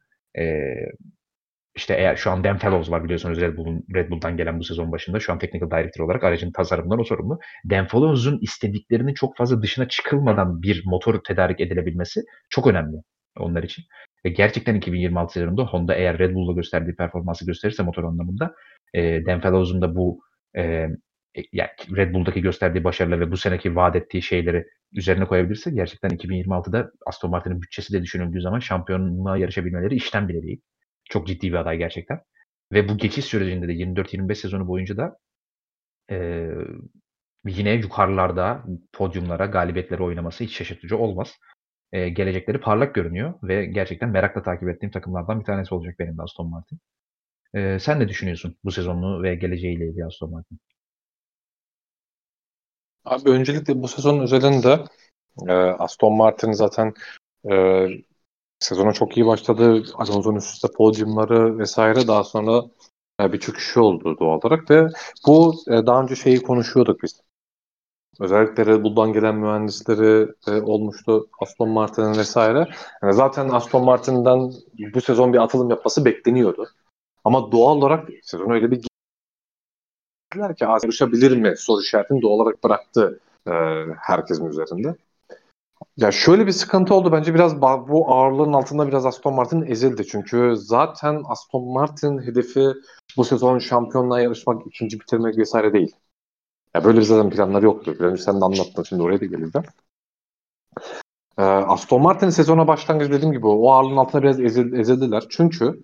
Speaker 1: işte eğer şu an Dan Fellows var, biliyorsunuz, Red Bull'dan gelen bu sezon başında. Şu an Technical Director olarak aracın tasarımından o sorumlu. Dan Fellows'un istediklerinin çok fazla dışına çıkılmadan bir motor tedarik edilebilmesi çok önemli onlar için. Ve gerçekten 2026 sezonunda Honda eğer Red Bull'da gösterdiği performansı gösterirse motor anlamında, Dan Fellows'un da bu yani Red Bull'daki gösterdiği başarıları ve bu seneki vaat ettiği şeyleri üzerine koyabilirse gerçekten 2026'da Aston Martin'in bütçesi de düşünüldüğü zaman şampiyonluğa yarışabilmeleri işten bile değil. Çok ciddi bir aday gerçekten. Ve bu geçiş sürecinde de 24-25 sezonu boyunca da yine yukarılarda, podyumlara, galibiyetlere oynaması hiç şaşırtıcı olmaz. Gelecekleri parlak görünüyor ve gerçekten merakla takip ettiğim takımlardan bir tanesi olacak benim de Aston Martin. Sen ne düşünüyorsun bu sezonunu ve geleceğiyle ilgili Aston Martin?
Speaker 2: Abi öncelikle bu sezonun özelinde Aston Martin zaten sezona çok iyi başladı. Alonso'nun üst üste podyumları vesaire, daha sonra bir çöküşü oldu doğal olarak ve bu daha önce şeyi konuşuyorduk biz. Özellikle Red Bull'dan gelen mühendisleri olmuştu, Aston Martin'in vesaire. Yani zaten Aston Martin'den bu sezon bir atılım yapması bekleniyordu. Ama doğal olarak sezon öyle bir girdiler ki yarışabilir mi soru işaretini doğal olarak bıraktı herkesin üzerinde. Ya şöyle bir sıkıntı oldu bence, biraz bu ağırlığın altında biraz Aston Martin ezildi. Çünkü zaten Aston Martin hedefi bu sezon şampiyonluğa yarışmak, ikinci bitirmek vesaire değil. Ya böyle bir zaten planları yoktu. Biraz sen de anlattın, şimdi oraya da geleceğim. Aston Martin sezona başlangıcı dediğim gibi o ağırlığın altında biraz ezildiler. Çünkü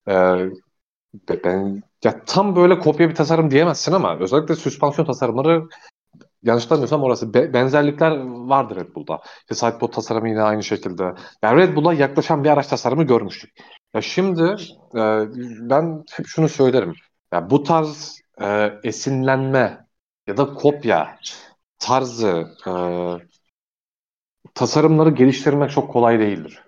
Speaker 2: ben ya tam böyle kopya bir tasarım diyemezsin ama özellikle süspansiyon tasarımları, yanlış hatırlamıyorsam orası benzerlikler vardır Red Bull'da. İşte sidepod tasarımı yine aynı şekilde. Yani Red Bull'a yaklaşan bir araç tasarımı görmüştük. Ya şimdi ben hep şunu söylerim. Ya bu tarz esinlenme ya da kopya tarzı tasarımları geliştirmek çok kolay değildir.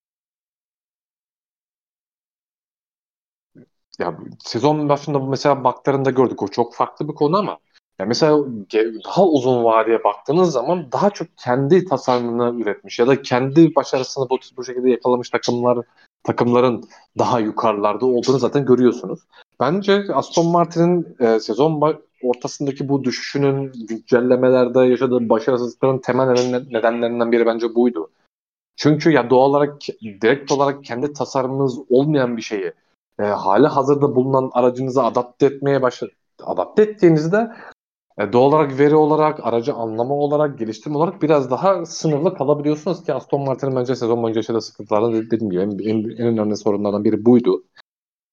Speaker 2: Ya sezon başında mesela baklarında gördük, o çok farklı bir konu ama ya mesela daha uzun vadeye baktığınız zaman daha çok kendi tasarımını üretmiş ya da kendi başarısını bu şekilde yakalamış takımların daha yukarılarda olduğunu zaten görüyorsunuz. Bence Aston Martin'in sezon ortasındaki bu düşüşünün güncellemelerde yaşadığı başarısızlıkların temel nedenlerinden biri bence buydu. Çünkü ya doğal olarak direkt olarak kendi tasarımınız olmayan bir şeyi hali hazırda bulunan aracınıza adapte ettiğinizde doğal olarak veri olarak, aracı anlama olarak, geliştirme olarak biraz daha sınırlı kalabiliyorsunuz ki Aston Martin'in bence sezon boyunca yaşadığı sıkıntılardan dediğim gibi en önemli sorunlardan biri buydu.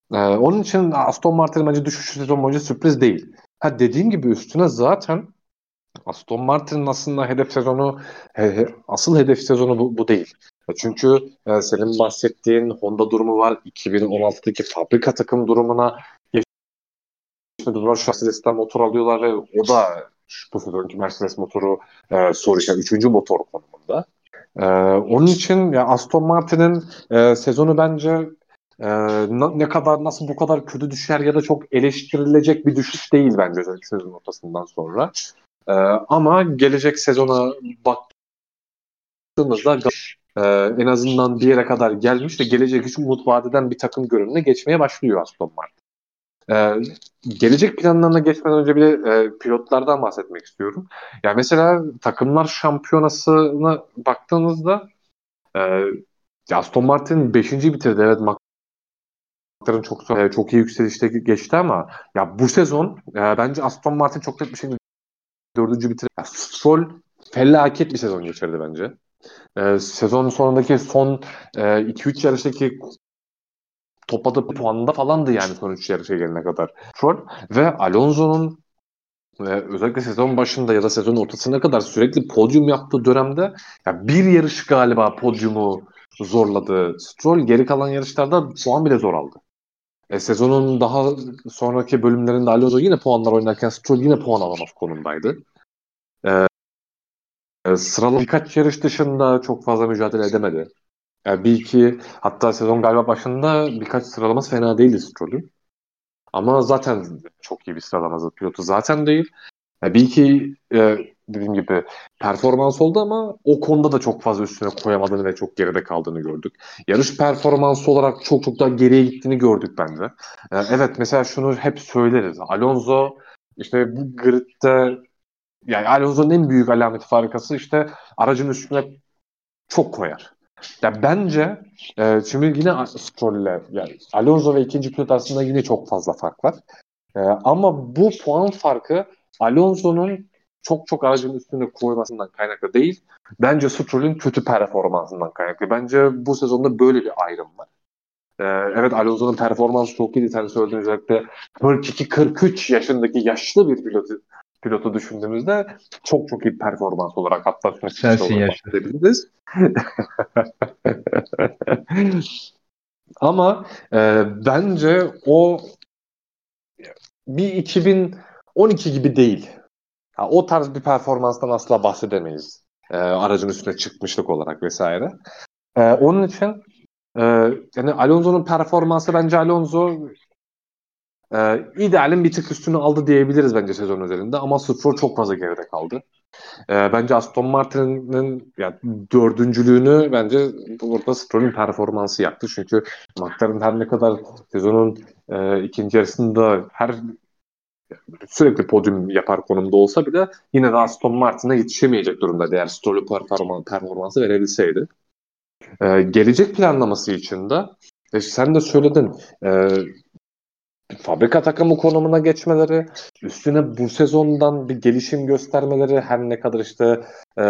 Speaker 2: Onun için Aston Martin bence düşüş sezon boyunca sürpriz değil. Dediğim gibi üstüne zaten Aston Martin'in aslında asıl hedef sezonu bu değil. Çünkü senin bahsettiğin Honda durumu var. 2016'daki fabrika takım durumuna geçme durumu var. Mercedes'ten motor alıyorlar ve o da bu sezonki Mercedes motoru soru işareti 3. motor konumunda. Onun için ya Aston Martin'in sezonu bence ne kadar nasıl bu kadar kötü düşer ya da çok eleştirilecek bir düşüş değil bence özellikle sezon ortasından sonra. Ama gelecek sezona baktığımızda en azından bir yere kadar gelmiş ve gelecek için umut vadeden bir takım görünümüne geçmeye başlıyor Aston Martin. Gelecek planlarına geçmeden önce bir de pilotlardan bahsetmek istiyorum. Yani mesela takımlar şampiyonasına baktığınızda Aston Martin 5. bitirdi. Evet, McLaren çok iyi yükselişte geçti ama ya bu sezon bence Aston Martin çok net bir şekilde 4. bitirdi. Stroll felaket bir sezon geçirdi bence. Sezon sonundaki son 2-3 yarıştaki topladığı puanında falandı yani son 3 yarışa gelene kadar. Stroll ve Alonso'nun özellikle sezon başında ya da sezon ortasına kadar sürekli podyum yaptığı dönemde ya bir yarış galiba podyumu zorladı. Stroll geri kalan yarışlarda puan bile zor aldı. Sezonun daha sonraki bölümlerinde Alonso yine puanlar oynarken Stroll yine puan alamaz konumdaydı. Sıralama birkaç yarış dışında çok fazla mücadele edemedi. Yani bir iki hatta sezon galiba başında birkaç sıralaması fena değildi Stroll'ün. Ama zaten çok iyi bir sıralaması pilotu zaten değil. Bir iki dediğim gibi performans oldu ama o konuda da çok fazla üstüne koyamadığını ve çok geride kaldığını gördük. Yarış performansı olarak çok çok daha geriye gittiğini gördük bence. Evet, mesela şunu hep söyleriz. Alonso işte bu gridde yani Alonso'nun en büyük alameti farikası işte aracın üstüne çok koyar. Ya bence şimdi yine Stroll'le yani Alonso ve ikinci pilot arasında yine çok fazla fark var. Ama bu puan farkı Alonso'nun çok çok aracın üstüne koymasından kaynaklı değil. Bence Stroll'ün kötü performansından kaynaklı. Bence bu sezonda böyle bir ayrım var. Evet, Alonso'nun performansı çok iyiydi. Sen söylediğin özellikle 42-43 yaşındaki yaşlı bir pilotu düşündüğümüzde çok çok iyi performans olarak hatta çıkış
Speaker 1: Sensin
Speaker 2: olarak
Speaker 1: yaşlı.
Speaker 2: bahsedebiliriz. Ama bence o bir 2012 gibi değil. O tarz bir performanstan asla bahsedemeyiz. Aracın üstüne çıkmışlık olarak vesaire. Onun için yani Alonso'nun performansı bence Alonso idealin bir tık üstünü aldı diyebiliriz bence sezon özelinde ama Stroll çok fazla geride kaldı. Bence Aston Martin'in yani dördüncülüğünü bence burada Stroll'ün performansı yaptı. Çünkü McLaren her ne kadar sezonun ikinci yarısında sürekli podyum yapar konumda olsa bile yine de Aston Martin'e yetişemeyecek durumda eğer Stroll'ün performansı verebilseydi. Gelecek planlaması için de sen de söyledin fabrika takımı konumuna geçmeleri, üstüne bu sezondan bir gelişim göstermeleri her ne kadar işte e,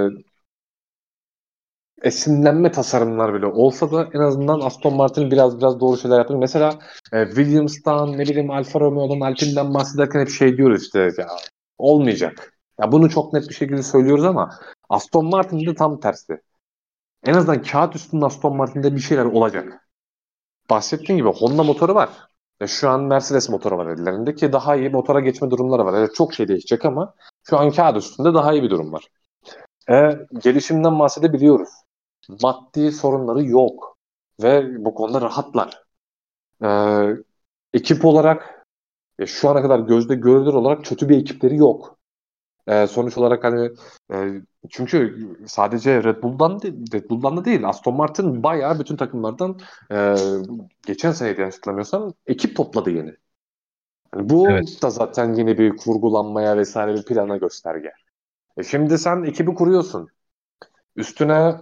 Speaker 2: esinlenme tasarımlar bile olsa da en azından Aston Martin biraz doğru şeyler yapıyor. Mesela Williams'tan ne bileyim Alfa Romeo'dan Alpine'den bahsederken hep şey diyoruz işte ya, olmayacak. Ya bunu çok net bir şekilde söylüyoruz ama Aston Martin'de tam tersi. En azından kağıt üstünde Aston Martin'de bir şeyler olacak. Bahsettiğim gibi Honda motoru var. Şu an Mercedes motoru var ellerinde ki daha iyi motora geçme durumları var. Evet, çok şey değişecek ama şu an kağıt üstünde daha iyi bir durum var. Gelişimden bahsedebiliyoruz. Maddi sorunları yok. Ve bu konuda rahatlar. Ee, ekip olarak şu ana kadar gözde görülür olarak kötü bir ekipleri yok. Sonuç olarak hani çünkü sadece Red Bull'dan da değil Aston Martin bayağı bütün takımlardan e, geçen seneydi yanlış hatırlamıyorsam ekip topladı yeni. Yani bu
Speaker 1: Evet.
Speaker 2: da zaten yeni bir kurgulanmaya vesaire bir plana gösterge. Şimdi sen ekibi kuruyorsun. Üstüne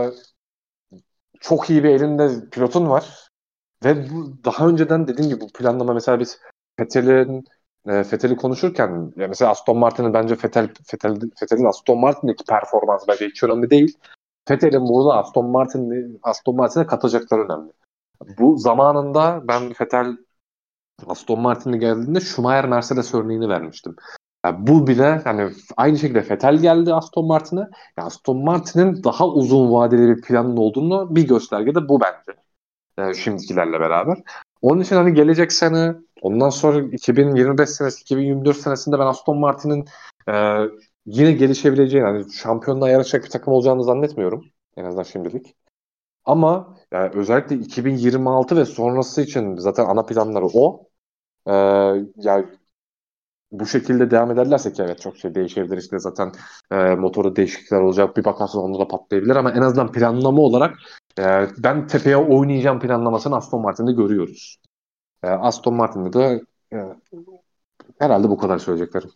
Speaker 2: çok iyi bir elinde pilotun var. Ve bu daha önceden dediğim gibi bu planlama mesela biz Vettel'i konuşurken ya mesela Aston Martin'in bence Vettel'in Aston Martin'deki performansı bence hiç önemli değil. Vettel'in burada Aston Martin'e katacakları önemli. Bu zamanında ben Vettel Aston Martin'e geldiğinde Schumacher Mercedes örneğini vermiştim. Yani bu bile hani aynı şekilde Vettel geldi Aston Martin'e. Yani Aston Martin'in daha uzun vadeli bir planın olduğunu bir gösterge de bu bence. Şimdikilerle beraber. Onun için hani gelecek sene ondan sonra 2025 senesi 2024 senesinde ben Aston Martin'in e, yine gelişebileceğini hani şampiyonluğa yarışacak bir takım olacağını zannetmiyorum. En azından şimdilik. Ama yani özellikle 2026 ve sonrası için zaten ana planları o. Ee, yani bu şekilde devam ederlerse ki evet çok şey değişebilir işte zaten motoru değişiklikler olacak bir bakarsın onda da patlayabilir ama en azından planlama olarak ben tepeye oynayacağım planlamasını Aston Martin'de görüyoruz. Aston Martin'de de e, herhalde bu kadar söyleyeceklerim.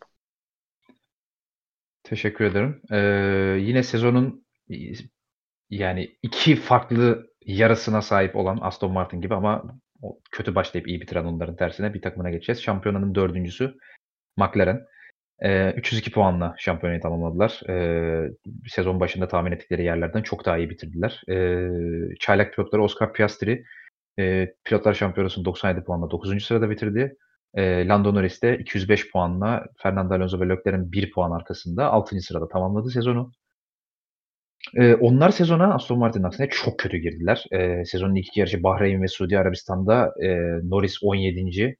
Speaker 1: Teşekkür ederim. Yine sezonun yani iki farklı yarısına sahip olan Aston Martin gibi ama kötü başlayıp iyi bitiren onların tersine bir takımına geçeceğiz. Şampiyonanın dördüncüsü McLaren. 302 puanla şampiyonayı tamamladılar. Sezon başında tahmin ettikleri yerlerden çok daha iyi bitirdiler. Çaylak pilotları Oscar Piastri Pilotlar Şampiyonası'nı 97 puanla 9. sırada bitirdi. Lando Norris de 205 puanla Fernando Alonso ve Leclerc'in 1 puan arkasında 6. sırada tamamladı sezonu. Onlar sezona Aston Martin'in aksine çok kötü girdiler. Sezonun ilk iki yarışı Bahreyn ve Suudi Arabistan'da Norris 17.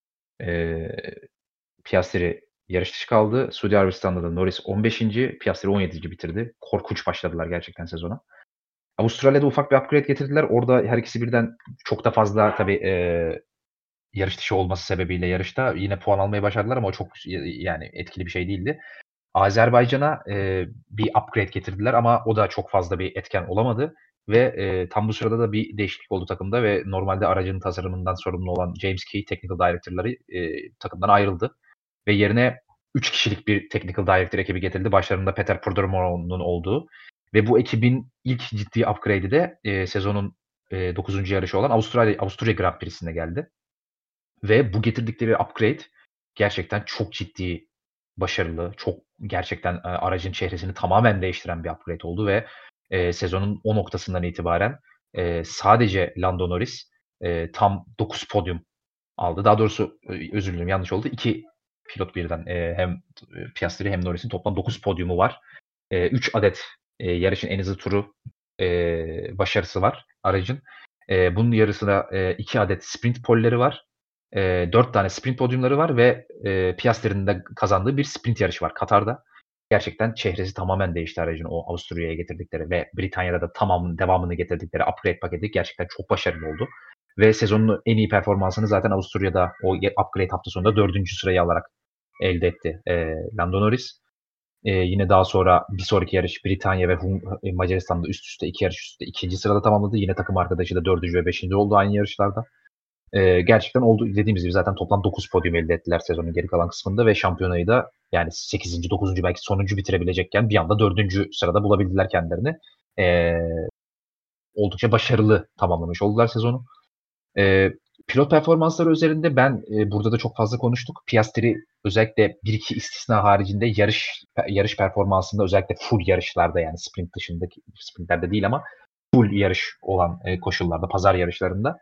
Speaker 1: Piastri yarış dışı kaldı. Suudi Arabistan'da da Norris 15. Piastri 17. bitirdi. Korkunç başladılar gerçekten sezona. Avustralya'da ufak bir upgrade getirdiler. Orada her ikisi birden çok da fazla tabii yarış dışı olması sebebiyle yarışta yine puan almayı başardılar ama o çok yani etkili bir şey değildi. Azerbaycan'a bir upgrade getirdiler ama o da çok fazla bir etken olamadı ve tam bu sırada da bir değişiklik oldu takımda ve normalde aracın tasarımından sorumlu olan James Key Technical Director'ları takımdan ayrıldı ve yerine 3 kişilik bir Technical Director ekibi getirildi. Başlarında Peter Prodormo'nun olduğu ve bu ekibin ilk ciddi upgrade'i de sezonun 9. yarışı olan Avusturya Grand Prix'sinde geldi. Ve bu getirdikleri upgrade gerçekten çok ciddi, başarılı, çok gerçekten aracın çehresini tamamen değiştiren bir upgrade oldu ve sezonun o noktasından itibaren sadece Lando Norris tam 9 podyum aldı. Daha doğrusu özür dilerim yanlış oldu. 2 pilot birden hem Piastri hem Norris'in toplam 9 podyumu var. 3 adet yarışın en hızlı turu başarısı var aracın. Bunun yarısına 2 adet sprint polleri var. 4 tane sprint podyumları var ve Piastri'nin de kazandığı bir sprint yarışı var Katar'da. Gerçekten çehresi tamamen değişti aracın o Avusturya'ya getirdikleri ve Britanya'da da tamamının devamını getirdikleri upgrade paketi gerçekten çok başarılı oldu. Ve sezonun en iyi performansını zaten Avusturya'da o upgrade hafta sonunda 4. sırayı alarak elde etti Lando Norris. Yine daha sonra bir sonraki yarış Britanya ve Macaristan'da üst üste 2 yarış üst üste 2. sırada tamamladı. Yine takım arkadaşı da 4. ve 5. oldu aynı yarışlarda. Gerçekten oldu. Dediğimiz gibi zaten toplam 9 podyum elde ettiler sezonun geri kalan kısmında ve şampiyonayı da yani 8. 9. belki sonuncu bitirebilecekken bir anda 4. sırada bulabildiler kendilerini. Oldukça başarılı tamamlamış oldular sezonu. Pilot performansları üzerinde ben burada da çok fazla konuştuk. Piastri özellikle 1-2 istisna haricinde yarış performansında özellikle full yarışlarda yani sprint dışındaki sprintlerde değil ama full yarış olan koşullarda, pazar yarışlarında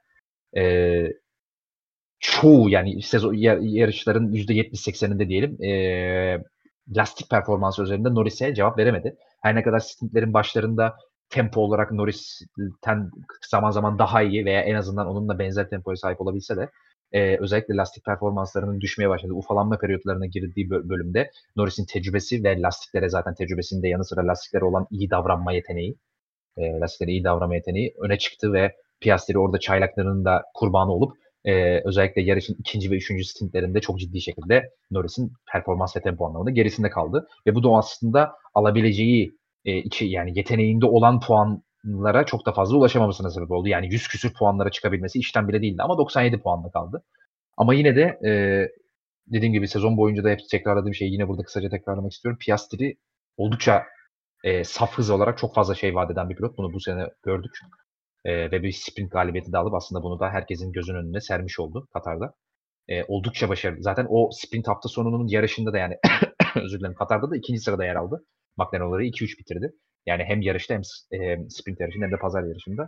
Speaker 1: çoğu yani sezon yarışların %70-80'inde diyelim lastik performansı üzerinde Norris'e cevap veremedi. Her ne kadar sprintlerin başlarında tempo olarak Norris'ten zaman zaman daha iyi veya en azından onunla benzer tempoya sahip olabilse de özellikle lastik performanslarının düşmeye başladığı, ufalanma periyotlarına girdiği bölümde Norris'in tecrübesi ve lastiklere zaten tecrübesinin de yanı sıra lastiklere olan iyi davranma yeteneği, lastiklere iyi davranma yeteneği öne çıktı ve Piastri orada çaylaklarının da kurbanı olup özellikle yarışın 2. ve 3. stintlerinde çok ciddi şekilde Norris'in performans ve tempo anlamında gerisinde kaldı. Ve bu da aslında alabileceği yani yeteneğinde olan puanlara çok da fazla ulaşamamasına sebep oldu. Yani 100 küsür puanlara çıkabilmesi işten bile değildi ama 97 puanla kaldı. Ama yine de dediğim gibi sezon boyunca da hep tekrarladığım şeyi yine burada kısaca tekrarlamak istiyorum. Piastri oldukça saf hız olarak çok fazla şey vaat eden bir pilot. Bunu bu sene gördük. Ve bir sprint galibiyeti de alıp aslında bunu da herkesin gözünün önüne sermiş oldu Katar'da. Oldukça başarılı. Zaten o sprint hafta sonunun yarışında da yani özür dilerim Katar'da da 2. sırada yer aldı. McLaren olarak 2-3 bitirdi. Yani hem yarışta hem sprint yarışında hem de pazar yarışında.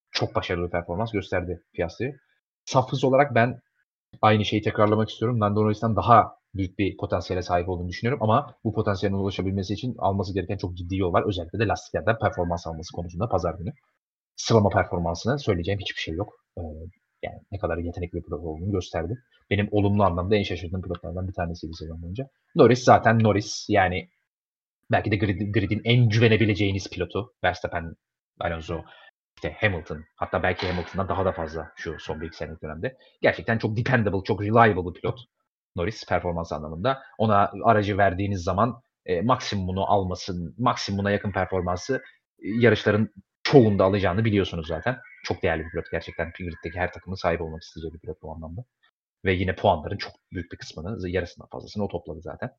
Speaker 1: çok başarılı bir performans gösterdi Piastri'ye. Saf hız olarak ben aynı şeyi tekrarlamak istiyorum. Lando Norris'ten daha büyük bir potansiyele sahip olduğunu düşünüyorum ama bu potansiyeline ulaşabilmesi için alması gereken çok ciddi yol var. Özellikle de lastiklerden performans alması konusunda pazar günü. Sıralama performansına söyleyeceğim hiçbir şey yok. Yani ne kadar yetenekli bir pilot olduğunu gösterdi. Benim olumlu anlamda en şaşırdığım pilotlardan bir tanesiydi sezon boyunca. Norris zaten Norris. Yani belki de grid'in en güvenebileceğiniz pilotu. Verstappen, Alonso, işte Hamilton, hatta belki Hamilton'dan daha da fazla şu son 1-2 senelik dönemde. Gerçekten çok dependable, çok reliable bir pilot. Norris performans anlamında. Ona aracı verdiğiniz zaman maksimumunu almasın, maksimumuna yakın performansı yarışların çoğunda alacağını biliyorsunuz zaten. Çok değerli bir pilot gerçekten. Grid'deki her takımın sahip olmak isteyeceği bir pilot bu anlamda. Ve yine puanların çok büyük bir kısmını, yarısından fazlasını o topladı zaten.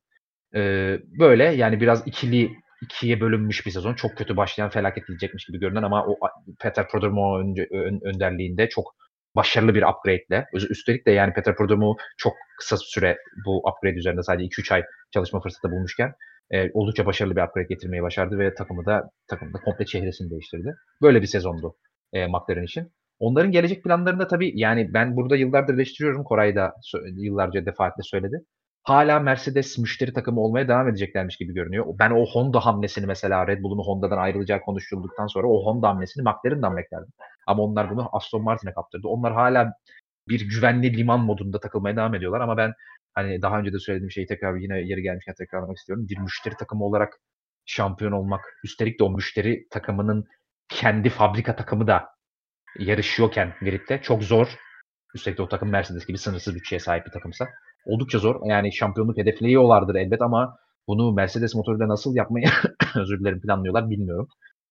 Speaker 1: Böyle yani biraz ikiye bölünmüş bir sezon. Çok kötü başlayan felaket gidecekmiş gibi görünen ama o Peter Prodormo önderliğinde çok başarılı bir upgrade'le. Üstelik de yani Peter Prodormo çok kısa süre bu upgrade üzerinde sadece 2-3 ay çalışma fırsatı bulmuşken oldukça başarılı bir upgrade getirmeyi başardı ve takımda komple çehresini değiştirdi. Böyle bir sezondu McLaren için. Onların gelecek planlarında tabii yani ben burada yıllardır eleştiriyorum. Koray da yıllarca defaatle söyledi. Hala Mercedes müşteri takımı olmaya devam edeceklermiş gibi görünüyor. Ben o Honda hamlesini mesela Red Bull'un Honda'dan ayrılacağı konuşulduktan sonra o Honda hamlesini McLaren'dan beklerdim. Ama onlar bunu Aston Martin'e kaptırdı. Onlar hala bir güvenli liman modunda takılmaya devam ediyorlar ama ben hani daha önce de söylediğim şeyi tekrar yine yeri gelmişken tekrarlamak istiyorum. Bir müşteri takımı olarak şampiyon olmak, üstelik de o müşteri takımının kendi fabrika takımı da yarışıyorken gridde çok zor. Üstelik de o takım Mercedes gibi sınırsız bütçeye sahip bir takımsa. Oldukça zor. Yani şampiyonluk hedefliyorlardır elbet ama bunu Mercedes motoruyla nasıl yapmayı özür dilerim planlıyorlar bilmiyorum.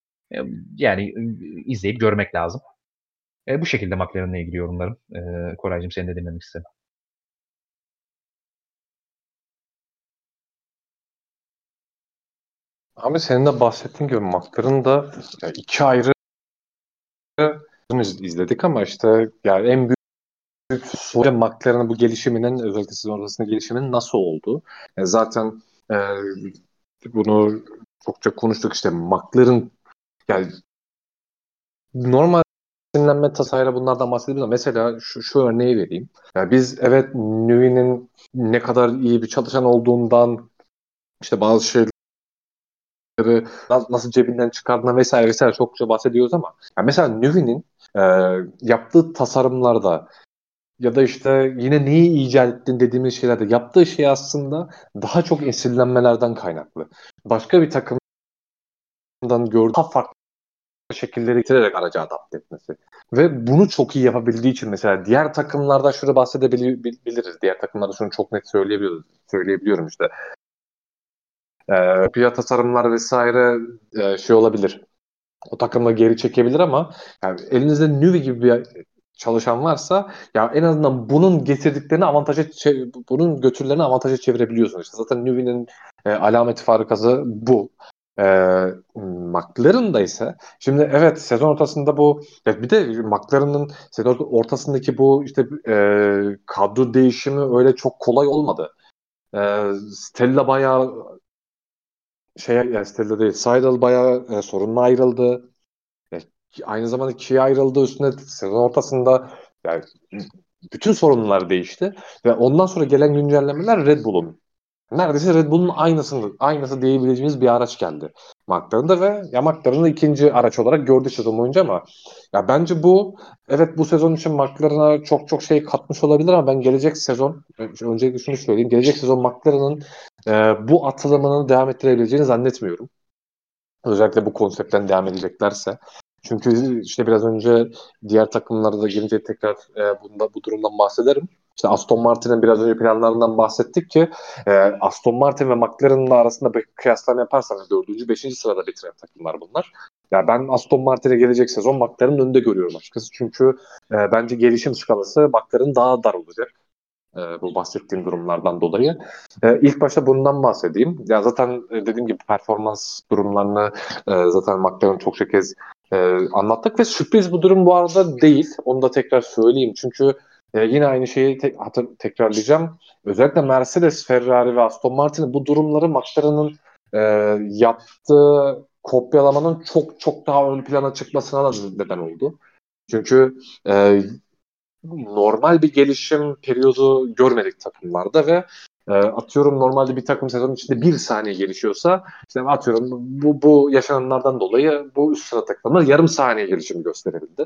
Speaker 1: Yani izleyip görmek lazım. Bu şekilde McLaren'la ilgili yorumlarım. Koraycığım seni de dinlemek isterim.
Speaker 2: Abi senin de bahsettiğin gibi McLaren'ın da iki ayrı izledik ama işte yani en büyük soru McLaren'ın bu gelişiminin özellikle sezon ortasında gelişiminin nasıl oldu? Zaten e, bunu çokça konuştuk işte McLaren yani normal sinirlenme tasayla bunlardan bahsediyoruz ama mesela şu örneği vereyim. Yani biz evet Newey'nin ne kadar iyi bir çalışan olduğundan işte bazı şeyleri nasıl cebinden çıkardığına vesaire vesaire çokça bahsediyoruz ama yani mesela Newey'nin e, yaptığı tasarımlarda ya da işte yine neyi icat ettin dediğimiz şeylerde yaptığı şey aslında daha çok esinlenmelerden kaynaklı. Başka bir takımdan gördüğü daha farklı şekilleri getirerek aracı adapte etmesi. Ve bunu çok iyi yapabildiği için mesela diğer takımlardan şunu bahsedebiliriz. Diğer takımlarda şunu çok net söyleyebiliyorum işte. Fiyat tasarımlar vesaire şey olabilir. O takımla geri çekebilir ama yani elinizde Nüvi gibi bir çalışan varsa ya en azından bunun getirdiklerini bunun götürülerini avantaja çevirebiliyorsunuz. İşte zaten Nüvi'nin alameti farikası bu. E, McLaren'da ise şimdi evet sezon ortasında bu ya bir de McLaren'ın sezon ortasındaki bu işte kadro değişimi öyle çok kolay olmadı. Stella bayağı yani Stella değil Seidel bayağı sorunla ayrıldı. E, Aynı zamanda ikiye ayrıldı üstüne sezon ortasında yani bütün sorunlar değişti ve ondan sonra gelen güncellemeler Red Bull'un neredeyse Red Bull'un aynısı diyebileceğimiz bir araç geldi McLaren'da ve ya McLaren'ı ikinci araç olarak gördü sezon boyunca ama ya bence bu evet bu sezon için McLaren'a çok çok şey katmış olabilir ama ben gelecek sezon öncelikle şunu söyleyeyim gelecek sezon McLaren'ın bu atılımını devam ettirebileceğini zannetmiyorum. Özellikle bu konseptten devam edeceklerse. Çünkü işte biraz önce diğer takımlara da gelince tekrar bu durumdan bahsederim. İşte Aston Martin'in biraz önce planlarından bahsettik ki Aston Martin ve McLaren'ın arasında bir kıyaslama yaparsanız 4. 5. sırada bitiren takımlar bunlar. Ya ben Aston Martin'e gelecek sezon McLaren'ın önünde görüyorum açıkçası. Çünkü bence gelişim skalası McLaren daha dar olacak bu bahsettiğim durumlardan dolayı. İlk başta bundan bahsedeyim. Ya zaten dediğim gibi performans durumlarını zaten McLaren çokça kez anlattık ve sürpriz bu durum bu arada değil. Onu da tekrar söyleyeyim. Çünkü yine aynı şeyi tekrarlayacağım. Özellikle Mercedes, Ferrari ve Aston Martin bu durumları McLaren'ın yaptığı kopyalamanın çok çok daha ön plana çıkmasına da neden oldu. Çünkü e, normal bir gelişim periyodu görmedik takımlarda ve atıyorum normalde bir takım sezon içinde bir saniye gelişiyorsa işte atıyorum bu yaşananlardan dolayı bu üst sıra takımlar yarım saniye gelişim gösterebildi.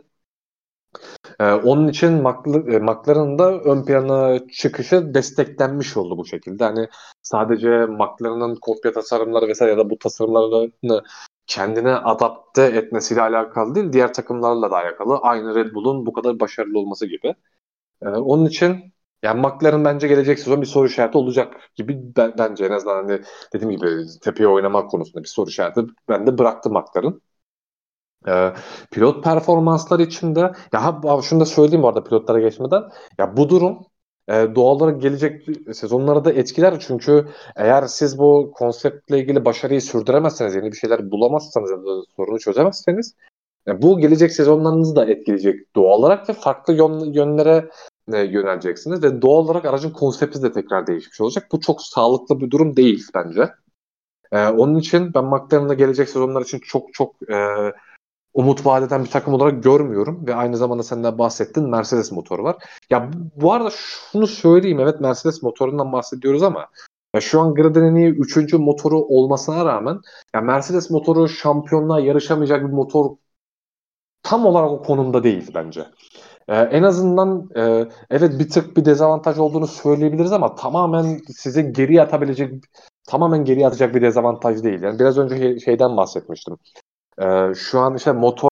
Speaker 2: Onun için McLaren'ın da ön plana çıkışı desteklenmiş oldu bu şekilde. Hani sadece McLaren'ın kopya tasarımları vesaire ya da bu tasarımlarını kendine adapte etmesiyle alakalı değil, diğer takımlarla da alakalı. Aynı Red Bull'un bu kadar başarılı olması gibi. Onun için yani McLaren bence gelecek sezon bir soru işareti olacak gibi bence en azından hani dediğim gibi tepeye oynamak konusunda bir soru işareti ben de bıraktı McLaren. Ee, Pilot performansları için de ya şunu da söyleyeyim bu arada pilotlara geçmeden ya bu durum doğal olarak gelecek sezonlara da etkiler çünkü eğer siz bu konseptle ilgili başarıyı sürdüremezseniz yeni bir şeyler bulamazsanız ya da sorunu çözemezseniz bu gelecek sezonlarınızı da etkileyecek doğal olarak ve farklı yönlere yöneleceksiniz ve doğal olarak aracın konsepti de tekrar değişmiş olacak. Bu çok sağlıklı bir durum değil bence. Onun için ben McLaren'da gelecek sezonlar için çok umut vaat eden bir takım olarak görmüyorum ve aynı zamanda sen de bahsettin Mercedes motoru var. Ya bu arada şunu söyleyeyim evet Mercedes motorundan bahsediyoruz ama ya şu an gridin en iyi 3. motoru olmasına rağmen ya Mercedes motoru şampiyonluğa yarışamayacak bir motor tam olarak o konumda değil bence. En azından evet bir tık bir dezavantaj olduğunu söyleyebiliriz ama tamamen sizi geriye atabilecek tamamen geriye atacak bir dezavantaj değil. Yani biraz önce şeyden bahsetmiştim. Şu an işte motor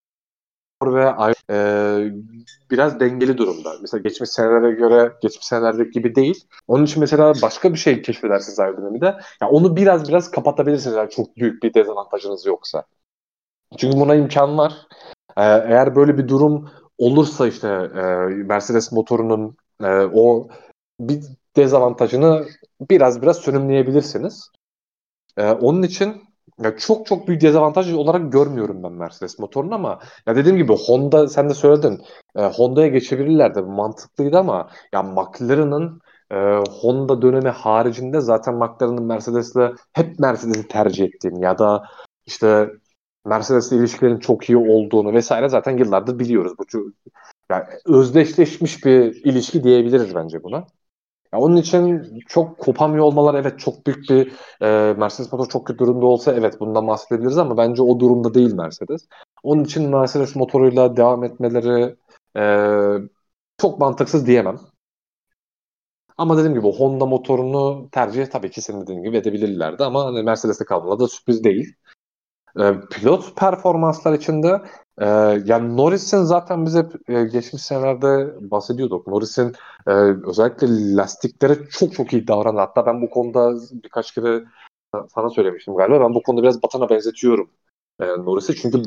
Speaker 2: ve biraz dengeli durumda. Mesela geçmiş senelere göre geçmiş senelerdeki gibi değil. Onun için mesela başka bir şey keşfedersiniz aerodinamide. Ya onu biraz kapatabilirsiniz yani çok büyük bir dezavantajınız yoksa. Çünkü buna imkan var. Eğer böyle bir durum olursa işte Mercedes motorunun o bir dezavantajını biraz sönümleyebilirsiniz. Onun için ya çok büyük dezavantaj olarak görmüyorum ben Mercedes motorunu ama ya dediğim gibi Honda sen de söyledin. Honda'ya geçebilirlerdi. Mantıklıydı ama ya McLaren'ın Honda dönemi haricinde zaten McLaren'ın hep Mercedes'i tercih ettiğini ya da işte Mercedes'le ilişkilerin çok iyi olduğunu vesaire zaten yıllardır biliyoruz. Yani özdeşleşmiş bir ilişki diyebiliriz bence buna. Ya onun için çok kopamıyor olmalar evet çok büyük bir Mercedes motor çok kötü durumda olsa evet bundan bahsedebiliriz ama bence o durumda değil Mercedes. Onun için Mercedes motoruyla devam etmeleri e, çok mantıksız diyemem. Ama dediğim gibi Honda motorunu tercih tabii ki senin dediğin gibi edebilirlerdi ama hani Mercedes'te kalmaları da sürpriz değil. Pilot performanslar içinde yani Norris'in zaten biz hep geçmiş senelerde bahsediyorduk. Norris'in özellikle lastiklere çok iyi davranan. Hatta ben bu konuda birkaç kere sana söylemiştim galiba. Ben bu konuda biraz Batan'a benzetiyorum Norris'i. Çünkü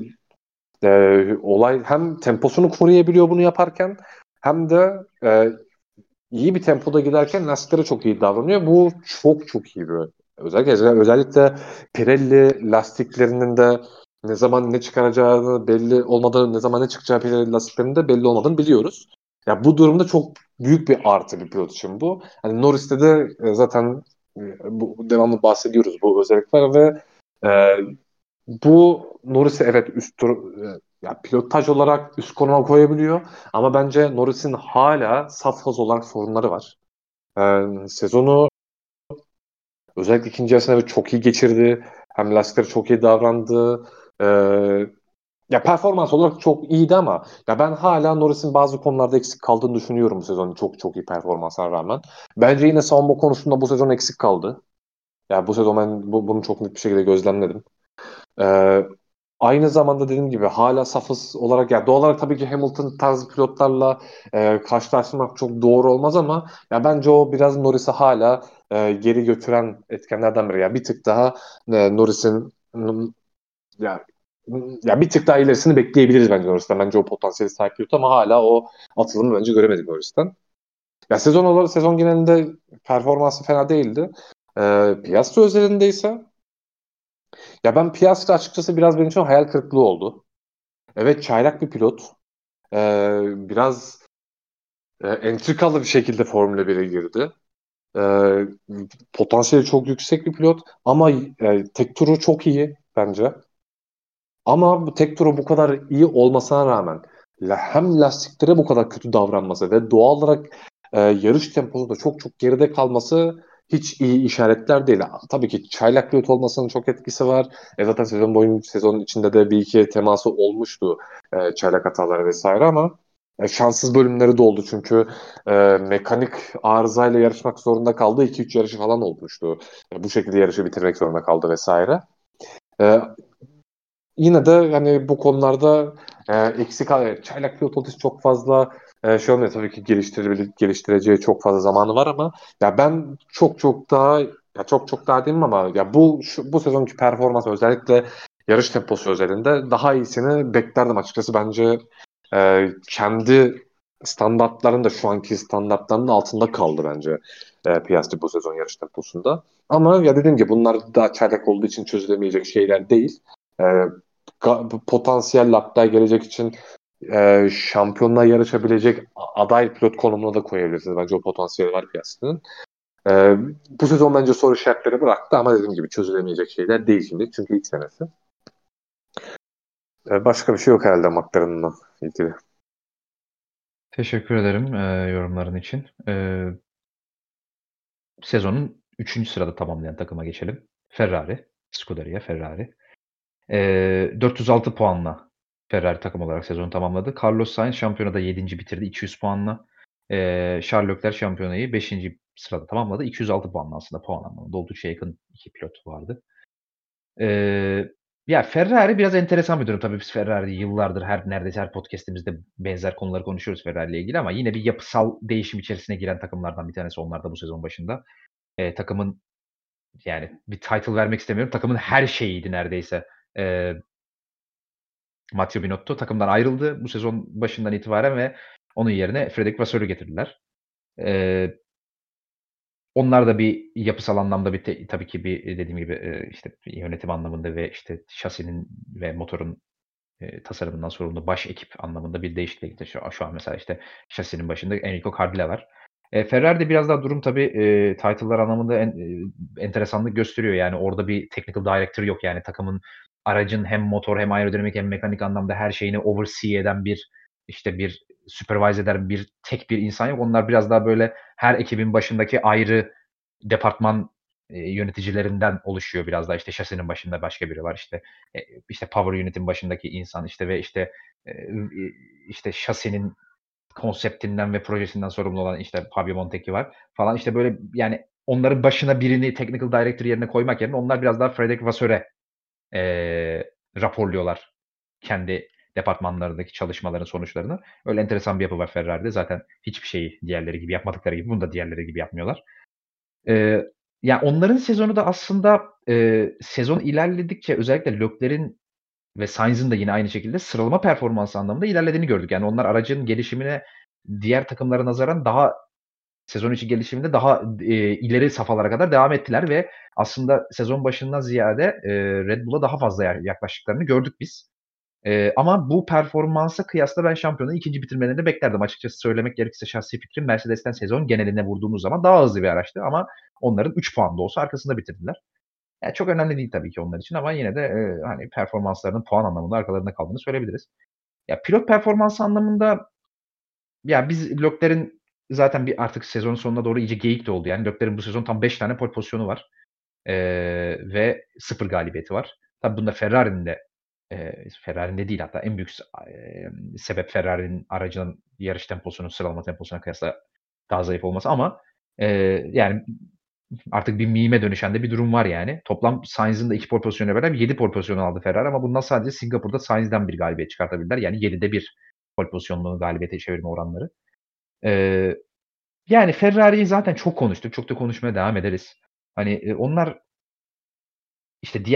Speaker 2: olay hem temposunu koruyabiliyor bunu yaparken hem de iyi bir tempoda giderken lastiklere çok iyi davranıyor. Bu çok iyi bir özellikle Pirelli lastiklerinin de ne zaman ne çıkaracağını belli olmadan ne zaman ne çıkacağı Pirelli lastiklerinin de belli olmadığını biliyoruz. Ya bu durumda çok büyük bir artı bir pilot için bu. Hani Norris'te de zaten bu devamlı bahsediyoruz bu özellikler ve e, bu Norris'i evet ya pilotaj olarak üst konuma koyabiliyor ama bence Norris'in hala saf hız olarak sorunları var. Sezonu özellikle ikinci yarısında evet çok iyi geçirdi. Hem lastikleri çok iyi davrandı. Ya performans olarak çok iyiydi ama ya ben hala Norris'in bazı konularda eksik kaldığını düşünüyorum bu sezonun çok iyi performansına rağmen. Bence yine savunma konusunda bu sezon eksik kaldı. Ya bu sezon ben bunu çok net bir şekilde gözlemledim. Ee, Aynı zamanda dediğim gibi hala safız olarak ya doğal olarak tabii ki Hamilton tarzı pilotlarla karşılaştırmak çok doğru olmaz ama ya bence o biraz Norris'i hala geri götüren etkenlerden biri. Ya bir tık daha Norris'in ya ya bir tık daha ilerisini bekleyebiliriz bence Norris'ten. Bence o potansiyeli sahip pilot ama hala o atılımı bence göremedik Norris'ten. Ya sezon genelinde performansı fena değildi. Piastri özelinde ise ya ben Piastri açıkçası biraz benim için hayal kırıklığı oldu. Evet çaylak bir pilot. Biraz entrikalı bir şekilde Formula 1'e girdi. Ee, Potansiyeli çok yüksek bir pilot ama tek turu çok iyi bence. Ama bu tek turu bu kadar iyi olmasına rağmen hem lastiklere bu kadar kötü davranması ve doğal olarak yarış temposunda çok çok geride kalması hiç iyi işaretler değil. Tabii ki çaylak pilot olmasının çok etkisi var. Zaten sezonun içinde de bir iki teması olmuştu, çaylak hataları vesaire, ama şanssız bölümleri de oldu çünkü mekanik arızayla yarışmak zorunda kaldı. 2-3 yarışı falan olmuştu. Bu şekilde yarışı bitirmek zorunda kaldı vesaire. E, Yine de hani bu konularda eksik çaylak pilot olduğu için çok fazla şey olmuyor. Tabii ki geliştireceği çok fazla zamanı var, ama ya ben çok çok daha, ya çok çok daha değilim ama ya bu sezonki performans, özellikle yarış temposu özelinde daha iyisini beklerdim açıkçası. Bence kendi standartlarında, şu anki standartlarının altında kaldı bence Piastri bu sezon yarış temposunda. Ama ya dediğim gibi bunlar daha çaylak olduğu için çözülemeyecek şeyler değil. E, Potansiyel hatta gelecek için şampiyonluğa yarışabilecek aday pilot konumuna da koyabilirsiniz. Bence o potansiyel var Piastri'nin. E, Bu sezon bence soru işaretleri bıraktı, ama dediğim gibi çözülemeyecek şeyler değil şimdi. Çünkü ilk senesi. Başka bir şey yok herhalde McLaren'la ilgili.
Speaker 1: Teşekkür ederim yorumların için. Sezonun 3. sırada tamamlayan takıma geçelim. Ferrari. Scuderia Ferrari. 406 puanla Ferrari takım olarak sezonu tamamladı. Carlos Sainz şampiyonada 7. bitirdi 200 puanla. Charles Leclerc şampiyonayı 5. sırada tamamladı. 206 puanla, aslında puan anlamında oldukça yakın iki pilot vardı. Ya Ferrari biraz enteresan bir durum. Tabii biz Ferrari yıllardır neredeyse her podcast'imizde benzer konuları konuşuyoruz Ferrari ile ilgili, ama yine bir yapısal değişim içerisine giren takımlardan bir tanesi onlar da bu sezon başında. Takımın, yani bir title vermek istemiyorum, takımın her şeyiydi neredeyse. Matteo Binotto takımdan ayrıldı bu sezon başından itibaren ve onun yerine Frederic Vasseur'u getirdiler. Onlar da bir yapısal anlamda tabii ki bir dediğim gibi işte yönetim anlamında ve işte şasinin ve motorun tasarımından sorumlu baş ekip anlamında bir değişikliğe gitti. Şu an mesela işte şasinin başında Enrico Cardile var. Ferrari'de biraz daha durum tabii title'lar anlamında enteresanlık gösteriyor. Yani orada bir technical director yok. Yani takımın, aracın hem motor hem aerodinamik hem mekanik anlamda her şeyini oversee eden bir supervise eden tek bir insan yok. Onlar biraz daha böyle her ekibin başındaki ayrı departman yöneticilerinden oluşuyor biraz daha. İşte şasinin başında başka biri var. İşte power unit'in başındaki insan işte şasinin konseptinden ve projesinden sorumlu olan işte Fabio Montecchi var falan. İşte böyle, yani onların başına birini technical director yerine koymak yerine onlar biraz daha Frederic Vasseur'e raporluyorlar kendi departmanlarındaki çalışmaların sonuçlarını. Öyle enteresan bir yapı var Ferrari'de. Zaten hiçbir şeyi diğerleri gibi yapmadıkları gibi bunu da diğerleri gibi yapmıyorlar. Ya onların sezonu da aslında sezon ilerledikçe özellikle Leclerc'in ve Sainz'ın da yine aynı şekilde sıralama performansı anlamında ilerlediğini gördük. Yani onlar aracın gelişimine diğer takımlara nazaran sezon içi gelişiminde daha ileri safhalara kadar devam ettiler ve aslında sezon başından ziyade Red Bull'a daha fazla yaklaştıklarını gördük biz. Ama bu performansa kıyasla ben şampiyonu 2. bitirmelerini beklerdim. Açıkçası söylemek gerekirse şahsi fikrim, Mercedes'ten sezon geneline vurduğumuz zaman daha hızlı bir araçtı ama onların 3 puan da olsa arkasında bitirdiler. Yani çok önemli değil tabii ki onlar için, ama yine de hani performanslarının puan anlamında arkalarında kaldığını söyleyebiliriz. Ya pilot performansı anlamında, ya biz Leclerc'in zaten artık sezonun sonuna doğru iyice geyik de oldu. Yani Leclerc'in bu sezon tam 5 tane pole pozisyonu var. Ve 0 galibiyeti var. Tabii bunda Ferrari'nin de değil, hatta en büyük sebep Ferrari'nin aracının yarış temposunun sıralama temposuna kıyasla daha zayıf olması, ama yani artık bir meme dönüşen de bir durum var yani. Toplam Sainz'ın da 2 pole pozisyonuyla beraber 7 pole pozisyonu aldı Ferrari, ama bundan sadece Singapur'da Sainz'den bir galibiyet çıkartabildiler. Yani 7'de 1 pole pozisyonluğunu galibiyete çevirme oranları. Eee, Yani Ferrari'yi zaten çok konuştuk. Çok da konuşmaya devam ederiz. Hani onlar işte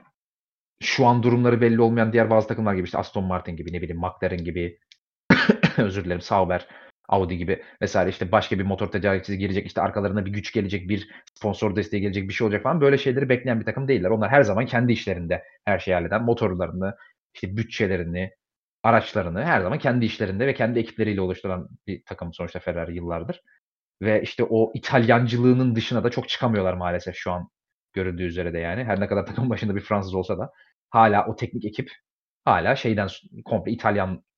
Speaker 1: şu an durumları belli olmayan diğer bazı takımlar gibi, işte Aston Martin gibi, ne bileyim McLaren gibi, özür dilerim, Sauber, Audi gibi vesaire, işte başka bir motor tedarikçisi girecek, işte arkalarına bir güç gelecek, bir sponsor desteği gelecek, bir şey olacak falan. Böyle şeyleri bekleyen bir takım değiller. Onlar her zaman kendi işlerinde her şeyi halleden, motorlarını, işte bütçelerini, araçlarını her zaman kendi işlerinde ve kendi ekipleriyle oluşturan bir takım sonuçta Ferrari yıllardır. Ve işte o İtalyancılığının dışına da çok çıkamıyorlar maalesef şu an görüldüğü üzere de yani. Her ne kadar takım başında bir Fransız olsa da hâlâ o teknik ekip hâlâ komple İtalyan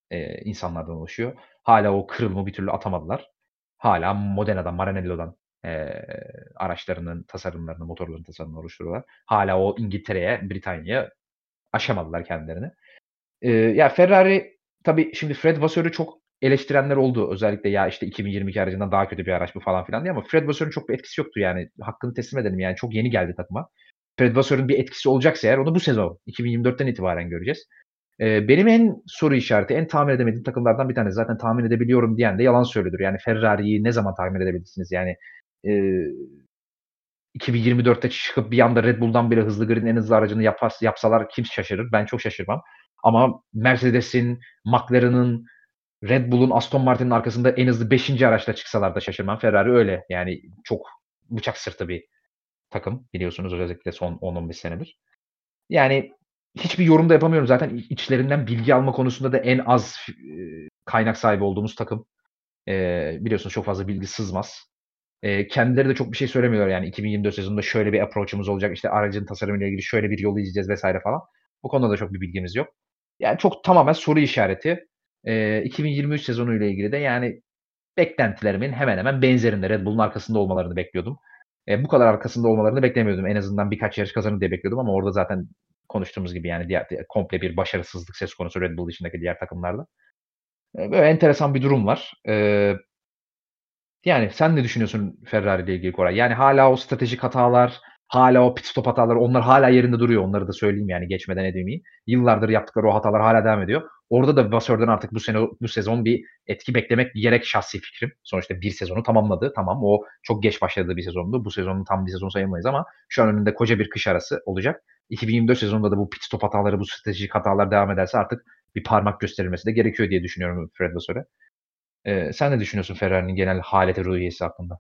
Speaker 1: insanlardan oluşuyor. Hala o kırılımı bir türlü atamadılar. Hala Modena'dan, Maranello'dan araçlarının tasarımlarını, motorların tasarımlarını oluşturuyorlar. Hala o İngiltere'ye, Britanya'ya aşamadılar kendilerini. Ya Ferrari tabii şimdi Fred Vasseur'ü çok eleştirenler oldu. Özellikle ya işte 2022 aracından daha kötü bir araç bu falan filan diye ama Fred Vasseur'ün çok bir etkisi yoktu yani. Hakkını teslim edelim yani çok yeni geldi takıma. Fred Vasseur'ün bir etkisi olacaksa eğer onu bu sezon 2024'ten itibaren göreceğiz. Benim en soru işareti, en tahmin edemediğim takımlardan bir tanesi. Zaten tahmin edebiliyorum diyen de yalan söylüyordur. Yani Ferrari'yi ne zaman tahmin edebilirsiniz? Yani eee 2024'te çıkıp bir anda Red Bull'dan bile hızlı gridin en hızlı aracını yapsalar kim şaşırır? Ben çok şaşırmam. Ama Mercedes'in, McLaren'ın, Red Bull'un, Aston Martin'in arkasında en hızlı 5. araçla çıksalar da şaşırmam. Ferrari öyle. Yani çok bıçak sırtı bir takım biliyorsunuz özellikle son 10-15 senedir. Yani hiçbir yorum da yapamıyorum. Zaten içlerinden bilgi alma konusunda da en az kaynak sahibi olduğumuz takım. Biliyorsunuz çok fazla bilgi sızmaz. Kendileri de çok bir şey söylemiyorlar yani 2024 sezonunda şöyle bir approach'umuz olacak, işte aracın tasarımıyla ilgili şöyle bir yolu izleyeceğiz vs. falan. Bu konuda da çok bir bilgimiz yok. Yani çok tamamen soru işareti. 2023 sezonuyla ilgili de yani beklentilerimin hemen hemen benzerinde Red Bull'un arkasında olmalarını bekliyordum. Bu kadar arkasında olmalarını beklemiyordum. En azından birkaç yarış kazanır diye bekliyordum ama orada zaten konuştuğumuz gibi yani diğer komple bir başarısızlık söz konusu Red Bull dışındaki diğer takımlarda. Böyle enteresan bir durum var. Yani sen ne düşünüyorsun Ferrari ile ilgili Koray? Yani hâlâ o stratejik hatalar, hâlâ o pit stop hataları onlar hâlâ yerinde duruyor. Onları da söyleyeyim yani geçmeden edemeyeyim. Yıllardır yaptıkları o hatalar hâlâ devam ediyor. Orada da Vasseur'den artık bu sezon bir etki beklemek gerek şahsi fikrim. Sonuçta bir sezonu tamamladı. Tamam, o çok geç başladığı bir sezondu. Bu sezonun tam bir sezon sayamayız ama şu an önünde koca bir kış arası olacak. 2024 sezonunda da bu pit stop hataları, bu stratejik hatalar devam ederse artık bir parmak gösterilmesi de gerekiyor diye düşünüyorum Fred Vasseur'e. Sen ne düşünüyorsun Ferrari'nin genel haleti, ruhiyesi hakkında?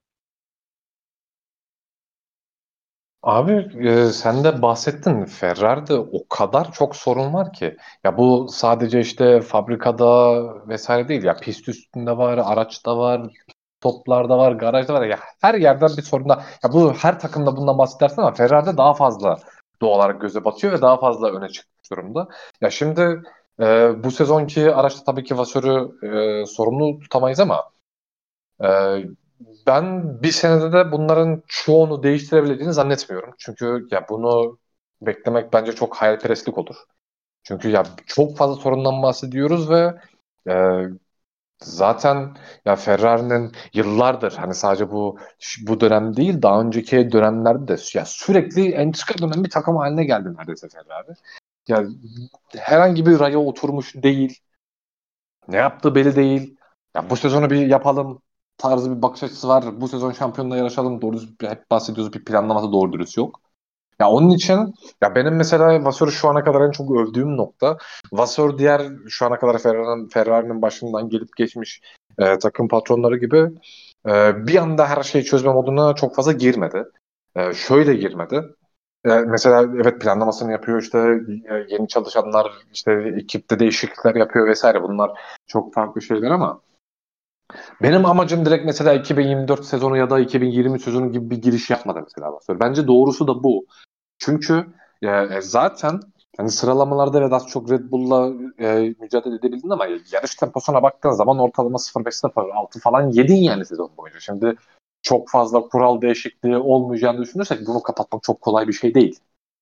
Speaker 2: Abi sen de bahsettin. Ferrari'de o kadar çok sorun var ki. Ya bu sadece işte fabrikada vesaire değil. Ya pist üstünde var, araçta var, toplarda var, garajda var. Ya her yerden bir sorun da. Ya bu her takımda bundan bahsedersin ama Ferrari'de daha fazla doğal olarak göze batıyor ve daha fazla öne çıkmış durumda. Ya şimdi bu sezonki araçta tabii ki Vasseur'ü sorumlu tutamayız ama e, ben bir senede de bunların çoğunu değiştirebileceğini zannetmiyorum. Çünkü ya bunu beklemek bence çok hayalperestlik olur. Çünkü ya çok fazla sorundan bahsediyoruz ve e, zaten ya Ferrari'nin yıllardır hani sadece bu dönem değil daha önceki dönemlerde de ya sürekli entrika dönen bir takım haline geldi neredeyse Ferrari. Ya herhangi bir raya oturmuş değil. Ne yaptığı belli değil. Ya bu sezonu bir yapalım tarzı bir bakış açısı var. Bu sezon şampiyonla yarışalım. Doğru hep bahsediyoruz bir planlaması doğru dürüst yok. Ya onun için ya benim mesela Vasseur'u şu ana kadar en çok övdüğüm nokta Vasseur diğer şu ana kadar Ferrari'nin başından gelip geçmiş takım patronları gibi bir anda her şeyi çözme moduna çok fazla girmedi. Şöyle girmedi. Mesela evet planlamasını yapıyor işte yeni çalışanlar işte ekipte değişiklikler yapıyor vesaire bunlar çok farklı şeyler ama benim amacım direkt mesela 2024 sezonu ya da 2020 sezonu gibi bir giriş yapmadı mesela Vasör. Bence doğrusu da bu. Çünkü zaten hani sıralamalarda evet az çok Red Bull'la mücadele edebildin ama yarış temposuna baktığın zaman ortalama 0.5-0.6 falan yedin yani sezon boyunca. Şimdi çok fazla kural değişikliği olmayacağını düşünürsek bunu kapatmak çok kolay bir şey değil.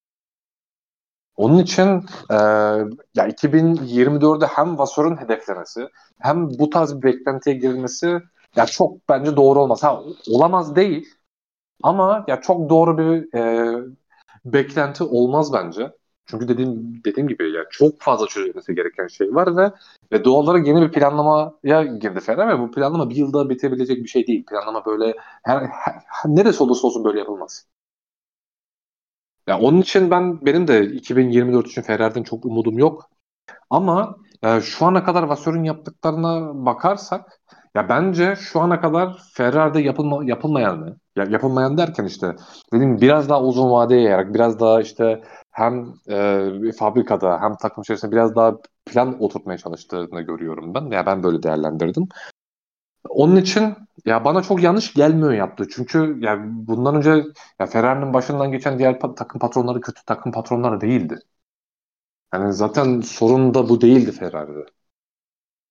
Speaker 2: Onun için ya 2024'de hem Vasseur'un hedeflemesi hem bu tarz bir beklentiye girilmesi ya çok bence doğru olmaz. Ha, olamaz değil ama ya çok doğru bir beklenti olmaz bence. Çünkü dediğim gibi ya çok fazla çözülmesi gereken şey var ve doğal olarak yeni bir planlamaya girdi Ferrari ve bu planlama bir yılda bitebilecek bir şey değil. Planlama böyle neresi olursa olsun böyle yapılmaz. Ya onun için benim de 2024 için Ferrari'den çok umudum yok. Ama şu ana kadar Vasseur'un yaptıklarına bakarsak ya bence şu ana kadar Ferrari'de yapılmayanı yapılmayan derken işte dediğim gibi biraz daha uzun vadeye yayarak biraz daha işte hem fabrikada hem takım içerisinde biraz daha plan oturtmaya çalıştığını görüyorum ben. Ya ben böyle değerlendirdim. Onun için ya bana çok yanlış gelmiyor yaptı. Çünkü ya bundan önce ya Ferrari'nin başından geçen diğer takım patronları kötü takım patronları değildi. Yani zaten sorun da bu değildi Ferrari'de.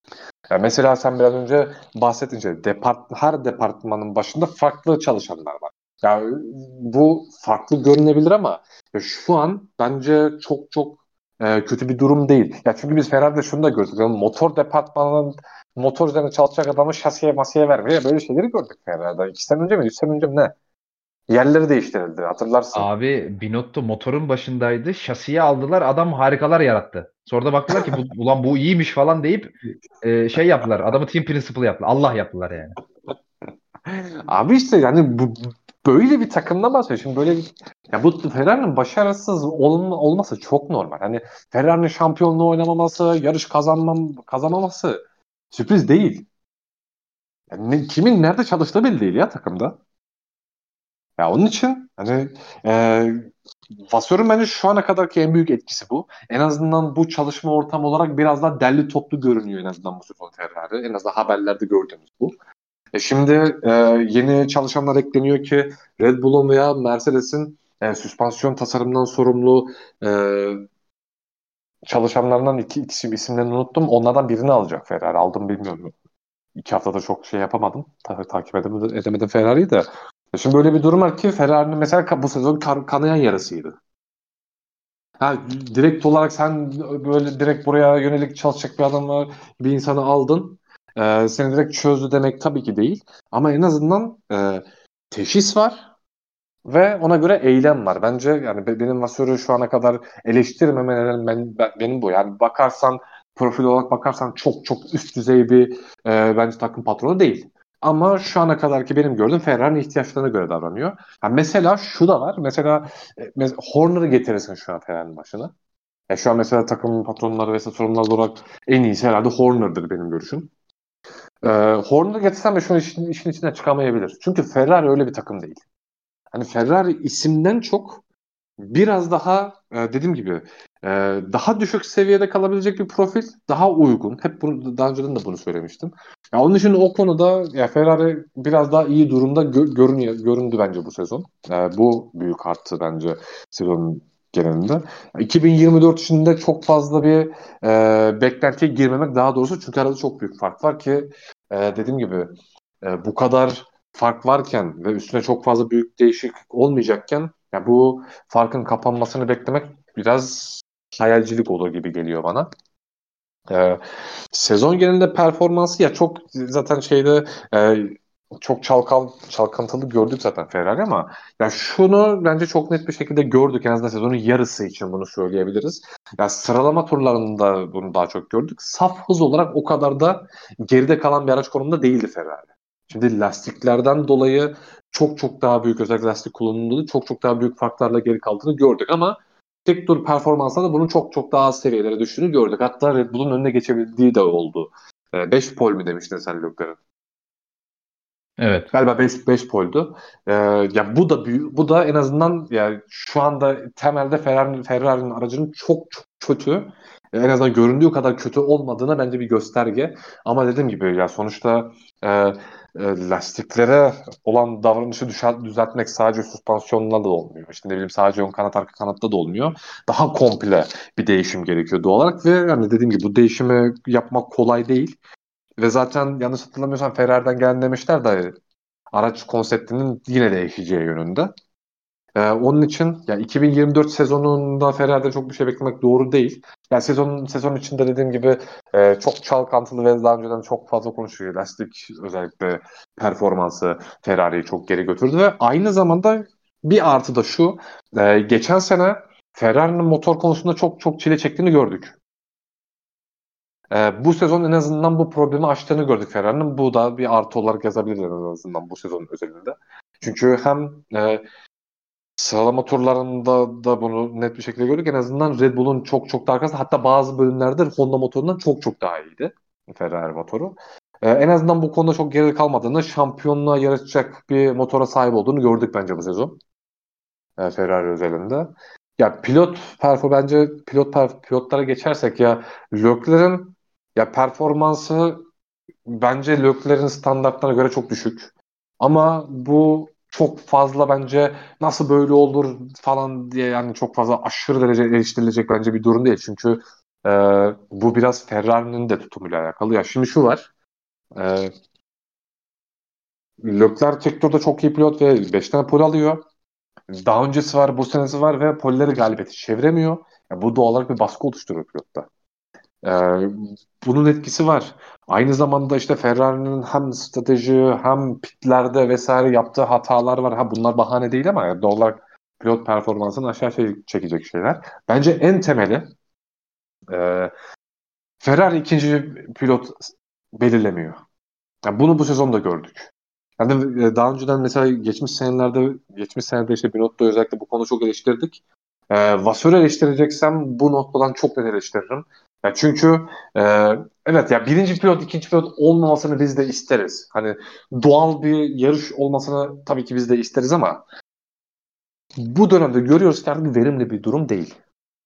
Speaker 2: Yani mesela sen biraz önce bahsettin şey, her departmanın başında farklı çalışanlar var. Yani bu farklı görünebilir ama ya şu an bence çok çok kötü bir durum değil. Ya çünkü biz Ferrari'de şunu da gördük. Yani motor departmanının motor üzerine çalışacak adamı şasiye masaya vermiyor. Böyle şeyleri gördük Ferrari'de. 2 sene önce mi? 3 sene önce mi ne? Yerleri değiştirildi. Hatırlarsın.
Speaker 1: Abi Binotto motorun başındaydı. Şasiye aldılar. Adam harikalar yarattı. Sonra da baktılar ki ulan bu iyiymiş falan deyip şey yaptılar. Adamı team principal yaptılar. Allah yaptılar yani.
Speaker 2: Abi işte yani böyle bir takımdan bahsediyor. Şimdi böyle bir, ya bu Ferrari'nin başarısız olması çok normal. Hani Ferrari'nin şampiyonluğu oynamaması, yarış kazanmaması sürpriz değil. Yani kimin nerede çalıştığı belli değil ya takımda. Ya onun için hani e, Vassör'ün bence şu ana kadarki en büyük etkisi bu. En azından bu çalışma ortamı olarak biraz daha derli toplu görünüyor en azından bu sezon Ferrari. En azından haberlerde gördüğümüz bu. Şimdi yeni çalışanlar ekleniyor ki Red Bull'un veya Mercedes'in süspansiyon tasarımından sorumlu e, çalışanlarından ikisi isimlerini unuttum. Onlardan birini alacak Ferrari. Aldım bilmiyorum. 2 haftada çok şey yapamadım. Takip edemedim Ferrari'yi de. Şimdi böyle bir durum var ki Ferrari'nin mesela bu sezon kanayan yarasıydı. Ha, direkt olarak sen böyle direkt buraya yönelik çalışacak bir adamı, bir insanı aldın. Seni direkt çözdü demek tabii ki değil. Ama en azından teşhis var ve ona göre eylem var. Bence yani benim Vasseur'u şu ana kadar eleştirmemenin benim bu. Yani bakarsan profil olarak bakarsan çok çok üst düzey bir bence takım patronu değil. Ama şu ana kadarki benim gördüğüm Ferrari'nin ihtiyaçlarına göre davranıyor. Ha, mesela şu da var. Mesela Horner'ı getirirsin şu an Ferrari'nin başına. Şu an mesela takımın patronları ve sorumlular olarak en iyisi herhalde Horner'dır benim görüşüm. Horner'ı getirsem de şu işin içine çıkamayabilir. Çünkü Ferrari öyle bir takım değil. Hani Ferrari isimden çok biraz daha dediğim gibi e, daha düşük seviyede kalabilecek bir profil daha uygun. Hep bunu daha önceden de bunu söylemiştim. Ya onun için o konuda ya Ferrari biraz daha iyi durumda göründü bence bu sezon. Bu büyük arttı bence sezonun genelinde. 2024 içinde çok fazla bir beklentiye girmemek daha doğrusu çünkü arada çok büyük fark var ki dediğim gibi bu kadar fark varken ve üstüne çok fazla büyük değişiklik olmayacakken ya bu farkın kapanmasını beklemek biraz hayalcilik olur gibi geliyor bana. Ee, Sezon genelinde performansı ya çok zaten çok çalkantılı gördük zaten Ferrari ama ya şunu bence çok net bir şekilde gördük en azından sezonun yarısı için bunu söyleyebiliriz. Ya sıralama turlarında bunu daha çok gördük. Saf hız olarak o kadar da geride kalan bir araç konumunda değildi Ferrari. Şimdi lastiklerden dolayı çok çok daha büyük özellikle lastik kullanımında çok çok daha büyük farklarla geri kaldığını gördük ama tek tur performansında da bunun çok çok daha az seviyelere düştüğünü gördük. Hatta Red Bull'un önüne geçebildiği de oldu. 5 pol mü demiştin sen Leclerc'in?
Speaker 1: Evet.
Speaker 2: Galiba 5 poldu. Ya bu da en azından yani şu anda temelde Ferrari'nin aracının çok çok kötü en azından göründüğü kadar kötü olmadığına bence bir gösterge. Ama dediğim gibi ya sonuçta lastiklere olan davranışı düzeltmek sadece süspansiyonla da olmuyor. İşte ne bileyim sadece ön kanat arka kanatta da olmuyor. Daha komple bir değişim gerekiyor doğal olarak ve yani dediğim gibi bu değişimi yapmak kolay değil. Ve zaten yanlış hatırlamıyorsam Ferrari'den gelen demişler de araç konseptinin yine değişeceği yönünde. Onun için ya 2024 sezonunda Ferrari'de çok bir şey beklemek doğru değil. Yani sezon içinde dediğim gibi çok çalkantılı ve daha önceden çok fazla konuşuyor. Lastik özellikle performansı Ferrari'yi çok geri götürdü ve aynı zamanda bir artı da şu geçen sene Ferrari'nin motor konusunda çok çok çile çektiğini gördük. Bu sezon en azından bu problemi aştığını gördük Ferrari'nin. Bu da bir artı olarak yazabiliriz en azından bu sezonun özelinde. Çünkü hem sıralama turlarında da bunu net bir şekilde gördük. En azından Red Bull'un çok çok daha arkasında hatta bazı bölümlerde Honda motorundan çok çok daha iyiydi Ferrari motoru. En azından bu konuda çok geride kalmadığını, şampiyonluğa yarışacak bir motora sahip olduğunu gördük bence bu sezon. Ferrari özelinde. Ya bence pilotlara geçersek ya Leclerc'in ya performansı bence Leclerc'in standartlarına göre çok düşük. Ama bu çok fazla bence nasıl böyle olur falan diye yani çok fazla aşırı derece eleştirilecek bence bir durum değil. Çünkü Bu biraz Ferrari'nin de tutumuyla alakalı. Ya şimdi şu var. E, Leclerc tek turda çok iyi pilot ve 5 tane pole alıyor. Daha öncesi var, bu senesi var ve polleri galibiyete çeviremiyor. Ya bu doğal olarak bir baskı oluşturuyor pilotta. Ee, Bunun etkisi var. Aynı zamanda işte Ferrari'nin hem strateji hem pitlerde vesaire yaptığı hatalar var. Ha bunlar bahane değil ama yani doğal olarak pilot performansını aşağı çekecek şeyler. Bence en temeli e, Ferrari ikinci pilot belirlemiyor. Yani bunu bu sezonda gördük. Yani daha önceden mesela geçmiş senelerde işte Binotto özellikle bu konuda çok eleştirdik. Vasseur'u eleştireceksem bu noktadan çok net eleştiririm. Ya çünkü e, evet ya birinci pilot, ikinci pilot olmamasını biz de isteriz. Hani doğal bir yarış olmasını tabii ki biz de isteriz ama bu dönemde görüyoruz ki artık verimli bir durum değil.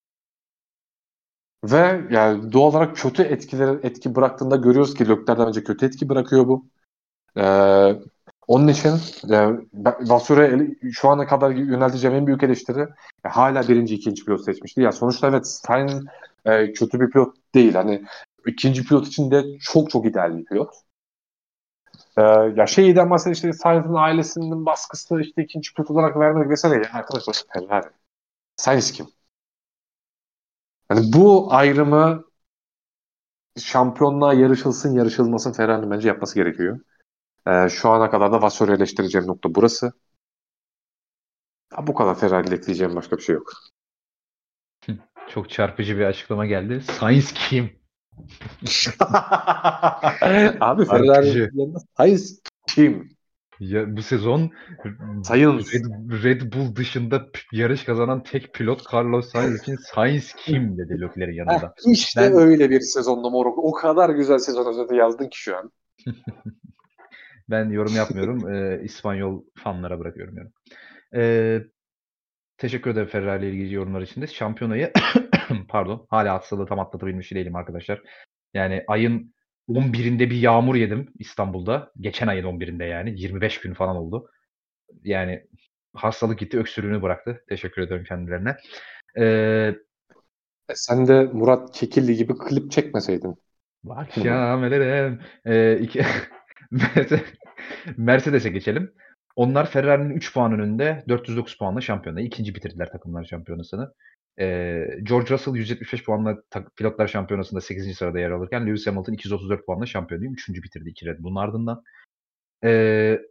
Speaker 2: Ve yani doğal olarak kötü etki bıraktığında görüyoruz ki Leclerc'den önce kötü etki bırakıyor bu. Ee, Onun için Vassour'a şu ana kadar yönelteceğim en büyük eleştiri hala birinci, ikinci pilot seçmişti. Ya sonuçta evet Sainz kötü bir pilot değil. Hani ikinci pilot için de çok çok ideal bir pilot. Ya şeyden bahsediyor işte Sainz'in ailesinin baskısı işte ikinci pilot olarak vermek vesaire. Ya arkadaşlar Ferrari. Sainz kim? Yani bu ayrımı şampiyonluğa yarışılsın yarışılmasın Ferrari'nin bence yapması gerekiyor. Şu ana kadar da Vassour'u eleştireceğim nokta burası. Ha, bu kadar Ferrari'yle ekleyeceğim başka bir şey yok.
Speaker 1: Çok çarpıcı bir açıklama geldi. Science kim?
Speaker 2: Abi Ferrari'nin
Speaker 1: Çarpıcı.
Speaker 2: yanında Sainz kim?
Speaker 1: Ya, bu sezon
Speaker 2: Sainz.
Speaker 1: Red Bull dışında yarış kazanan tek pilot Carlos Sainz için Sainz kim dedi Leclerc'in yanında.
Speaker 2: İşte
Speaker 1: Ben
Speaker 2: öyle bir sezonda Moruk. O kadar güzel sezon özeti yazdın ki şu an.
Speaker 1: ben yorum yapmıyorum. İspanyol fanlara bırakıyorum yorum. Ee, Teşekkür ederim Ferrari ile ilgili yorumlar için de. Şampiyonayı pardon, hala hastalığı tam atlatabilmiş değilim arkadaşlar. Yani ayın 11'inde bir yağmur yedim İstanbul'da. Geçen ayın 11'inde yani. 25 gün falan oldu. Yani hastalık gitti, öksürüğünü bıraktı. Teşekkür ederim kendilerine. Ee,
Speaker 2: Sen de Murat Kekilli gibi klip çekmeseydin.
Speaker 1: Akşam ederim. Mercedes'e geçelim. Onlar Ferrari'nin 3 puan önünde 409 puanla şampiyonayı. İkinci bitirdiler takımlar şampiyonasını. George Russell 175 puanla pilotlar şampiyonasında 8. sırada yer alırken Lewis Hamilton 234 puanla şampiyonayı 3. bitirdi 2 Red Bull'un ardından. Ee,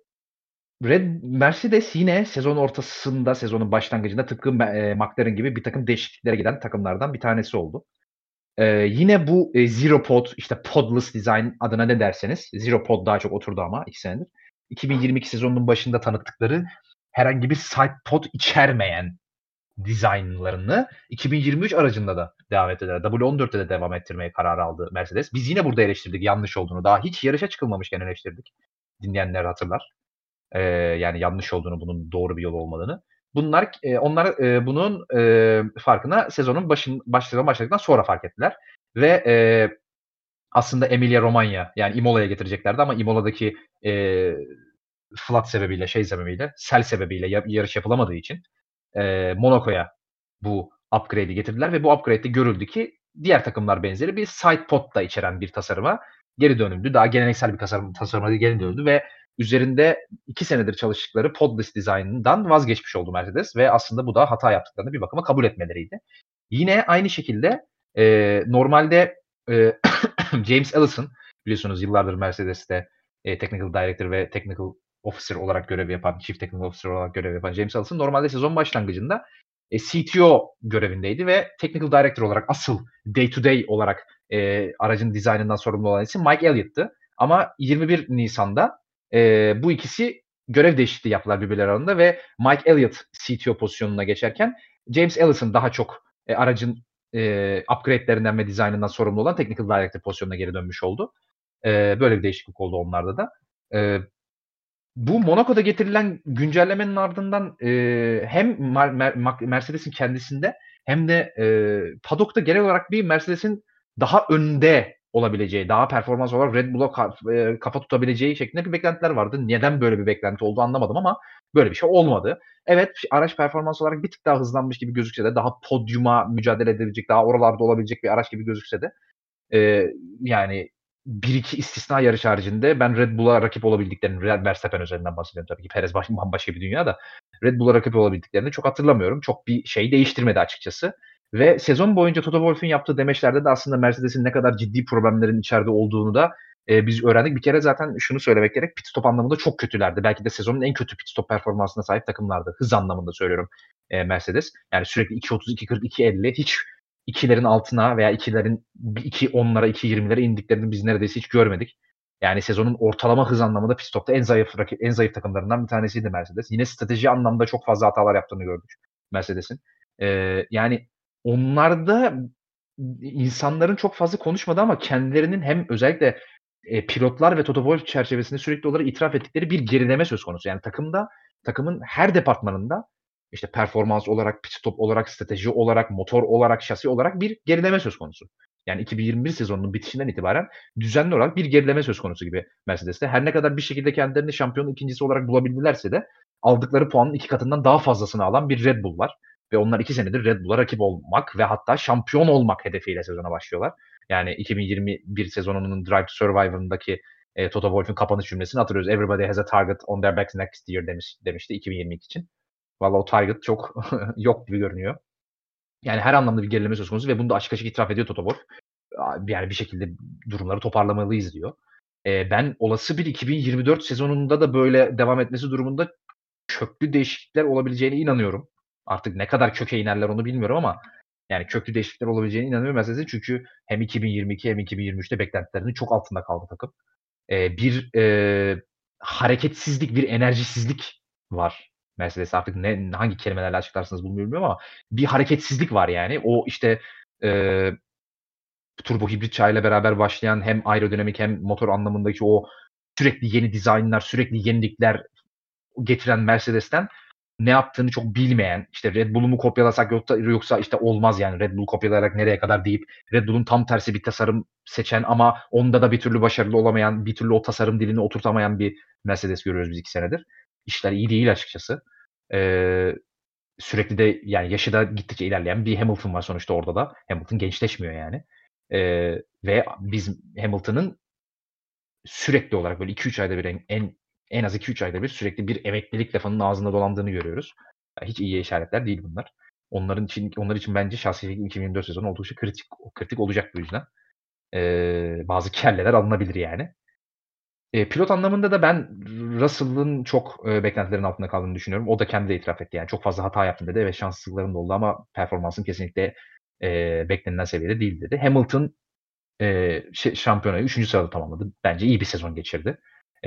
Speaker 1: Mercedes yine sezon ortasında, sezonun başlangıcında tıpkı McLaren gibi bir takım değişikliklere giden takımlardan bir tanesi oldu. Yine bu Zero Pod, işte Podless Design adına ne derseniz, Zero Pod daha çok oturdu ama 2 senedir. 2022 sezonunun başında tanıttıkları herhangi bir side pod içermeyen dizaynlarını 2023 aracında da devam ettirdiler. W14'te de devam ettirmeye karar aldı Mercedes. Biz yine burada eleştirdik yanlış olduğunu. Daha hiç yarışa çıkılmamışken eleştirdik. Dinleyenler hatırlar. Yani yanlış olduğunu, bunun doğru bir yol olmadığını. Onlar bunun farkına sezonun başladıktan sonra fark ettiler. Ve aslında Emilia Romagna yani Imola'ya getireceklerdi ama Imola'daki flood sebebiyle, sel sebebiyle yarış yapılamadığı için Monaco'ya bu upgrade'i getirdiler ve bu upgrade'de görüldü ki diğer takımlar benzeri bir side pod da içeren bir tasarıma geri dönüldü. Daha geleneksel bir tasarıma geri dönüldü ve üzerinde 2 senedir çalıştıkları podless design'dan vazgeçmiş oldu Mercedes ve aslında bu da hata yaptıklarını bir bakıma kabul etmeleriydi. Yine aynı şekilde normalde James Allison biliyorsunuz yıllardır Mercedes'te Technical Director ve Technical Officer olarak görev yapan, Chief Technical Officer olarak görev yapan James Allison normalde sezon başlangıcında CTO görevindeydi ve Technical Director olarak asıl day to day olarak aracın dizaynından sorumlu olan isim Mike Elliott'tı. Ama 21 Nisan'da bu ikisi görev değişikliği yaptılar birbirleri arasında ve Mike Elliott CTO pozisyonuna geçerken James Allison daha çok aracın upgrade'lerinden ve dizaynından sorumlu olan Technical Director pozisyonuna geri dönmüş oldu. Böyle bir değişiklik oldu onlarda da. Bu Monaco'da getirilen güncellemenin ardından hem Mercedes'in kendisinde hem de paddock'ta genel olarak bir Mercedes'in daha önde olabileceği, daha performans olarak Red Bull'a kafa tutabileceği şeklinde bir beklentiler vardı. Neden böyle bir beklenti oldu anlamadım ama böyle bir şey olmadı. Evet, araç performans olarak bir tık daha hızlanmış gibi gözükse de, daha podyuma mücadele edebilecek, daha oralarda olabilecek bir araç gibi gözükse de, yani 1-2 istisna yarış haricinde ben Red Bull'a rakip olabildiklerini, Verstappen üzerinden bahsediyorum tabii ki. Perez bambaşka bir dünya da Red Bull'a rakip olabildiklerini çok hatırlamıyorum. Çok bir şey değiştirmedi açıkçası. Ve sezon boyunca Toto Wolff'un yaptığı demeçlerde de aslında Mercedes'in ne kadar ciddi problemlerin içeride olduğunu da biz öğrendik. Bir kere zaten şunu söylemek gerek, pit stop anlamında çok kötülerdi. Belki de sezonun en kötü pit stop performansına sahip takımlardı. Hız anlamında söylüyorum Mercedes. Yani sürekli 2.30, 2.40, 2.50 hiç 2'lerin altına veya 2.10'lara, 2.20'lere indiklerini biz neredeyse hiç görmedik. Yani sezonun ortalama hız anlamında pit stopta en zayıf takımlarından bir tanesiydi Mercedes. Yine strateji anlamda çok fazla hatalar yaptığını gördük Mercedes'in. Yani onlarda insanların çok fazla konuşmadığı ama kendilerinin hem özellikle pilotlar ve Toto Wolff çerçevesinde sürekli olarak itiraf ettikleri bir gerileme söz konusu. Yani takımın her departmanında işte performans olarak, pit stop olarak, strateji olarak, motor olarak, şasi olarak bir gerileme söz konusu. Yani 2021 sezonunun bitişinden itibaren düzenli olarak bir gerileme söz konusu gibi Mercedes'te. Her ne kadar bir şekilde kendilerini şampiyonun ikincisi olarak bulabildilerse de aldıkları puanın 2 katından daha fazlasını alan bir Red Bull var. Ve onlar 2 senedir Red Bull'a rakip olmak ve hatta şampiyon olmak hedefiyle sezona başlıyorlar. Yani 2021 sezonunun Drive to Survivor'ındaki Toto Wolff'un kapanış cümlesini hatırlıyoruz. Everybody has a target on their backs next year demişti 2022 için. Valla o target çok yok gibi görünüyor. Yani her anlamda bir gerileme söz konusu ve bunu da açık açık itiraf ediyor Toto Wolff. Yani bir şekilde durumları toparlamalıyız diyor. Ben olası bir 2024 sezonunda da böyle devam etmesi durumunda köklü değişiklikler olabileceğine inanıyorum. Artık ne kadar köke inerler onu bilmiyorum ama yani köklü değişiklikler olabileceğine inanıyorum Mercedes'in. Çünkü hem 2022 hem 2023'te beklentilerinin çok altında kaldı takım. Bir hareketsizlik, bir enerjisizlik var Mercedes'te. Artık hangi kelimelerle açıklarsınız bunu bilmiyorum ama bir hareketsizlik var yani. O işte eee, turbo hibrit çağıyla beraber başlayan hem aerodinamik hem motor anlamındaki o sürekli yeni dizaynlar, sürekli yenilikler getiren Mercedes'ten ne yaptığını çok bilmeyen, işte Red Bull'u mu kopyalasak yoksa işte olmaz yani Red Bull'u kopyalayarak nereye kadar deyip Red Bull'un tam tersi bir tasarım seçen ama onda da bir türlü başarılı olamayan, bir türlü o tasarım dilini oturtamayan bir Mercedes görüyoruz biz 2 senedir. İşler iyi değil açıkçası. Eee, Sürekli de yani yaşı da gittikçe ilerleyen bir Hamilton var sonuçta orada da. Hamilton gençleşmiyor yani. Ve biz Hamilton'ın sürekli olarak böyle 2-3 ayda bir en az 2-3 ayda bir sürekli bir emeklilik lafının ağzında dolandığını görüyoruz. Hiç iyi işaretler değil bunlar. Onlar için bence şahsi 2024 sezonu oldukça kritik olacak bu yüzden. Bazı kelleler alınabilir yani. Pilot anlamında da ben Russell'ın çok beklentilerin altında kaldığını düşünüyorum. O da kendi de itiraf etti. Yani çok fazla hata yaptım dedi. Evet şanssızlıklarım da oldu ama performansım kesinlikle beklenilen seviyede değil dedi. Hamilton şampiyonayı 3. sırada tamamladı. Bence iyi bir sezon geçirdi.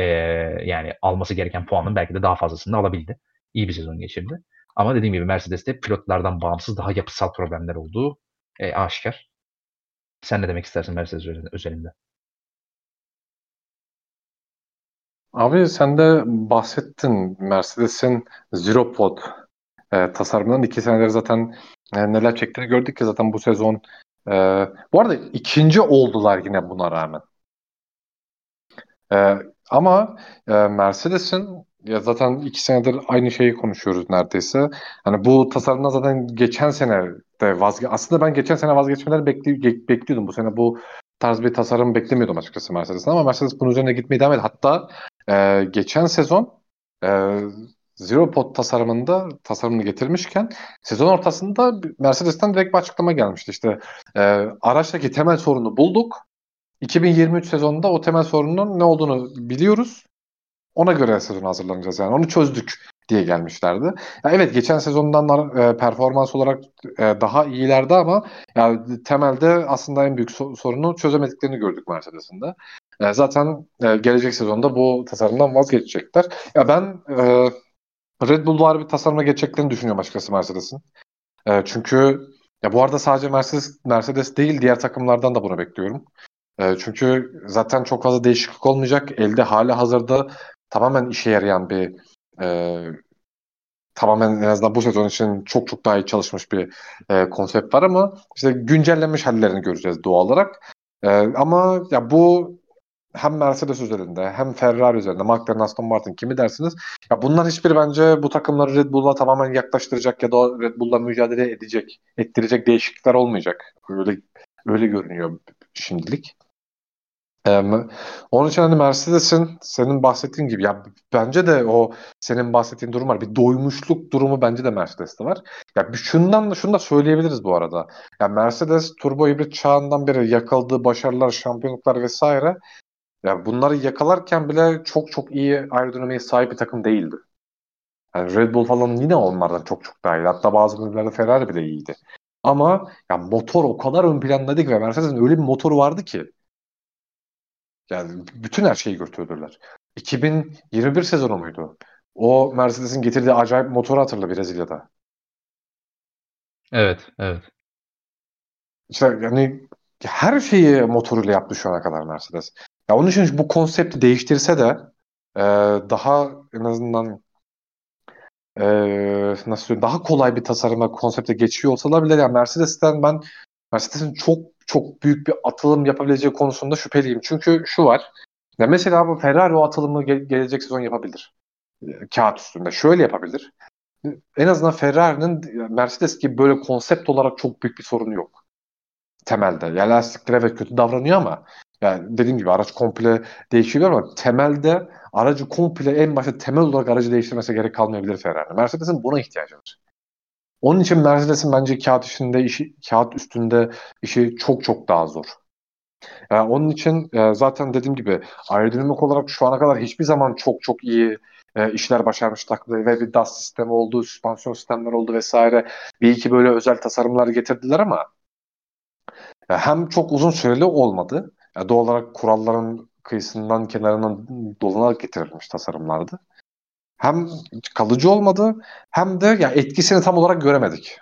Speaker 1: Yani alması gereken puanın belki de daha fazlasını alabildi. İyi bir sezon geçirdi. Ama dediğim gibi Mercedes'te pilotlardan bağımsız daha yapısal problemler olduğu aşikar. Sen ne demek istersin Mercedes özelinde?
Speaker 2: Abi sen de bahsettin Mercedes'in Zero Pod tasarımından 2 senedir zaten neler çektiğini gördük ki zaten bu sezon. E, Bu arada ikinci oldular yine buna rağmen. E, Ama Mercedes'in ya zaten 2 senedir aynı şeyi konuşuyoruz neredeyse. Hani bu tasarımdan zaten geçen sene de aslında ben geçen sene vazgeçmeleri bekliyordum. Bu sene bu tarz bir tasarım beklemiyordum açıkçası Mercedes'ten ama Mercedes bunun üzerine gitmeye devam etti. Hatta geçen sezon e, Zero Pod tasarımını getirmişken sezon ortasında Mercedes'ten direkt bir açıklama gelmişti. İşte araçtaki temel sorunu bulduk. 2023 sezonunda o temel sorunun ne olduğunu biliyoruz. Ona göre sezon hazırlanacağız yani. Onu çözdük diye gelmişlerdi. Ya evet geçen sezondan performans olarak daha iyilerdi ama yani temelde aslında en büyük sorunu çözemediklerini gördük Mercedes'in de. Zaten gelecek sezonda bu tasarımdan vazgeçecekler. Ya ben Red Bull'lar bir tasarıma geçeceklerini düşünüyorum açıkçası Mercedes'in. Çünkü ya bu arada sadece Mercedes değil diğer takımlardan da bunu bekliyorum. Çünkü zaten çok fazla değişiklik olmayacak. Elde hali hazırda tamamen işe yarayan e, tamamen en azından bu sezon için çok çok daha iyi çalışmış bir konsept var ama işte güncellenmiş hallerini göreceğiz doğal olarak. Ama ya bu hem Mercedes üzerinde hem Ferrari üzerinde, McLaren, Aston Martin kimi dersiniz? Ya bunlar hiçbir bence bu takımları Red Bull'a tamamen yaklaştıracak ya da Red Bull'la mücadele ettirecek değişiklikler olmayacak. Öyle görünüyor şimdilik. Ee, Onun için hani Mercedes'in senin bahsettiğin gibi ya bence de o senin bahsettiğin durum var. Bir doymuşluk durumu bence de Mercedes'te var. Ya şunu da söyleyebiliriz bu arada. Ya Mercedes turbo hibrit çağından beri yakaladığı başarılar, şampiyonluklar vesaire ya bunları yakalarken bile çok çok iyi aerodinamiğe sahip bir takım değildi. Yani Red Bull falan yine onlardan çok çok daha iyiydi. Hatta bazı bölümlerde Ferrari bile iyiydi. Ama ya motor o kadar ön plandaydı ki ve Mercedes'in öyle bir motoru vardı ki yani bütün her şeyi götürdüler. 2021 sezonu muydu? O Mercedes'in getirdiği acayip motoru hatırla Brezilya'da.
Speaker 1: Evet, evet.
Speaker 2: İşte yani her şeyi motoruyla yaptı şu ana kadar Mercedes. Ya onun için bu konsepti değiştirse de e, daha en azından nasıl söyleyeyim daha kolay bir tasarıma konsepte geçiyor olsalar bile yani Mercedes'in çok çok büyük bir atılım yapabileceği konusunda şüpheliyim. Çünkü şu var. Ya mesela bu Ferrari o atılımı gelecek sezon yapabilir. Kağıt üstünde. Şöyle yapabilir. En azından Ferrari'nin Mercedes gibi böyle konsept olarak çok büyük bir sorunu yok. Temelde. Ya lastiklere evet kötü davranıyor ama yani dediğim gibi araç komple değişiyor ama temelde aracı komple en başta temel olarak aracı değiştirmesi gerek kalmayabilir Ferrari. Mercedes'in buna ihtiyacı var. Onun için Mercedes'in bence kağıt üstünde işi çok çok daha zor. Onun için zaten dediğim gibi aerodinamik olarak şu ana kadar hiçbir zaman çok çok iyi işler başarmış takımları ve bir DAS sistemi oldu, süspansiyon sistemleri oldu vesaire. Bir iki böyle özel tasarımlar getirdiler ama hem çok uzun süreli olmadı. Doğal olarak kuralların kıyısından kenarından dolanarak getirilmiş tasarımlardı. Hem kalıcı olmadı hem de ya etkisini tam olarak göremedik.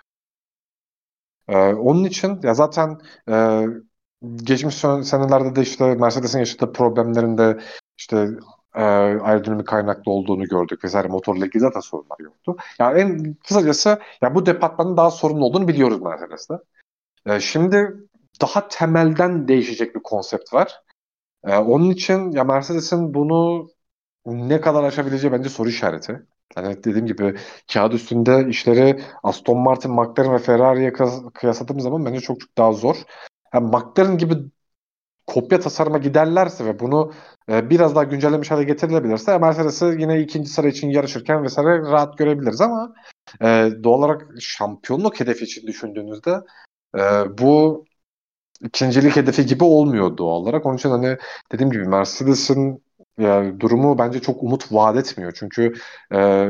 Speaker 2: Onun için ya zaten geçmiş senelerde de işte Mercedes'in yaşadığı problemlerin de işte aerodinamik kaynaklı olduğunu gördük vesaire motorla ilgili zaten sorunlar yoktu. Yani en kısacası ya bu departmanın daha sorunlu olduğunu biliyoruz Mercedes'te. Şimdi daha temelden değişecek bir konsept var. Onun için ya Mercedes'in bunu ne kadar aşabileceği bence soru işareti. Hani dediğim gibi kağıt üstünde işleri Aston Martin, McLaren ve Ferrari'ye kıyasladığım zaman bence çok çok daha zor. Yani McLaren gibi kopya tasarıma giderlerse ve bunu biraz daha güncellemiş hale getirilebilirse Mercedes'i yine ikinci sıra için yarışırken vesaire rahat görebiliriz ama doğal olarak şampiyonluk hedefi için düşündüğünüzde bu ikincilik hedefi gibi olmuyor doğal olarak. Onun için hani dediğim gibi Mercedes'in yani durumu bence çok umut vaat etmiyor. Çünkü e,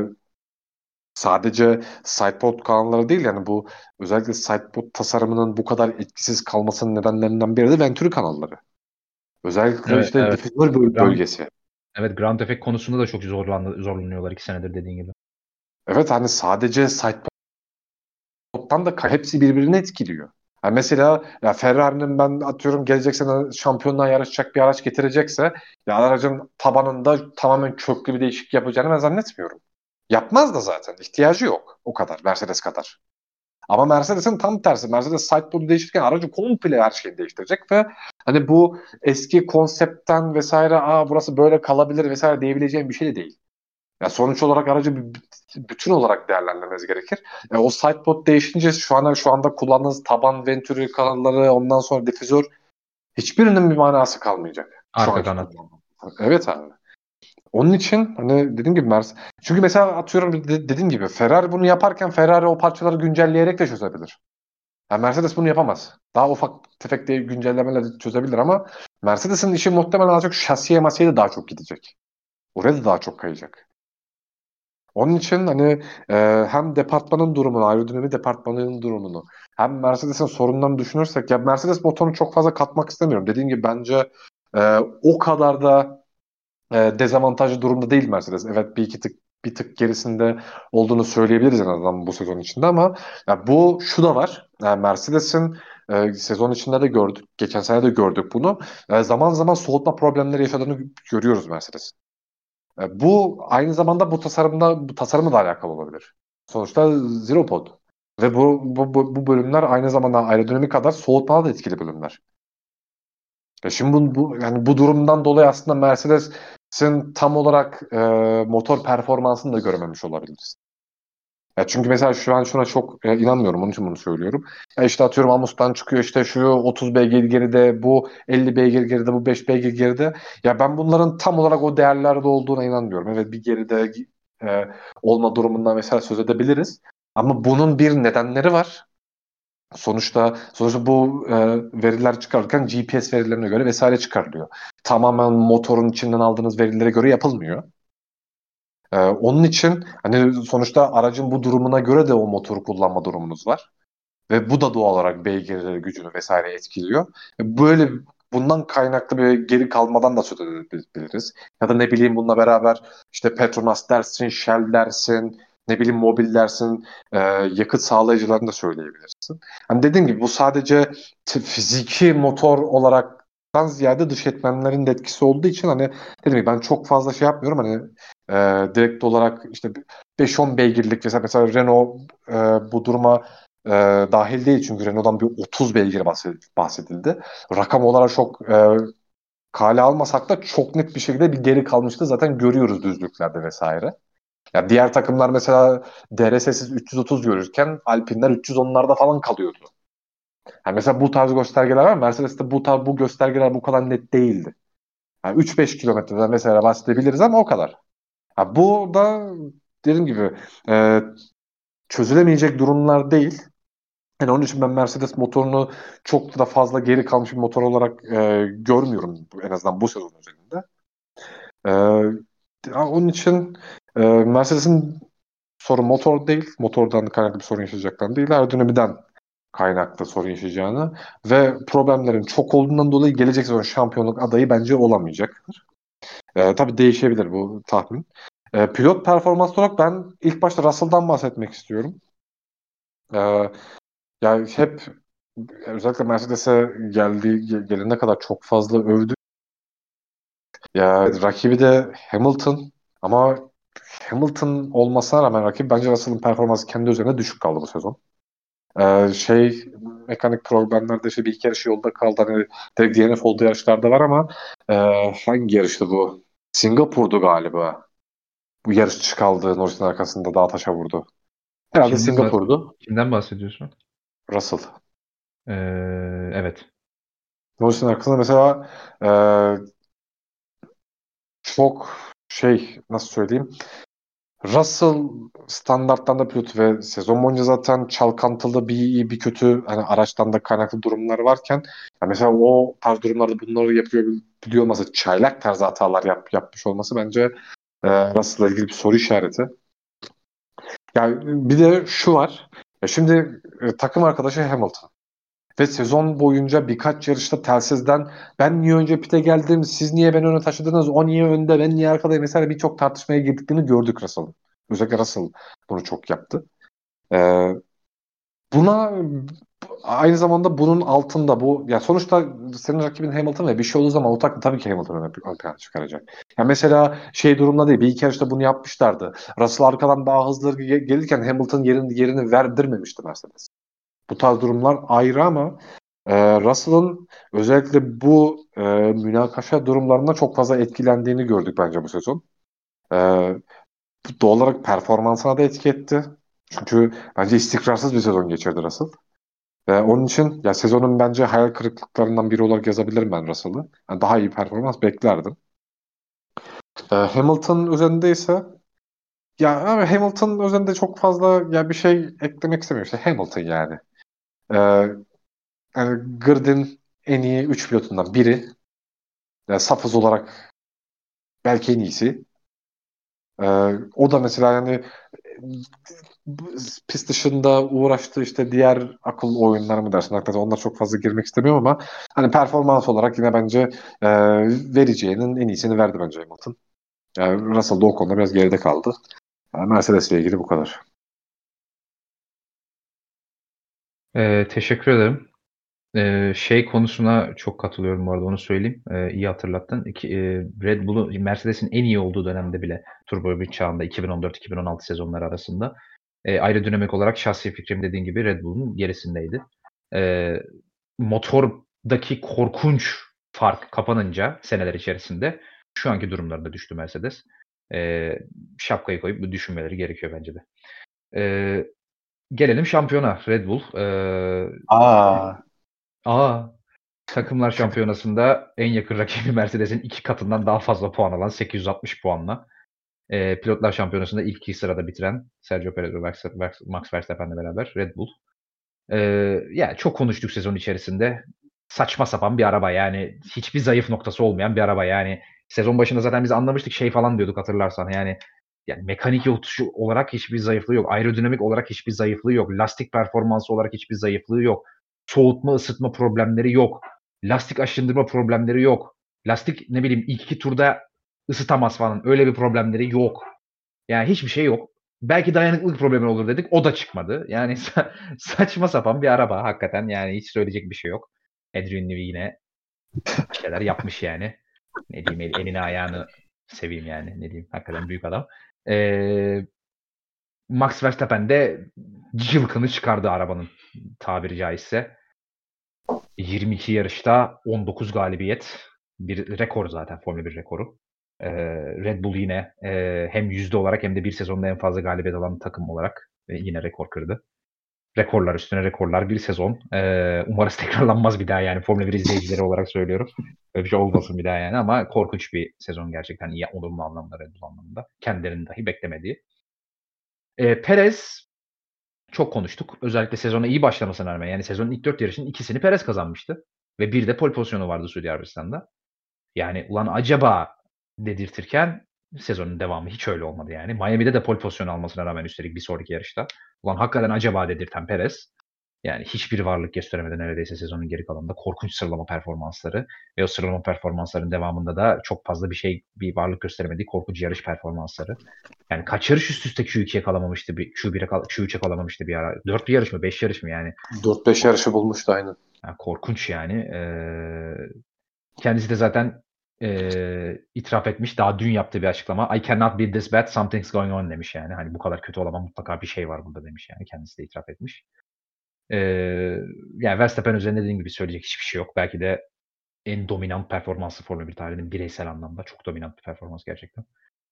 Speaker 2: sadece sidepod kanalları değil yani bu özellikle sidepod tasarımının bu kadar etkisiz kalmasının nedenlerinden biri de Venturi kanalları. Özellikle
Speaker 1: Evet,
Speaker 2: işte
Speaker 1: evet.
Speaker 2: difüzör bölgesi.
Speaker 1: Evet, ground effect konusunda da çok zorlanıyorlar 2 senedir dediğin gibi.
Speaker 2: Evet hani sadece sidepod'dan da hepsi birbirini etkiliyor. Yani mesela ya Ferrari'nin ben atıyorum gelecek sene şampiyonluğa yarışacak bir araç getirecekse ya aracın tabanında tamamen köklü bir değişiklik yapacağını ben zannetmiyorum. Yapmaz da zaten. İhtiyacı yok. O kadar. Mercedes kadar. Ama Mercedes'in tam tersi. Mercedes sidepod'u değiştirirken aracı komple her şeyi değiştirecek ve hani bu eski konseptten vesaire burası böyle kalabilir vesaire diyebileceğim bir şey de değil. Ya sonuç olarak aracı bir bütün olarak değerlendirmeniz gerekir. O sidepod değişince şu anda kullandığınız taban venturi kanalları ondan sonra difüzör hiçbirinin bir manası kalmayacak. Şu
Speaker 1: Arka
Speaker 2: anki
Speaker 1: kanat.
Speaker 2: kullanımda. Evet abi. Onun için hani dediğim gibi çünkü mesela atıyorum dediğim gibi Ferrari bunu yaparken Ferrari o parçaları güncelleyerek de çözebilir. Yani Mercedes bunu yapamaz. Daha ufak tefek de güncellemelerle çözebilir ama Mercedes'in işi muhtemelen daha çok şasiye masiye de daha çok gidecek. Oraya da daha çok kayacak. Onun için hani hem departmanın durumunu, aerodinami departmanının durumunu hem Mercedes'in sorunlarını düşünürsek ya Mercedes motorunu çok fazla katmak istemiyorum. Dediğim gibi bence o kadar da dezavantajlı durumda değil Mercedes. Evet bir tık gerisinde olduğunu söyleyebiliriz en azından bu sezon içinde ama ya bu şu da var. Yani Mercedes'in sezon içinde de gördük. Geçen sene de gördük bunu. Zaman zaman soğutma problemleri yaşadığını görüyoruz Mercedes. Bu aynı zamanda bu tasarımla da alakalı olabilir. Sonuçta Zero Pod. Ve bu bölümler aynı zamanda aerodinamik kadar soğutmada da etkili bölümler. Şimdi yani bu durumdan dolayı aslında Mercedes'in tam olarak motor performansını da görememiş olabiliriz. Ya çünkü mesela şu an şuna çok inanmıyorum. Onun için bunu söylüyorum. Ya işte atıyorum Amus'tan çıkıyor işte şu 30 beygir geride, bu 50 beygir geride, bu 5 beygir geride. Ya ben bunların tam olarak o değerlerde olduğuna inanmıyorum. Evet, bir geride e, olma durumundan mesela söz edebiliriz. Ama bunun bir nedenleri var. Sonuçta bu veriler çıkarırken GPS verilerine göre vesaire çıkarılıyor. Tamamen motorun içinden aldığınız verilere göre yapılmıyor. Onun için hani sonuçta aracın bu durumuna göre de o motoru kullanma durumunuz var. Ve bu da doğal olarak beygir gücünü vesaire etkiliyor. Böyle bundan kaynaklı bir geri kalmadan da söz edebiliriz. Ya da ne bileyim bununla beraber işte Petronas dersin, Shell dersin, ne bileyim Mobil dersin, yakıt sağlayıcılarını da söyleyebilirsin. Hani dediğim gibi bu sadece fiziki motor olaraktan ziyade dış etmenlerin de etkisi olduğu için hani dedim ya ben çok fazla şey yapmıyorum hani direkt olarak işte 5-10 beygirlik mesela Renault bu duruma dahil değil çünkü Renault'dan bir 30 beygir bahsedildi. Rakam olarak çok kale almasak da çok net bir şekilde bir geri kalmıştı. Zaten görüyoruz düzlüklerde vesaire. Ya diğer takımlar mesela DRS'siz 330 görürken Alpine'ler 310'larda falan kalıyordu. Yani mesela bu tarz göstergeler var. Mercedes'te bu göstergeler bu kadar net değildi. Yani 3-5 kilometreden mesela bahsedebiliriz ama o kadar. Ha, bu da dediğim gibi e, çözülemeyecek durumlar değil. Yani onun için ben Mercedes motorunu çok da fazla geri kalmış bir motor olarak görmüyorum en azından bu sezon özelinde. Onun için Mercedes'in sorun motor değil, motordan kaynaklı bir sorun yaşayacaklarını değil, aerodinamiden kaynaklı sorun yaşayacağını ve problemlerin çok olduğundan dolayı gelecek sezon şampiyonluk adayı bence olamayacaktır. Tabii değişebilir bu tahmin. Pilot performans olarak ben ilk başta Russell'dan bahsetmek istiyorum. E, Yani hep özellikle Mercedes'e gelene kadar çok fazla övdü. Ya rakibi de Hamilton ama Hamilton olmasına rağmen rakip bence Russell'ın performansı kendi üzerine düşük kaldı bu sezon. Mekanik problemlerde işte bir iki yarış yolda kaldı. Hani direkt DNF olduğu yarışlarda var ama e, hangi yarıştı bu? Singapur'du galiba. Bu yarışçı kaldı Norris'in arkasında dağ taşa vurdu. Herhalde
Speaker 1: Kimden
Speaker 2: Singapur'du.
Speaker 1: kimden bahsediyorsun?
Speaker 2: Russell.
Speaker 1: Evet.
Speaker 2: Norris'in arkasında mesela e, çok nasıl söyleyeyim? Russell standarttan da pilot ve sezon boyunca zaten çalkantılı bir iyi bir kötü hani araçtan da kaynaklı durumlar varken ya mesela o tarz durumlarda bunları yapıyor biliyor olması çaylak tarzı hatalar yapmış olması bence Russell'la ilgili bir soru işareti. Yani bir de şu var. Ya şimdi takım arkadaşı Hamilton. Ve sezon boyunca birkaç yarışta telsizden ben niye önce pite geldim, siz niye beni öne taşıdınız, o niye önde, ben niye arkadayım mesela birçok tartışmaya girdiklerini gördük Russell'ın. Özellikle Russell bunu çok yaptı. Ee, Buna aynı zamanda bunun altında bu ya sonuçta senin rakibin Hamilton ve bir şey olduğu zaman o takım tabii ki Hamilton ön plana çıkaracak. Ya mesela durumda değil bir iki yarışta bunu yapmışlardı. Russell arkadan daha hızlı gelirken Hamilton yerini verdirmemişti Mercedes. Bu tarz durumlar ayrı ama Russell'ın özellikle bu münakaşa durumlarında çok fazla etkilendiğini gördük bence bu sezon. E, Bu doğal olarak performansına da etki etti. Çünkü bence istikrarsız bir sezon geçirdi Russell. Onun için ya sezonun bence hayal kırıklıklarından biri olarak yazabilirim ben Russell'ı. Yani daha iyi performans beklerdim. Hamilton üzerinde ise ya abi Hamilton üzerinde çok fazla ya bir şey eklemek istemiyorum. İşte Hamilton yani. E, Yani Grid'in en iyi 3 pilotundan biri. Yani saf hız olarak belki en iyisi. O da mesela yani pist dışında uğraştığı işte diğer akıl oyunları mı dersin? Hakikaten onlar çok fazla girmek istemiyorum ama hani performans olarak yine bence e, vereceğinin en iyisini verdi bence Hamilton. Yani Russell da o konuda biraz geride kaldı. Yani Mercedes ile ilgili bu kadar.
Speaker 1: Teşekkür ederim. Konusuna çok katılıyorum bu arada onu söyleyeyim. İyi hatırlattın. Red Bull'un Mercedes'in en iyi olduğu dönemde bile turbo bir çağında 2014-2016 sezonları arasında aerodinamik olarak şahsi fikrim dediğin gibi Red Bull'un gerisindeydi. Motordaki korkunç fark kapanınca seneler içerisinde şu anki durumlarında düştü Mercedes. Şapkayı koyup bu düşünmeleri gerekiyor bence de. Gelelim şampiyona Red Bull. Takımlar şampiyonasında en yakın rakibi Mercedes'in 2 katından daha fazla puan alan 860 puanla. Pilotlar şampiyonasında ilk 2 sırada bitiren Sergio Perez ve Max Verstappen'le beraber Red Bull. Ya çok konuştuk sezon içerisinde. Saçma sapan bir araba yani. Hiçbir zayıf noktası olmayan bir araba yani. Sezon başında zaten biz anlamıştık şey falan diyorduk hatırlarsan yani mekanik yokuşu olarak hiçbir zayıflığı yok. Aerodinamik olarak hiçbir zayıflığı yok. Lastik performansı olarak hiçbir zayıflığı yok. Soğutma, ısıtma problemleri yok. Lastik aşındırma problemleri yok. Lastik ne bileyim ilk 2 turda ısıtamaz falan. Öyle bir problemleri yok. Yani hiçbir şey yok. Belki dayanıklılık problemi olur dedik. O da çıkmadı. Yani saçma sapan bir araba hakikaten. Yani hiç söyleyecek bir şey yok. Adrian Newey yine bir şeyler yapmış yani. Ne diyeyim elini ayağını seveyim yani. Ne diyeyim hakikaten büyük adam. Max Verstappen de cılkını çıkardı arabanın tabiri caizse. 22 yarışta 19 galibiyet. Bir rekor zaten Formula 1 rekoru. Red Bull yine hem yüzde olarak hem de bir sezonda en fazla galibiyet alan takım olarak yine rekor kırdı. Rekorlar üstüne rekorlar bir sezon. Umarız tekrarlanmaz bir daha yani Formula 1 izleyicileri olarak söylüyorum. Öyle bir şey olmasın bir daha yani ama korkunç bir sezon gerçekten iyi olumlu anlamda Red Bull anlamında. Kendilerinin dahi beklemediği. Perez çok konuştuk. Özellikle sezona iyi başlamasına rağmen yani sezonun ilk 4 yarışının ikisini Perez kazanmıştı. Ve bir de pole pozisyonu vardı Suudi Arabistan'da. Yani ulan acaba dedirtirken sezonun devamı hiç öyle olmadı yani. Miami'de de pole pozisyonu almasına rağmen üstelik bir sonraki yarışta. Ulan hakikaten acaba dedirten Perez. Yani hiçbir varlık gösteremedi neredeyse sezonun geri kalanında. Korkunç sıralama performansları ve o sıralama performansların devamında da çok fazla bir varlık gösteremediği korkunç yarış performansları. Yani kaç yarış üst üste Q2'ye kalamamıştı, Q3'e kalamamıştı bir ara. 4 yarış mı, 5 yarış mı yani?
Speaker 2: 4-5 yarışı bulmuştu aynen.
Speaker 1: Yani korkunç yani. Kendisi de zaten itiraf etmiş. Daha dün yaptığı bir açıklama. I cannot be this bad, something's going on demiş yani. Hani bu kadar kötü olamam, mutlaka bir şey var burada demiş yani. Kendisi de itiraf etmiş. Yani Verstappen üzerinde dediğim gibi söyleyecek hiçbir şey yok. Belki de en dominant performansı Formula 1 tarihinin bireysel anlamda. Çok dominant bir performans gerçekten.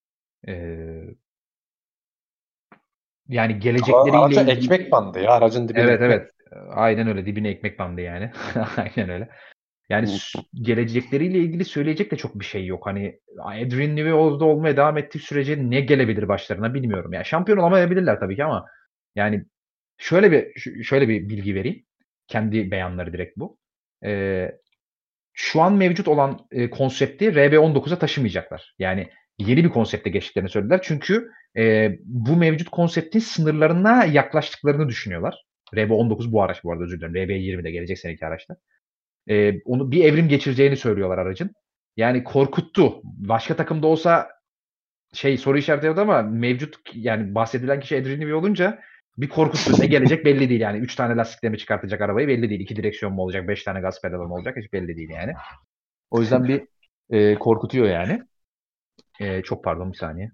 Speaker 1: Yani gelecekleriyle ilgili...
Speaker 2: ekmek bandı ya. Aracın dibine
Speaker 1: Evet
Speaker 2: ekmek.
Speaker 1: evet. Aynen öyle. Dibine ekmek bandı yani. Aynen öyle. Yani gelecekleriyle ilgili söyleyecek de çok bir şey yok. Hani Adrian Newey orada olmaya devam ettiği sürece ne gelebilir başlarına bilmiyorum. Yani şampiyon olamayabilirler tabii ki ama yani şöyle bir bilgi vereyim. Kendi beyanları direkt bu. Şu an mevcut olan konsepti RB19'a taşımayacaklar. Yani yeni bir konsepte geçtiklerini söylediler. Çünkü bu mevcut konseptin sınırlarına yaklaştıklarını düşünüyorlar. RB19 bu araç bu arada, özür dilerim. RB20 de gelecek seneki araçta. Onu bir evrim geçireceğini söylüyorlar aracın. Yani korkuttu. Başka takımda olsa soru işareti yaptı ama mevcut yani bahsedilen kişi Adrian Newey olunca bir korkuttu. Ne gelecek belli değil yani. 3 tane lastikle mi çıkartacak arabayı belli değil. 2 direksiyon mu olacak, 5 tane gaz pedalı mı olacak hiç belli değil yani. O yüzden bir korkutuyor yani. Çok pardon bir saniye.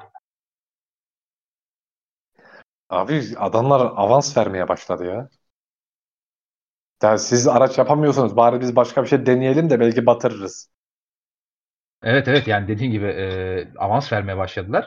Speaker 2: Abi adamlar avans vermeye başladı ya. Yani siz araç yapamıyorsunuz. Bari biz başka bir şey deneyelim de belki batırırız.
Speaker 1: Evet yani dediğin gibi avans vermeye başladılar.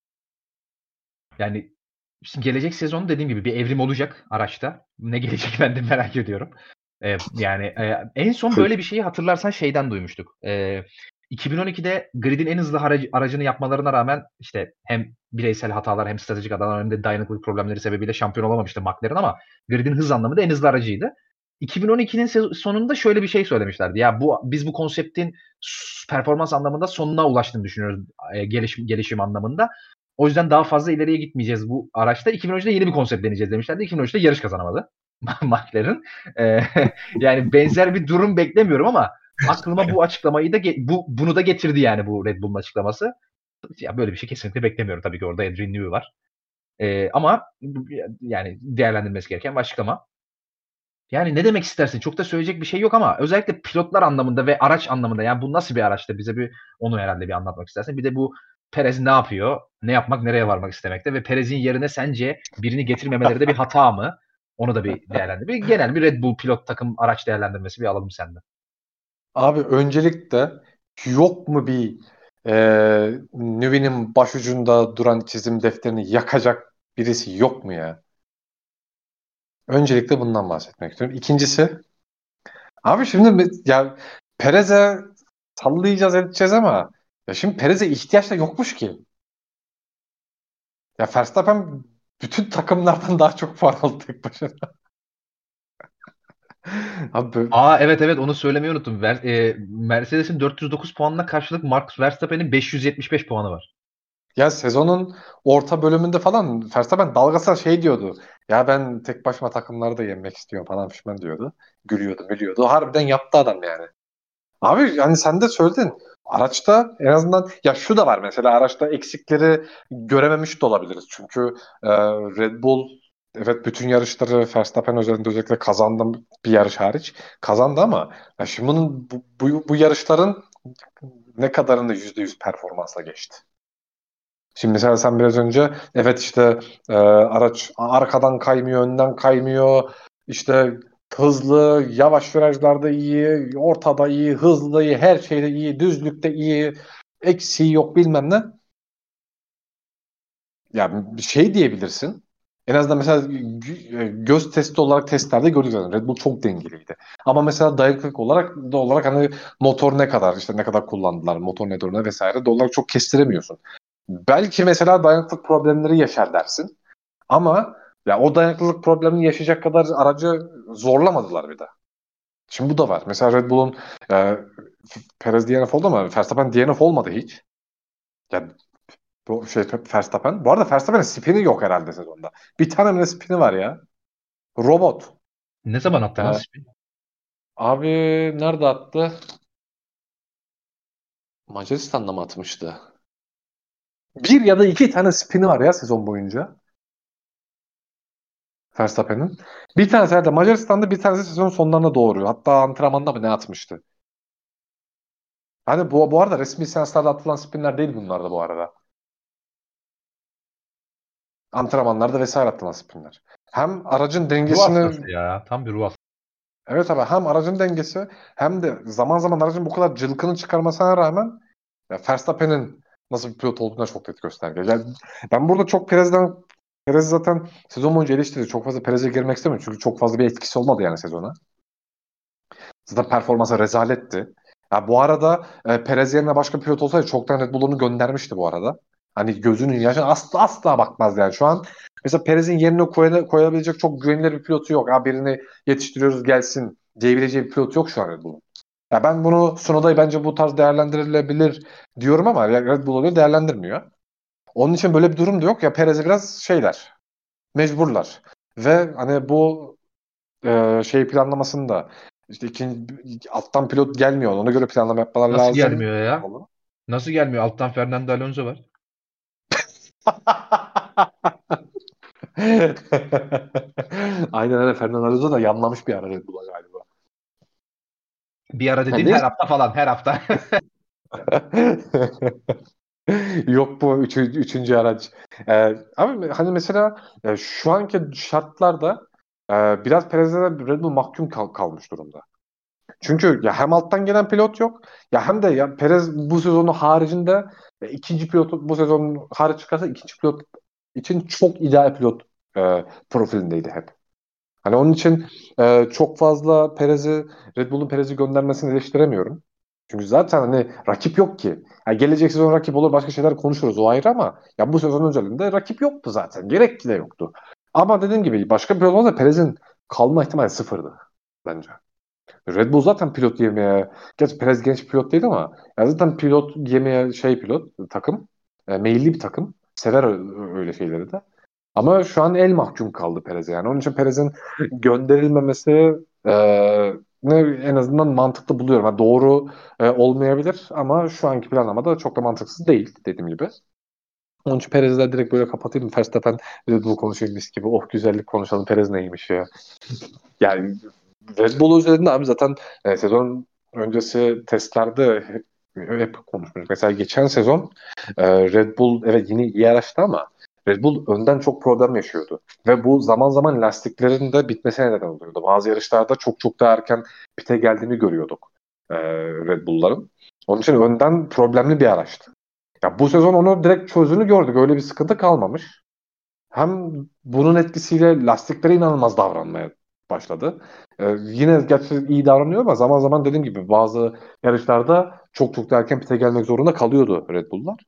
Speaker 1: Yani şimdi gelecek sezon dediğim gibi bir evrim olacak araçta. Ne gelecek ben de merak ediyorum. Yani en son böyle bir şeyi hatırlarsan şeyden duymuştuk. 2012'de gridin en hızlı aracını yapmalarına rağmen işte hem bireysel hatalar hem stratejik hatalar hem de dayanıklılık problemleri sebebiyle şampiyon olamamıştı McLaren ama gridin hız anlamında en hızlı aracıydı. 2012'nin sonunda şöyle bir şey söylemişlerdi. Ya biz bu konseptin performans anlamında sonuna ulaştığını düşünüyoruz gelişim anlamında. O yüzden daha fazla ileriye gitmeyeceğiz bu araçta. 2013'te yeni bir konsept deneyeceğiz demişlerdi. 2013'te yarış kazanamadı McLaren. Yani benzer bir durum beklemiyorum ama aklıma bu açıklamayı da bunu da getirdi yani bu Red Bull'un açıklaması. Ya böyle bir şey kesinlikle beklemiyorum. Tabii ki orada Adrian Newey var. Ama yani değerlendirilmesi gereken bir açıklama. Yani ne demek istersin? Çok da söyleyecek bir şey yok ama özellikle pilotlar anlamında ve araç anlamında yani bu nasıl bir araçtı? Bize onu herhalde bir anlatmak istersin. Bir de bu Perez ne yapıyor? Ne yapmak, nereye varmak istemekte ve Perez'in yerine sence birini getirmemeleri de bir hata mı? Onu da bir değerlendir. Genel bir Red Bull pilot takım araç değerlendirmesi bir alalım senden.
Speaker 2: Abi öncelikle yok mu bir Nüvi'nin başucunda duran çizim defterini yakacak birisi yok mu ya? Öncelikle bundan bahsetmek istiyorum. İkincisi, abi şimdi ya Perez'e sallayacağız edeceğiz ama ya şimdi Perez'e ihtiyaç da yokmuş ki. Ya Verstappen bütün takımlardan daha çok puan aldı tek başına. Abi
Speaker 1: Evet evet, onu söylemeyi unuttum. Mercedes'in 409 puanına karşılık Max Verstappen'in 575 puanı var.
Speaker 2: ya sezonun orta bölümünde falan Verstappen dalgasal şey diyordu. Ya ben tek başıma takımları da yenmek istiyorum falan pişman diyordu. Gülüyordu, gülüyordu. Harbiden yaptı adam yani. Abi hani sen de söyledin. Araçta en azından ya şu da var mesela araçta eksikleri görememiş de olabiliriz. Çünkü Red Bull evet bütün yarışları Verstappen özellikle kazandı bir yarış hariç kazandı ama ya şimdi bu yarışların ne kadarını %100 performansla geçti. Şimdi mesela sen biraz önce evet işte araç arkadan kaymıyor, önden kaymıyor. İşte hızlı, yavaş virajlarda iyi, ortada iyi, hızlı iyi, her şeyde iyi, düzlükte iyi, eksiği yok bilmem ne. Ya bir şey diyebilirsin. En azından mesela göz testi olarak testlerde gördük zaten. Red Bull çok dengeliydi. Ama mesela dayanıklılık olarak hani motor ne kadar işte ne kadar kullandılar, motor ne durumda vesaire de olarak çok kestiremiyorsun. Belki mesela dayanıklılık problemleri yaşar dersin. Ama ya o dayanıklılık problemini yaşayacak kadar aracı zorlamadılar bir de. Şimdi bu da var. Mesela Red Bull'un e, Perez DNF oldu ama Verstappen DNF olmadı hiç. Ya bu şey Verstappen. Bu arada Verstappen'in spini yok herhalde sezonda. Bir tane bile spini var ya. Robot.
Speaker 1: Ne zaman attı lan
Speaker 2: E,
Speaker 1: spin?
Speaker 2: abi nerede attı? Macaristan'da mı atmıştı? Bir ya da iki tane spini var ya sezon boyunca. Verstappen'in. Bir tanesi herhalde Macaristan'da bir tanesi sezon sonlarına doğru. Hatta antrenmanda mı ne atmıştı? Hani bu arada resmi seanslarda atılan spinler değil bunlar da bu arada. Antrenmanlarda vesaire atılan spinler. Hem aracın
Speaker 1: Ruh
Speaker 2: dengesini
Speaker 1: hastası ya. Tam bir ruh hastası.
Speaker 2: evet abi hem aracın dengesi hem de zaman zaman aracın bu kadar cılkını çıkarmasına rağmen ya Verstappen'in nasıl bir pilot olduğuna çok net gösterge. Yani ben burada çok Perez zaten sezon boyunca eleştirdi. Çok fazla Perez'e girmek istemiyorum. Çünkü çok fazla bir etkisi olmadı yani sezona. Zaten performansı rezaletti. Ya bu arada Perez yerine başka pilot olsaydı çoktan Red Bull onu göndermişti bu arada. Hani gözünün yaşına asla bakmaz yani. Şu an mesela Perez'in yerine koyabilecek çok güvenilir bir pilotu yok. Ha birini yetiştiriyoruz gelsin diyebileceği bir pilot yok şu an Red Bull'un. Ya ben bunu Tsunoda'yı bence bu tarz değerlendirilebilir diyorum ama Red Bull öyle değerlendirmiyor. Onun için böyle bir durum da yok. Ya Perez'e biraz şeyler, mecburlar. Ve hani bu şey planlamasında işte alttan pilot gelmiyor. Ona göre planlama yapmalar
Speaker 1: Nasıl
Speaker 2: lazım.
Speaker 1: gelmiyor ya? Nasıl gelmiyor? Alttan Fernando Alonso var.
Speaker 2: Aynen öyle. Fernando Alonso da yanlamış bir ara Red Bull'a galiba.
Speaker 1: Bir ara
Speaker 2: Ha,
Speaker 1: dediğim her
Speaker 2: neyse.
Speaker 1: hafta falan. Her hafta.
Speaker 2: Yok bu üçüncü araç. Abi hani mesela şu anki şartlarda biraz Perez'e de Red Bull mahkum kalmış durumda. Çünkü ya hem alttan gelen pilot yok ya hem de ya Perez bu sezonu haricinde ikinci pilot bu sezon hariç çıkarsa ikinci pilot için çok ideal pilot profilindeydi hep. Hani onun için çok fazla Red Bull'un Perez'i göndermesini eleştiremiyorum. Çünkü zaten hani rakip yok ki. Ya gelecek sezon rakip olur başka şeyler konuşuruz o ayrı ama ya bu sezon özelinde rakip yoktu zaten. Gerekli de yoktu. Ama dediğim gibi başka bir pilot olsa Perez'in kalma ihtimali sıfırdı bence. Red Bull zaten pilot yemeye, gerçi Perez genç pilot değil ama ya zaten pilot yemeye pilot takım, meyilli bir takım. Sever öyle şeyleri de. Ama şu an el mahkum kaldı Perez'e yani. Onun için Perez'in gönderilmemesi ne en azından mantıklı buluyorum. Yani doğru olmayabilir ama şu anki planlamada çok da mantıksız değil dediğim gibi. Onun için Perez'ler direkt böyle kapatayım. Verstappen Red Bull konuşayım mis gibi. Oh güzellik konuşalım. Perez neymiş ya. Yani Red Bull üzerinde abi zaten sezon öncesi testlerde hep konuşmuş. Mesela geçen sezon Red Bull evet yine iyi araçtı ama Red Bull önden çok problem yaşıyordu. Ve bu zaman zaman lastiklerin de bitmesine neden oluyordu. Bazı yarışlarda çok daha erken pite geldiğini görüyorduk. Red Bull'ların. Onun için önden problemli bir araçtı. Ya bu sezon onu direkt çözdüğünü gördük. Öyle bir sıkıntı kalmamış. Hem bunun etkisiyle lastiklere inanılmaz davranmaya başladı. Yine gerçi iyi davranıyor ama zaman zaman dediğim gibi bazı yarışlarda çok çok da erken pite gelmek zorunda kalıyordu Red Bull'lar.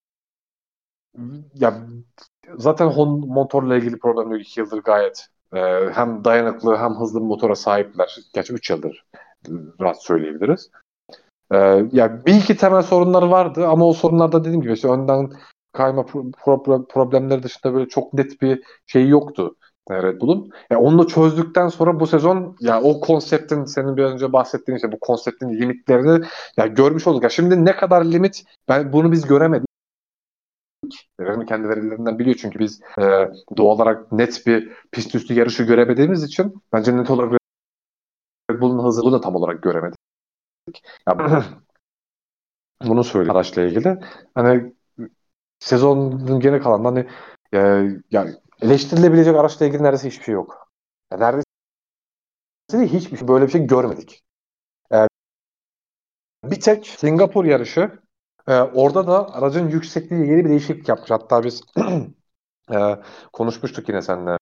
Speaker 2: Ya zaten motorla ilgili problem yok. 2 yıldır gayet hem dayanıklı hem hızlı bir motora sahipler. Gerçi 3 yıldır rahat söyleyebiliriz. Ya bir iki temel sorunları vardı ama o sorunlarda dediğim gibi işte önden kayma problemleri dışında böyle çok net bir şey yoktu Red Bull'un. Ya onu da çözdükten sonra bu sezon ya o konseptin senin bir önce bahsettiğin işte bu konseptin limitlerini ya görmüş olduk. Ya şimdi ne kadar limit bunu biz göremedik. Ferrari kendi verilerinden biliyor çünkü biz doğal olarak net bir pist üstü yarışı göremediğimiz için bence net olarak Red Bull'un hızını da tam olarak göremedik. Ya, bunu söyleyeyim araçla ilgili. Hani sezonun geri kalanında hani e, yani eleştirilebilecek araçla ilgili neredeyse hiçbir şey yok. Yani neredeyse hiçbir şey, böyle bir şey görmedik. E, Bir tek Singapur yarışı orada da aracın yüksekliği ilgili bir değişiklik yapmış. Hatta biz konuşmuştuk yine seninle.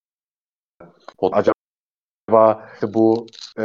Speaker 2: Acaba işte bu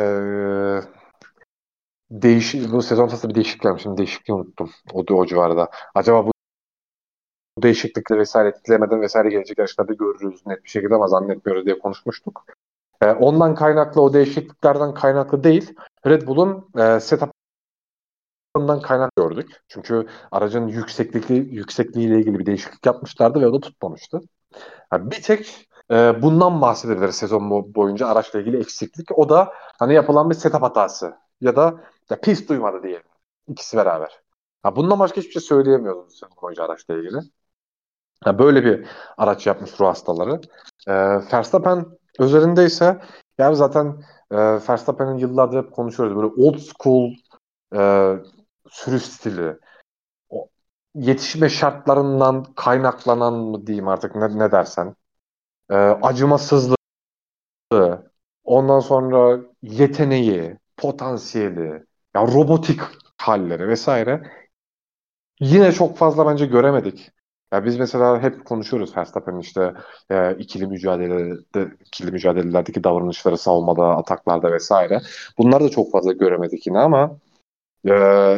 Speaker 2: bu sezon sonrası bir değişiklik gelmiş. Şimdi değişikliği unuttum. O civarda. Acaba bu değişiklikle vesaire etkilemeden vesaire gelecek yarışlarda görürüz net bir şekilde ama zannetmiyoruz diye konuşmuştuk. Ondan kaynaklı o değişikliklerden kaynaklı değil. Red Bull'un setup'ından kaynaklı gördük. Çünkü aracın yüksekliğiyle ilgili bir değişiklik yapmışlardı ve o da tutmamıştı. Yani bir tek bundan bahsedebiliriz sezon boyunca araçla ilgili eksiklik. O da hani yapılan bir setup hatası ya da ya pist duymadı diyelim. İkisi beraber. Ha, bundan başka hiçbir şey söyleyemiyoruz sezon boyunca araçla ilgili. Ha, böyle bir araç yapmış ruh hastaları. E, Verstappen üzerinde ise yani zaten Verstappen'in yıllardır hep konuşuyoruz. Böyle old school e, sürüş stili. O, yetişme şartlarından kaynaklanan mı diyeyim artık ne dersen. Acımasızlığı, ondan sonra yeteneği, potansiyeli, ya robotik halleri vesaire yine çok fazla bence göremedik. Ya biz mesela hep konuşuyoruz Verstappen'in işte ikili mücadelelerdeki davranışları, savunmada, ataklarda vesaire. Bunları da çok fazla göremedik yine ama e,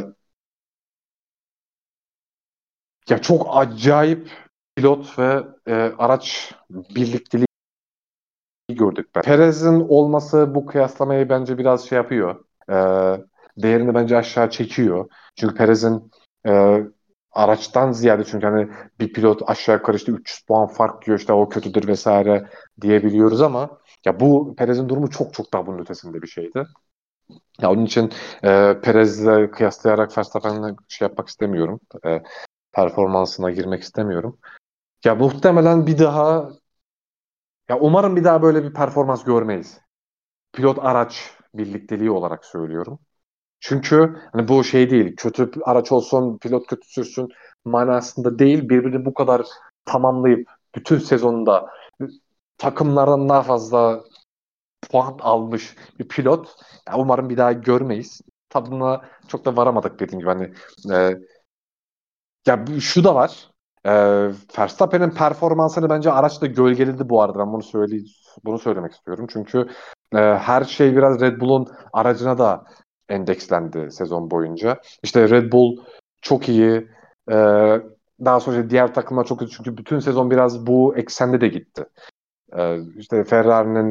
Speaker 2: ya çok acayip pilot ve araç birlikteliği gördük ben. Perez'in olması bu kıyaslamayı bence biraz şey yapıyor. Değerini bence aşağı çekiyor. Çünkü Perez'in e, araçtan ziyade çünkü hani bir pilot aşağı yukarı işte 300 puan fark diyor işte o kötüdür vesaire diyebiliyoruz ama ya bu Perez'in durumu çok çok daha bunun ötesinde bir şeydi. Ya onun için Perez'le kıyaslayarak Verstappen'le şey yapmak istemiyorum. Performansına girmek istemiyorum. Ya muhtemelen bir daha ya umarım bir daha böyle bir performans görmeyiz. Pilot araç birlikteliği olarak söylüyorum. Çünkü hani bu şey değil, kötü araç olsun, pilot kötü sürsün manasında değil, birbirini bu kadar tamamlayıp bütün sezonunda takımlardan daha fazla puan almış bir pilot. Ya umarım bir daha görmeyiz. Tadına çok da varamadık dediğim gibi. Hani e, ya şu da var. E, Verstappen'in performansını bence araçta gölgeledi bu arada. Ben bunu söylemek istiyorum. Çünkü her şey biraz Red Bull'un aracına da endekslendi sezon boyunca. İşte Red Bull çok iyi. E, Daha sonra işte diğer takımlar çok iyi. Çünkü bütün sezon biraz bu eksende de gitti. İşte Ferrari'nin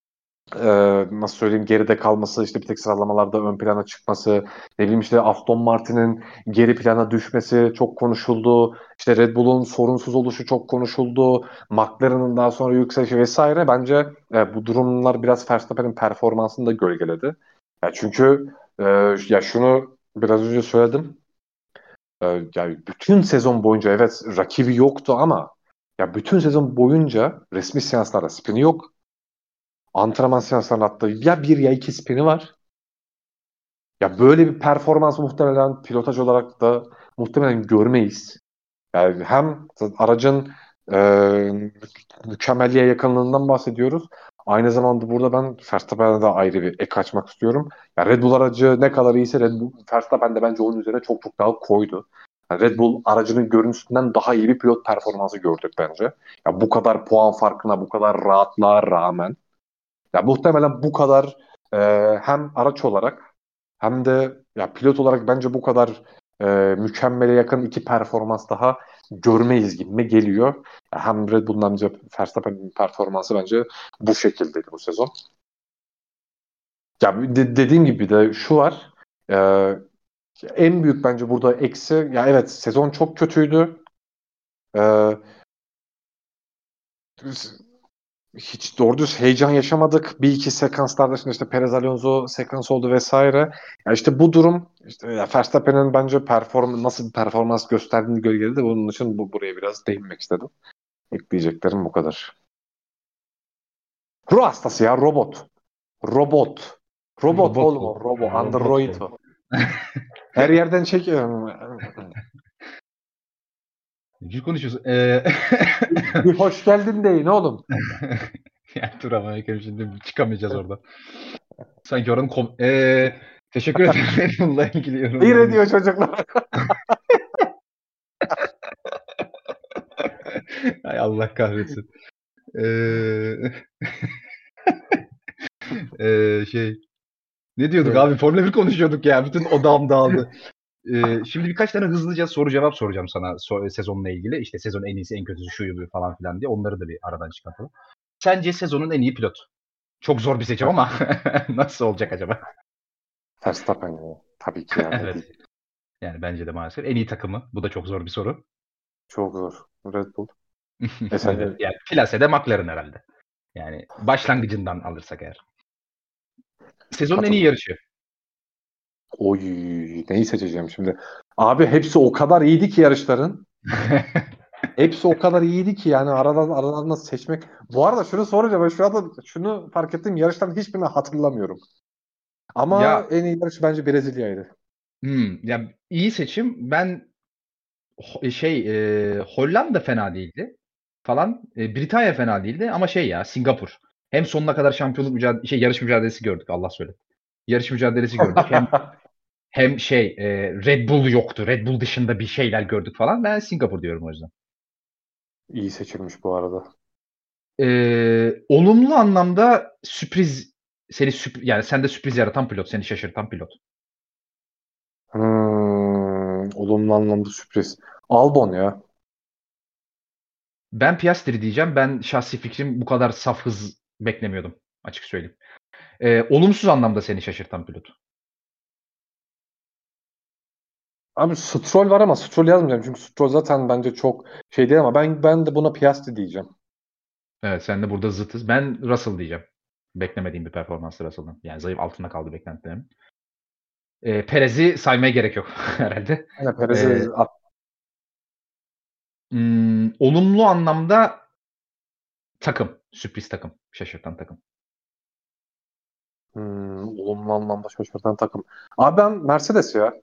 Speaker 2: nasıl söyleyeyim geride kalması işte bir tek sıralamalarda ön plana çıkması ne bileyim işte Aston Martin'in geri plana düşmesi çok konuşuldu. İşte Red Bull'un sorunsuz oluşu çok konuşuldu. McLaren'ın daha sonra yükselişi vesaire bence bu durumlar biraz Verstappen'in performansını da gölgeledi. Ya çünkü ya şunu biraz önce söyledim. Yani bütün sezon boyunca evet rakibi yoktu ama ya bütün sezon boyunca resmi seanslarda spini yok. Antrenman seanslarında attığı ya bir ya iki spini var. Ya böyle bir performans muhtemelen pilotaj olarak da muhtemelen görmeyiz. Yani hem aracın e, mükemmelliğe yakınlığından bahsediyoruz. Aynı zamanda burada ben Verstappen'e de ayrı bir ek açmak istiyorum. Ya Red Bull aracı ne kadar iyiyse Red Bull, Verstappen de bence onun üzerine çok çok daha koydu. Yani Red Bull aracının görüntüsünden daha iyi bir pilot performansı gördük bence. Ya bu kadar puan farkına, bu kadar rahatlığa rağmen ya muhtemelen bu kadar e, hem araç olarak hem de ya pilot olarak bence bu kadar mükemmele yakın iki performans daha görmeyiz gibi mi geliyor. Ya hem Red Bull'un hem de Verstappen'in performansı bence bu şekildeydi bu sezon. Ya dediğim gibi de şu var. e, En büyük bence burada eksi ya evet sezon çok kötüydü. E, Hiç doğru düz heyecan yaşamadık. Bir iki sekanslarda işte Perez Alonso sekans oldu vesaire. Ya işte bu durum işte ya Verstappen'in bence nasıl bir performans gösterdiğini gölgeledi de bunun için buraya biraz değinmek istedim. Ekleyeceklerim bu kadar. Ruh hastası ya robot. Robot. Robot
Speaker 1: Robot
Speaker 2: oğlum
Speaker 1: bu.
Speaker 2: o. Robot.
Speaker 1: Robot
Speaker 2: Android
Speaker 1: bu.
Speaker 2: o. Her yerden çekiyorum.
Speaker 1: Düzgün konuşuyorsun.
Speaker 2: Bir hoş geldin deyin oğlum.
Speaker 1: Yani dur ama şimdi çıkamayacağız oradan. Sanki oranın teşekkür ederim bununla ilgili
Speaker 2: Hayır
Speaker 1: yorumların
Speaker 2: ediyor
Speaker 1: için.
Speaker 2: çocuklar.
Speaker 1: Ay Allah kahretsin. Ee, şey ne diyorduk
Speaker 2: Evet.
Speaker 1: abi? Formula 1 konuşuyorduk ya. Bütün odağım dağıldı. Şimdi birkaç tane hızlıca soru cevap soracağım sana sezonla ilgili. İşte sezonun en iyisi en kötüsü şu bu falan filan diye. Onları da bir aradan çıkartalım. Sence sezonun en iyi pilot? Çok zor bir seçim ama nasıl olacak acaba?
Speaker 2: Verstappen ya. Tabii ki ya. Ne
Speaker 1: Evet.
Speaker 2: diyeyim.
Speaker 1: Yani bence de maalesef. En iyi takımı. Bu da çok zor bir soru.
Speaker 2: Çok zor. Red Bull. Sence?
Speaker 1: Evet. Yani Plase'de McLaren herhalde. Yani başlangıcından alırsak eğer. Sezonun en iyi
Speaker 2: Katılıyorum.
Speaker 1: yarışı.
Speaker 2: Oy, neyi seçeceğim şimdi? Abi hepsi o kadar iyiydi ki yarışların. Hepsi o kadar iyiydi ki yani aralarında seçmek. Bu arada şunu soracağım. Ben şu anda şunu fark ettim. Yarışların hiçbirini hatırlamıyorum. Ama
Speaker 1: Ya
Speaker 2: en iyi yarış bence Brezilya'ydı.
Speaker 1: ya iyi seçim. Ben Hollanda fena değildi falan. Britanya fena değildi ama ya Singapur. Hem sonuna kadar şampiyonluk yarış mücadelesi gördük Allah söyletti. Yarış mücadelesi gördük. Hem Red Bull yoktu. Red Bull dışında bir şeyler gördük falan. Ben Singapur diyorum o yüzden.
Speaker 2: İyi seçilmiş bu arada.
Speaker 1: Olumlu anlamda sürpriz yani sende sürpriz yaratan pilot, seni şaşırtan pilot.
Speaker 2: Olumlu anlamda sürpriz. Albon ya.
Speaker 1: Ben Piastri diyeceğim. Ben şahsi fikrim bu kadar saf hız beklemiyordum açık söyleyeyim. Olumsuz anlamda seni şaşırtan pilot.
Speaker 2: Abi Stroll var ama Stroll yazmayacağım. Çünkü Stroll zaten bence çok şey değil ama ben de buna Piastri diyeceğim.
Speaker 1: Evet, sen de burada zıtız. Ben Russell diyeceğim. Beklemediğim bir performansı Russell'ın. Yani zayıf altında kaldı beklentilerim. Perez'i saymaya gerek yok herhalde.
Speaker 2: Hani Perez'i
Speaker 1: Ee, Olumlu anlamda takım. Sürpriz takım. Şaşırtan takım.
Speaker 2: olumlu anlamda şaşırtan takım. Abi ben Mercedes ya.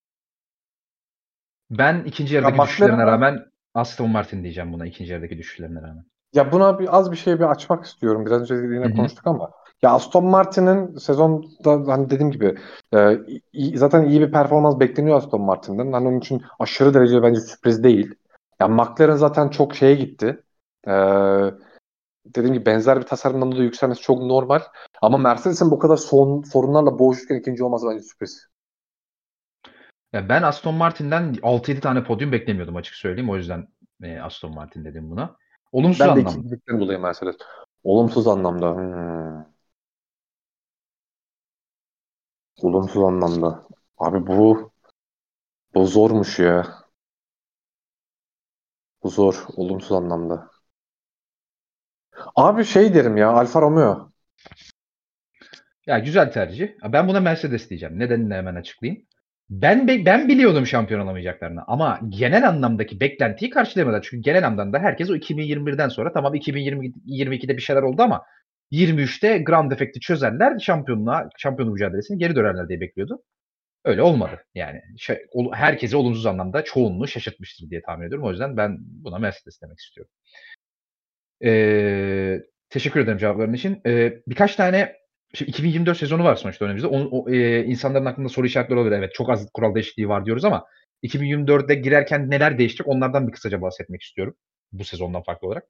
Speaker 1: Ben ikinci
Speaker 2: Ya
Speaker 1: yarıdaki düşüşlerine
Speaker 2: McLaren'a
Speaker 1: rağmen Aston Martin diyeceğim buna. İkinci yarıdaki düşüşlerine rağmen.
Speaker 2: ya buna az bir şey bir açmak istiyorum. Biraz önce
Speaker 1: Hı
Speaker 2: yine
Speaker 1: hı.
Speaker 2: konuştuk ama ya Aston Martin'in sezonda hani dediğim gibi zaten iyi bir performans bekleniyor Aston Martin'den. Hani onun için aşırı derece bence sürpriz değil. Ya McLaren zaten çok şeye gitti. E, Dediğim gibi benzer bir tasarımdan da yükselmesi çok normal. Ama Mercedes'in bu kadar sorunlarla boğuşurken ikinci olması bence sürpriz.
Speaker 1: Ya ben Aston Martin'den 6-7 tane podyum beklemiyordum açık söyleyeyim. O yüzden Aston Martin dedim buna. Olumsuz
Speaker 2: Ben de
Speaker 1: anlamda.
Speaker 2: ikincilikten dolayı Mercedes. Olumsuz anlamda. Olumsuz anlamda. Abi bu zormuş ya. Bu zor. Olumsuz anlamda. Abi şey derim ya. Alfa Romeo.
Speaker 1: Ya güzel tercih. Ben buna Mercedes diyeceğim. Nedenini hemen açıklayayım. Ben biliyordum şampiyon olamayacaklarını ama genel anlamdaki beklentiyi karşılayamadılar. Çünkü genel anlamda herkes o 2021'den sonra tamam 2022'de bir şeyler oldu ama 23'te ground defect'i çözerler, şampiyonluk mücadelesine geri dönerler diye bekliyordu. Öyle olmadı. Yani herkesi olumsuz anlamda çoğunluğu şaşırtmıştır diye tahmin ediyorum. O yüzden ben buna Mercedes demek istiyorum. Teşekkür ederim cevapların için. Birkaç tane şimdi 2024 sezonu var sonuçta önümüzde. İnsanların aklında soru işaretleri olabilir. Evet, çok az kural değişikliği var diyoruz ama 2024'e girerken neler değişecek onlardan bir kısaca bahsetmek istiyorum bu sezondan farklı olarak.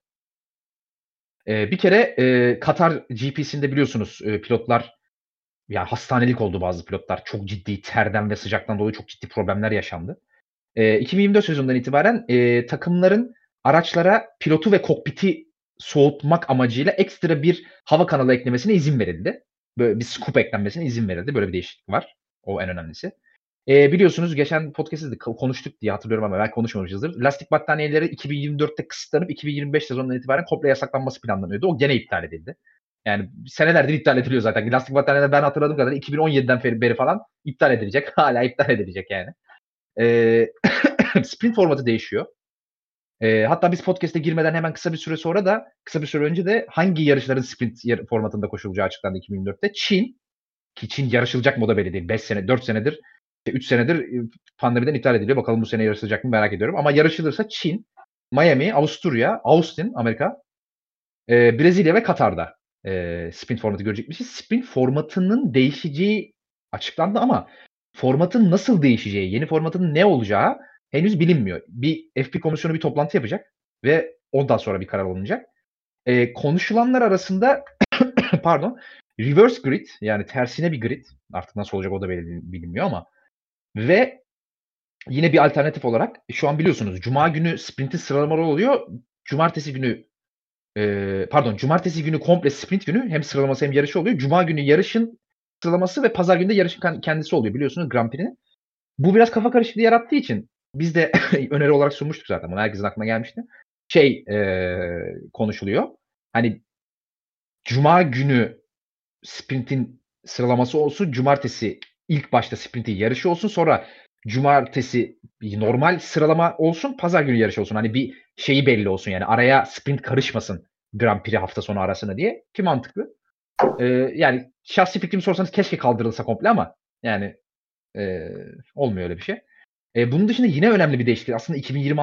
Speaker 1: Bir kere, Katar GP'sinde biliyorsunuz, pilotlar ya hastanelik oldu bazı pilotlar. Çok ciddi terden ve sıcaktan dolayı çok ciddi problemler yaşandı. 2024 sezonundan itibaren, takımların araçlara pilotu ve kokpiti soğutmak amacıyla ekstra bir hava kanalı eklemesine izin verildi. Böyle bir scoop eklenmesine izin verildi. Böyle bir değişiklik var. O en önemlisi. Biliyorsunuz geçen podcast'te de konuştuk diye hatırlıyorum ama belki konuşmamışızdır. Lastik battaniyeleri 2024'te kısıtlanıp 2025 sezonundan itibaren komple yasaklanması planlanıyordu. O gene iptal edildi. Yani senelerdir iptal ediliyor zaten. Lastik battaniyeler ben hatırladığım kadarıyla 2017'den beri falan iptal edilecek. Hâlâ iptal edilecek yani. Eee, sprint formatı değişiyor. Hatta biz podcast'e girmeden hemen kısa bir süre önce de hangi yarışların sprint formatında koşulacağı açıklandı 2024'te. Çin, ki Çin yarışılacak mı o da belli değil. 5 sene, 4 senedir, 3 senedir pandemiden iptal ediliyor. Bakalım bu sene yarışılacak mı merak ediyorum. Ama yarışılırsa Çin, Miami, Avusturya, Austin, Amerika, Brezilya ve Katar'da sprint formatı görecekmişiz. Sprint formatının değişeceği açıklandı ama formatın nasıl değişeceği, yeni formatın ne olacağı henüz bilinmiyor. Bir FP komisyonu bir toplantı yapacak ve ondan sonra bir karar alınacak. Konuşulanlar arasında pardon, reverse grid yani tersine bir grid, artık nasıl olacak o da bilinmiyor ama ve yine bir alternatif olarak şu an biliyorsunuz cuma günü sprintin sıralamaları oluyor. Cumartesi günü cumartesi günü komple sprint günü hem sıralaması hem yarışı oluyor. Cuma günü yarışın sıralaması ve pazar günü de yarışın kendisi oluyor biliyorsunuz Grand Prix'nin. Bu biraz kafa karışıklığı yarattığı için biz de öneri olarak sunmuştuk zaten bunu. Herkesin aklına gelmişti. Konuşuluyor. Hani cuma günü sprintin sıralaması olsun. Cumartesi ilk başta sprintin yarışı olsun. Sonra cumartesi normal sıralama olsun. Pazar günü yarışı olsun. Hani bir şeyi belli olsun yani. Araya sprint karışmasın Grand Prix hafta sonu arasına diye. Ki mantıklı. Yani şahsi fikrimi sorsanız keşke kaldırılsa komple ama yani olmuyor öyle bir şey. Bunun dışında yine önemli bir değişiklik. Aslında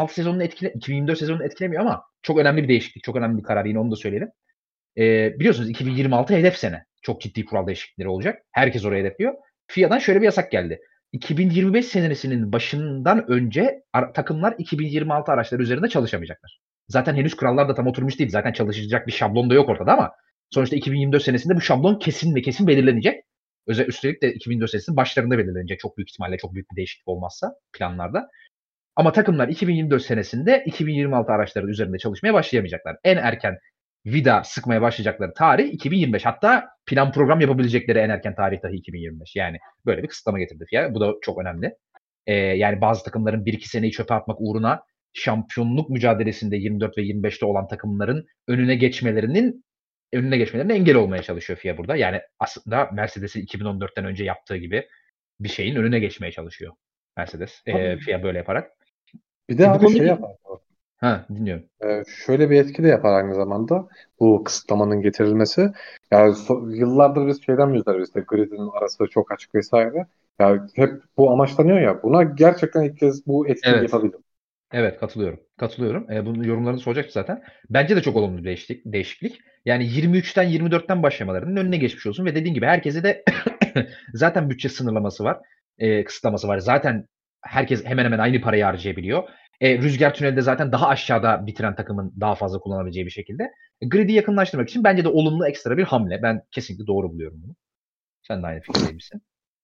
Speaker 1: 2024 sezonunu etkilemiyor ama çok önemli bir değişiklik. Çok önemli bir karar. Yine onu da söyleyelim. Biliyorsunuz 2026 hedef sene. Çok ciddi kural değişiklikleri olacak. Herkes oraya hedefliyor. FIA'dan şöyle bir yasak geldi. 2025 senesinin başından önce takımlar 2026 araçları üzerinde çalışamayacaklar. Zaten henüz kurallar da tam oturmuş değil. Zaten çalışacak bir şablon da yok ortada ama sonuçta 2024 senesinde bu şablon kesin ve kesin belirlenecek. Üstelik de 2024 senesinin başlarında belirlenecek çok büyük ihtimalle, çok büyük bir değişiklik olmazsa planlarda. Ama takımlar 2024 senesinde 2026 araçları üzerinde çalışmaya başlayamayacaklar. En erken vida sıkmaya başlayacakları tarih 2025. Hatta plan program yapabilecekleri en erken tarih dahi 2025. Yani böyle bir kısıtlama getirdi FIA. Bu da çok önemli. Yani bazı takımların 1-2 seneyi çöpe atmak uğruna şampiyonluk mücadelesinde 24 ve 25'te olan takımların önüne geçmelerine engel olmaya çalışıyor FIA burada. Yani aslında Mercedes'in 2014'ten önce yaptığı gibi bir şeyin önüne geçmeye çalışıyor Mercedes. FIA böyle yaparak.
Speaker 2: Bir de
Speaker 1: Bu
Speaker 2: abi
Speaker 1: konuda
Speaker 2: şey yapar.
Speaker 1: dinliyorum.
Speaker 2: Şöyle bir etki de yapar aynı zamanda bu kısıtlamanın getirilmesi. Yani yıllardır biz şeyden müzdaribiz işte gridin arası çok açık vesaire. Yani hep bu amaçlanıyor ya. Buna gerçekten ilk kez bu etkiyi
Speaker 1: Evet.
Speaker 2: yapabilir.
Speaker 1: Evet, katılıyorum. Katılıyorum. Bunun yorumlarını soracaktım zaten. Bence de çok olumlu bir değişiklik. Yani 23'ten 24'ten başlamalarının önüne geçmiş olsun ve dediğin gibi herkese de zaten bütçe sınırlaması var, kısıtlaması var. Zaten herkes hemen hemen aynı parayı harcayabiliyor. Rüzgar tüneli de zaten daha aşağıda bitiren takımın daha fazla kullanabileceği bir şekilde. Grid'i yakınlaştırmak için bence de olumlu ekstra bir hamle. Ben kesinlikle doğru buluyorum bunu. Sen de aynı fikirdeymişsin.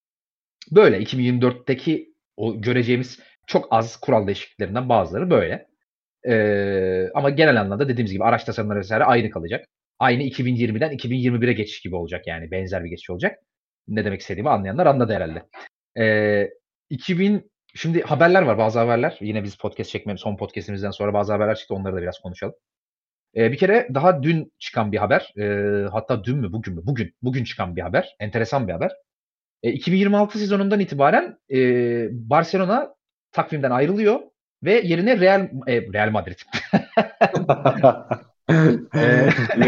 Speaker 1: Böyle 2024'teki o göreceğimiz çok az kural değişikliklerinden bazıları böyle. Ama genel anlamda dediğimiz gibi araç tasarımları vesaire aynı kalacak. Aynı 2020'den 2021'e geçiş gibi olacak yani benzer bir geçiş olacak. Ne demek istediğimi anlayanlar anladı herhâlde. Eee, 2000 Şimdi haberler var, bazı haberler. Yine biz son podcast'imizden sonra bazı haberler çıktı. Onları da biraz konuşalım. Bir kere daha dün çıkan bir haber. Hatta dün mü, bugün mü? Bugün çıkan bir haber. Enteresan bir haber. 2026 sezonundan itibaren, Barcelona takvimden ayrılıyor ve yerine Real Madrid. Eee,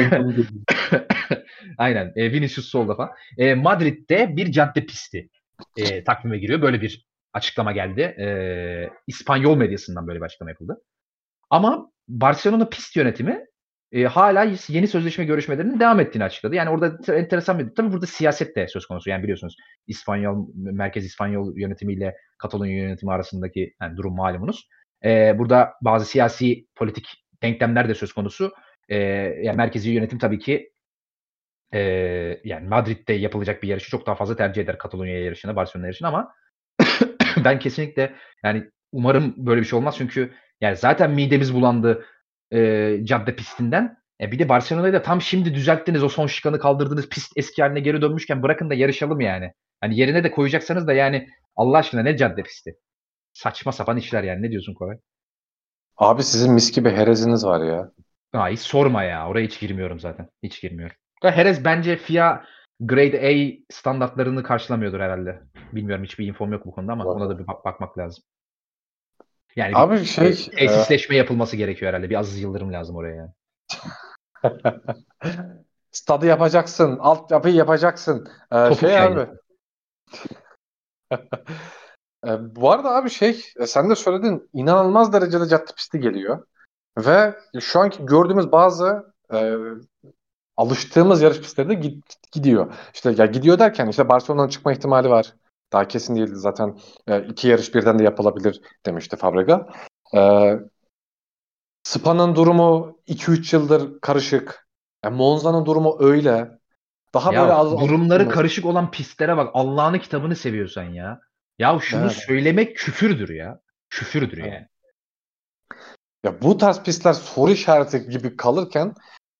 Speaker 1: aynen, Vinicius solda falan. Madrid'de bir cadde pisti, takvime giriyor. Böyle bir açıklama geldi. İspanyol medyasından böyle bir açıklama yapıldı. Ama Barcelona pist yönetimi hala yeni sözleşme görüşmelerinin devam ettiğini açıkladı. Yani orada enteresan bir, tabii burada siyaset de söz konusu. Yani biliyorsunuz Merkez İspanyol yönetimiyle Katalonya yönetimi arasındaki yani durum malumunuz. Burada bazı siyasi politik denklemler de söz konusu. Yani merkezi yönetim tabii ki yani Madrid'de yapılacak bir yarışı çok daha fazla tercih eder Katalonya yarışını, Barcelona yarışını ama ben kesinlikle yani umarım böyle bir şey olmaz çünkü yani zaten midemiz bulandı cadde pistinden. Bir de Barcelona'yı da tam şimdi düzelttiniz. O son şikanı kaldırdınız. Pist eski haline geri dönmüşken bırakın da yarışalım yani. Hani yerine de koyacaksanız da yani Allah aşkına ne cadde pisti? Saçma sapan işler yani. Ne diyorsun Koray?
Speaker 2: Abi sizin mis gibi hereziniz var ya.
Speaker 1: Hiç sorma ya. Oraya hiç girmiyorum zaten. Hiç girmiyorum. Herez bence FIA Grade A standartlarını karşılamıyordur herhalde. Bilmiyorum, hiçbir infom yok bu konuda ama ona da bir bakmak lazım. Yani bir
Speaker 2: Abi
Speaker 1: tesisleşme yapılması gerekiyor herhalde. Bir Aziz Yıldırım lazım oraya yani.
Speaker 2: stadı yapacaksın, altyapıyı yapacaksın.
Speaker 1: Topuk
Speaker 2: Abi.
Speaker 1: çaylı.
Speaker 2: Bu arada abi sen de söyledin, inanılmaz derecede cadde pisti geliyor. Ve şu anki gördüğümüz bazı alıştığımız yarış pistleri de gidiyor. İşte ya gidiyor derken işte Barcelona'dan çıkma ihtimali var. Daha kesin değildi zaten. İki yarış birden de yapılabilir demişti Fabregas. Spa'nın durumu 2-3 yıldır karışık. Monza'nın durumu öyle. Daha böyle
Speaker 1: Ya
Speaker 2: az
Speaker 1: durumları
Speaker 2: alıştığımız.
Speaker 1: karışık olan pistlere bak. Allah'ın kitabını seviyorsan ya. Ya şunu
Speaker 2: Evet,
Speaker 1: söylemek küfürdür ya. Küfürdür
Speaker 2: evet.
Speaker 1: yani.
Speaker 2: Ya bu tarz pistler soru işareti gibi kalırken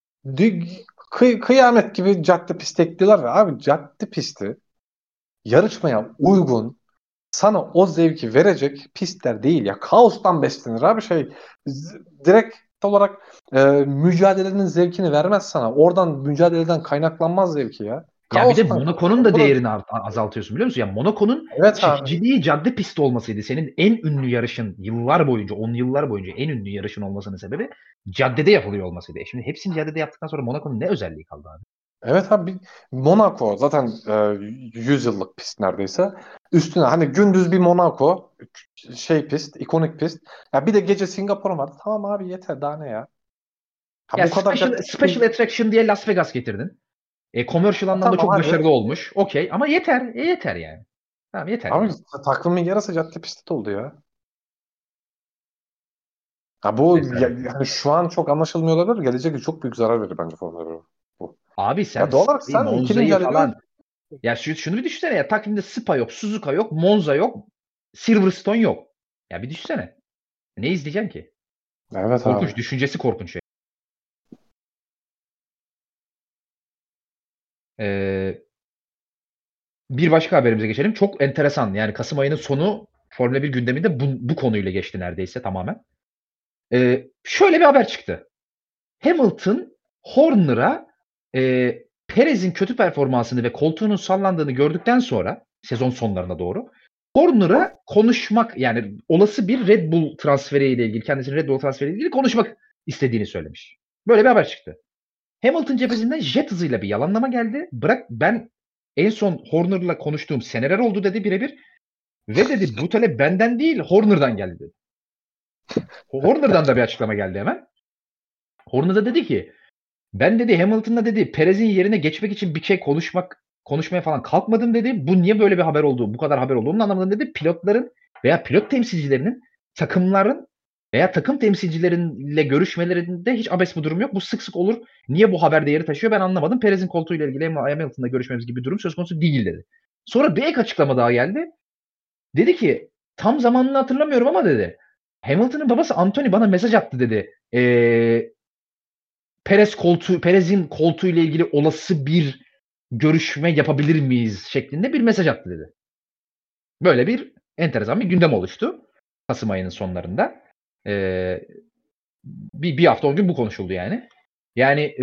Speaker 2: kıyamet gibi cadde pisti ekliyorlar ve abi cadde pisti yarışmaya uygun, sana o zevki verecek pistler değil ya. Kaostan beslenir abi direkt olarak mücadelenin zevkini vermez sana. Oradan mücadeleden kaynaklanmaz zevki ya.
Speaker 1: Ya bir de
Speaker 2: Kaostan
Speaker 1: Monaco'nun
Speaker 2: kaynaklanır.
Speaker 1: da değerini azaltıyorsun biliyor musun? Ya Monaco'nun
Speaker 2: Evet abi.
Speaker 1: çekiciliği cadde pisti olmasıydı. Senin en ünlü yarışın yıllar boyunca, 10 yıllar boyunca en ünlü yarışın olmasının sebebi caddede yapılıyor olmasıydı. Şimdi hepsini caddede yaptıktan sonra Monaco'nun ne özelliği kaldı abi?
Speaker 2: Evet abi, Monaco zaten 100 yıllık pist neredeyse. Üstüne hani gündüz bir Monaco pist, ikonik pist. Ya bir de gece Singapur vardı. Tamam abi, yeter, daha ne ya? Ha
Speaker 1: Ya
Speaker 2: bu kadar cadde
Speaker 1: special attraction diye Las Vegas getirdin. Commercial anlamda
Speaker 2: tamam
Speaker 1: çok
Speaker 2: hadi.
Speaker 1: başarılı olmuş. Okey ama yeter. Yeter yani. Tamam yeter
Speaker 2: Abi
Speaker 1: yani.
Speaker 2: takvimin yarısı cadde pisti oldu ya. Ha bu
Speaker 1: Rezalet.
Speaker 2: yani şu an çok anlaşılmıyor olabilir. Gelecek yıl çok büyük zarar verir bence Formula 1'e bu.
Speaker 1: Abi sen
Speaker 2: Ya doğal olarak
Speaker 1: Spa'yı,
Speaker 2: sen
Speaker 1: Monza'yı
Speaker 2: ikinci.
Speaker 1: falan. Ya şunu bir düşünsene ya. Takvimde Spa yok, Suzuka yok, Monza yok, Silverstone yok. Ya bir düşünsene. Ne izleyeceksin ki?
Speaker 2: Evet
Speaker 1: Korkunç.
Speaker 2: abi.
Speaker 1: Düşüncesi korkunç. Ee, Bir başka haberimize geçelim. Çok enteresan. Yani Kasım ayının sonu Formula 1 gündeminde bu konuyla geçti neredeyse tamamen. Şöyle bir haber çıktı. Hamilton Horner'a Perez'in kötü performansını ve koltuğunun sallandığını gördükten sonra sezon sonlarına doğru Horner'a konuşmak, yani olası bir Red Bull transferiyle ilgili, kendisinin Red Bull transferiyle ilgili konuşmak istediğini söylemiş. Böyle bir haber çıktı. Hamilton cephesinden jet hızıyla bir yalanlama geldi. Bırak, ben en son Horner'la konuştuğum seneler oldu dedi birebir. Ve dedi bu talep benden değil Horner'dan geldi dedi. Horner'dan da bir açıklama geldi hemen. Horner da dedi ki ben dedi Hamilton'la dedi Perez'in yerine geçmek için bir şey konuşmaya falan kalkmadım dedi. Bu niye böyle bir haber oldu? Bu kadar haber olduğunu anlamadım dedi. Pilotların veya pilot temsilcilerinin takımların veya takım temsilcileriyle görüşmelerinde hiç abes bir durum yok. Bu sık sık olur. Niye bu haber değeri taşıyor ben anlamadım. Perez'in koltuğuyla ilgili Hamilton'la görüşmemiz gibi bir durum söz konusu değil dedi. Sonra bir ek açıklama daha geldi. Dedi ki tam zamanını hatırlamıyorum ama dedi Hamilton'ın babası Anthony bana mesaj attı dedi. Perez'in koltuğu ile ilgili olası bir görüşme yapabilir miyiz şeklinde bir mesaj attı dedi. Böyle bir enteresan bir gündem oluştu Kasım ayının sonlarında. Bir hafta 10 gün bu konuşuldu yani. Yani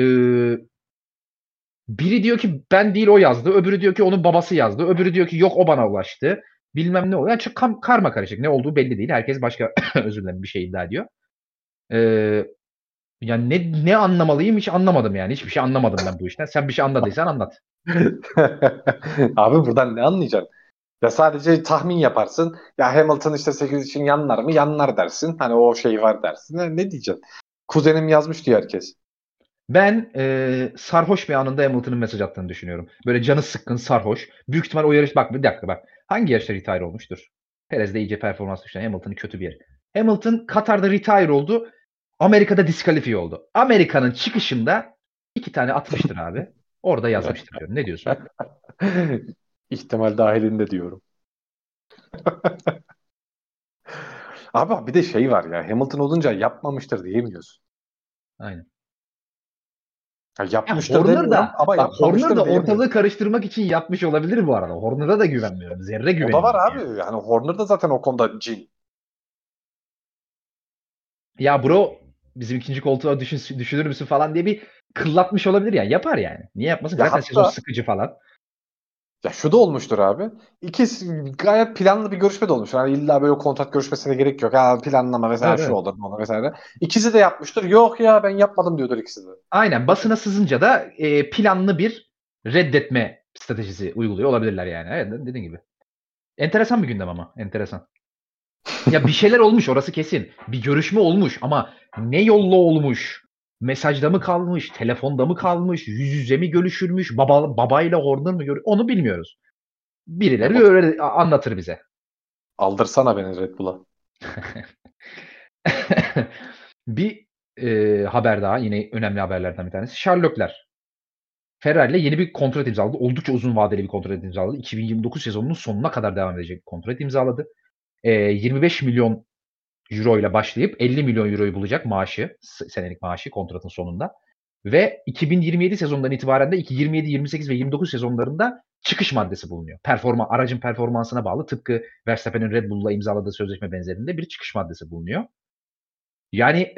Speaker 1: biri diyor ki ben değil o yazdı, öbürü diyor ki onun babası yazdı, öbürü diyor ki yok o bana ulaştı. Bilmem ne oluyor. Yani çok karma karışık. Ne olduğu belli değil. Herkes başka özür dilerim bir şey iddia ediyor. Yani ne anlamalıyım hiç anlamadım yani. Hiçbir şey anlamadım ben bu işten. Sen bir şey anladıysan anlat.
Speaker 2: Abi buradan ne anlayacaksın? Ya sadece tahmin yaparsın. Ya Hamilton işte 8 için yanlar mı? Yanlar dersin. Hani o şey var dersin. Ne diyeceksin? Kuzenim yazmış diyor herkes.
Speaker 1: Ben sarhoş bir anında Hamilton'ın mesaj attığını düşünüyorum. Böyle canı sıkkın, sarhoş. Büyük ihtimal o yarış bak bir dakika bak. Hangi yarışta retire olmuştur? Perez de iyice performans düşen Hamilton'ın kötü bir yeri. Hamilton Katar'da retire oldu. Amerika'da diskalifiye oldu. Amerika'nın çıkışında 2 tane atmıştır abi. Orada yazmıştır diyorum. Ne diyorsun?
Speaker 2: İhtimal dahilinde diyorum. Abi bir de şey var ya, Hamilton olunca yapmamıştır diyemiyorsun.
Speaker 1: Aynen.
Speaker 2: Ya
Speaker 1: Ya
Speaker 2: yapmıştır
Speaker 1: Horner
Speaker 2: demiyorum
Speaker 1: da
Speaker 2: ama
Speaker 1: bak Horner
Speaker 2: yapmamıştır
Speaker 1: da ortalığı
Speaker 2: diyemiyorsun.
Speaker 1: karıştırmak için yapmış olabilir bu arada. Horner'a da güvenmiyorum. Zerre
Speaker 2: O da var
Speaker 1: güvenmiyorum yani.
Speaker 2: abi. Yani Horner da zaten o konuda cin.
Speaker 1: Ya bro bizim ikinci koltuğa düşünür müsün falan diye bir kıllatmış olabilir yani. Yapar yani. Niye yapmasın?
Speaker 2: Ya
Speaker 1: Zaten sezon
Speaker 2: hatta
Speaker 1: sıkıcı falan.
Speaker 2: ya şu da olmuştur abi. İkisi gayet planlı bir görüşme de olmuş. Yani illa böyle kontrat görüşmesine gerek yok. Ha, planlama vesaire
Speaker 1: Evet,
Speaker 2: şu
Speaker 1: evet.
Speaker 2: olur mu vesaire. İkisi de yapmıştır. Yok ya ben yapmadım diyordur ikisi de.
Speaker 1: Aynen basına sızınca da planlı bir reddetme stratejisi uyguluyor olabilirler yani. Evet dediğin gibi. Enteresan bir gündem ama. Enteresan. Ya bir şeyler olmuş orası kesin. Bir görüşme olmuş ama ne yolla olmuş? Mesajda mı kalmış? Telefonda mı kalmış? Yüz yüze mi görüşülmüş? Babayla Horner mı görüyor? Onu bilmiyoruz. Birileri
Speaker 2: Hamilton
Speaker 1: öyle anlatır bize.
Speaker 2: aldırsana beni Red Bull'a.
Speaker 1: Bir haber daha yine önemli haberlerden bir tanesi. Charles Leclerc. Ferrari ile yeni bir kontrat imzaladı. Oldukça uzun vadeli bir kontrat imzaladı. 2029 sezonunun sonuna kadar devam edecek bir kontrat imzaladı. 25 milyon euro ile başlayıp 50 milyon euroyu bulacak maaşı, senelik maaşı kontratın sonunda. Ve 2027 sezonundan itibaren de 27, 28 ve 29 sezonlarında çıkış maddesi bulunuyor. Aracın performansına bağlı tıpkı Verstappen'in Red Bull'la imzaladığı sözleşme benzerinde bir çıkış maddesi bulunuyor. Yani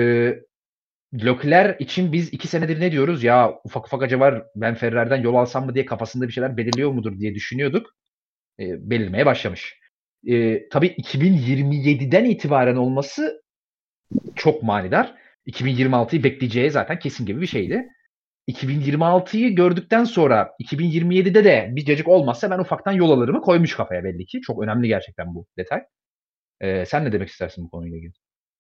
Speaker 1: Leclerc için biz 2 senedir ne diyoruz? Ya ufak ufak acaba ben Ferrari'den yol alsam mı diye kafasında bir şeyler belirliyor mudur diye düşünüyorduk. Belirmeye başlamış. Tabii 2027'den itibaren olması çok manidar. 2026'yı bekleyeceği zaten kesin gibi bir şeydi. 2026'yı gördükten sonra 2027'de de bir cacık olmazsa ben ufaktan yol alırımı koymuş kafaya belli ki. Çok önemli gerçekten bu detay. Sen ne demek istersin bu konuyla ilgili?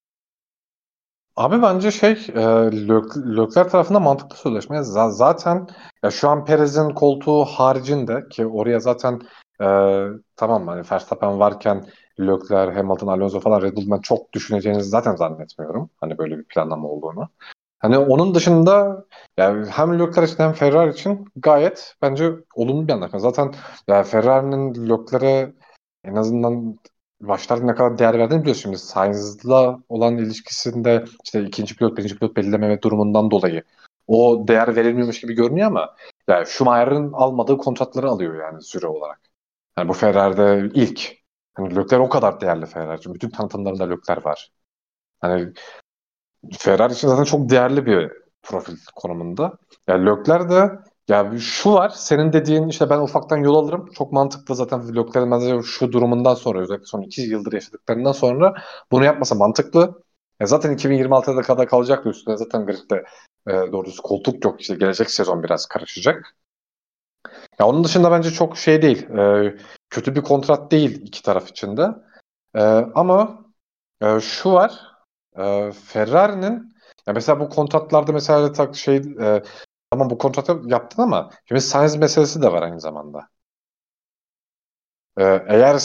Speaker 2: Abi bence Leclerc tarafında mantıklı sözleşme. Zaten ya şu an Perez'in koltuğu haricinde ki oraya zaten e, tamam hani Verstappen varken Leclerc, Hamilton, Alonso falan Red Bull ben çok düşüneceğinizi zaten zannetmiyorum. Hani böyle bir planlama olduğunu. Hani onun dışında yani hem Leclerc için hem Ferrari için gayet bence olumlu bir anlaşma. Zaten ya Ferrari'nin Leclerc'e en azından başlarda ne kadar değer verdiğini biliyoruz şimdi. Sainz'la olan ilişkisinde işte ikinci pilot, birinci pilot belirleme durumundan dolayı o değer verilmiyormuş gibi görünüyor ama yani Schumacher'ın almadığı kontratları alıyor yani süre olarak. Yani bu Ferrari'de ilk. Hani Leclerc o kadar değerli Ferrari. Çünkü bütün tanıtımlarında Leclerc var. Hani Ferrari için zaten çok değerli bir profil konumunda. Yani Leclerc de ya şu var senin dediğin işte ben ufaktan yol alırım. Çok mantıklı zaten Leclerc'in bence şu durumundan sonra özellikle son 2 yıldır yaşadıklarından sonra bunu yapmasa mantıklı. Zaten 2026'da kadar kalacak üstüne zaten gridde doğrusu koltuk yok işte gelecek sezon biraz karışacak. Ya onun dışında bence çok şey değil. Kötü bir kontrat değil iki taraf için de. Ama şu var. Ferrari'nin ya mesela bu kontratlarda mesela tamam bu kontratı yaptın ama şimdi Sainz meselesi de var aynı zamanda. Eğer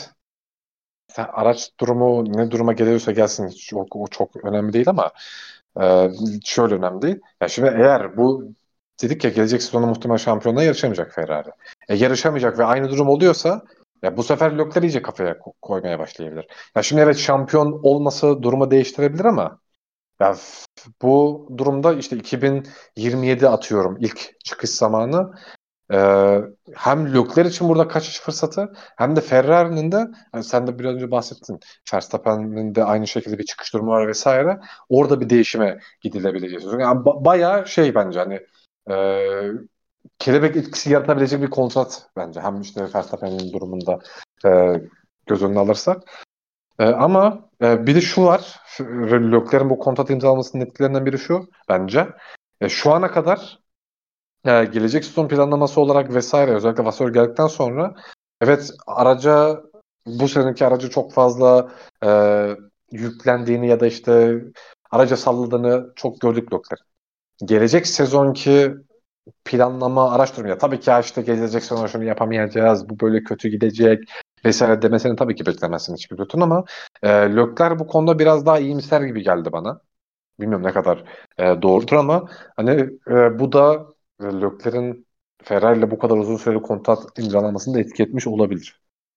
Speaker 2: araç durumu ne duruma geliyorsa gelsin o çok önemli değil ama şöyle önemli değil. Ya şimdi eğer bu dedik ya gelecek sezonu muhtemelen şampiyonluğa yarışamayacak Ferrari. Yarışamayacak ve aynı durum oluyorsa ya bu sefer Leclerc iyice kafaya koymaya başlayabilir. Ya şimdi evet şampiyon olması durumu değiştirebilir ama ya bu durumda işte 2027 atıyorum ilk çıkış zamanı. Hem Leclerc için burada kaçış fırsatı hem de Ferrari'nin de hani sen de biraz önce bahsettin. Verstappen'in de aynı şekilde bir çıkış durumu var vesaire. Orada bir değişime gidilebilecek. Yani bayağı şey bence hani e, kelebek etkisi yaratabilecek bir kontrat bence. Hem işte Verstappen'in durumunda e, göz önüne alırsak. Ama bir de şu var. Leclerc'in bu kontrat imzalamasının etkilerinden biri şu bence. Şu ana kadar gelecek sezon planlaması olarak vesaire özellikle Vasseur geldikten sonra evet bu seneki aracı çok fazla yüklendiğini ya da işte araca salladığını çok gördük Leclerc. gelecek sezonki planlama, araştırma ya tabii ki ya işte gelecek sezon şunu yapamayacağız, bu böyle kötü gidecek vesaire demesini tabii ki beklemezsin hiçbir kötünün ama Leclerc bu konuda biraz daha iyimser gibi geldi bana. Bilmiyorum ne kadar doğrudur ama hani bu da Leclerc'in Ferrari ile bu kadar uzun süreli kontrat imzalamasını da etki etmiş olabilir.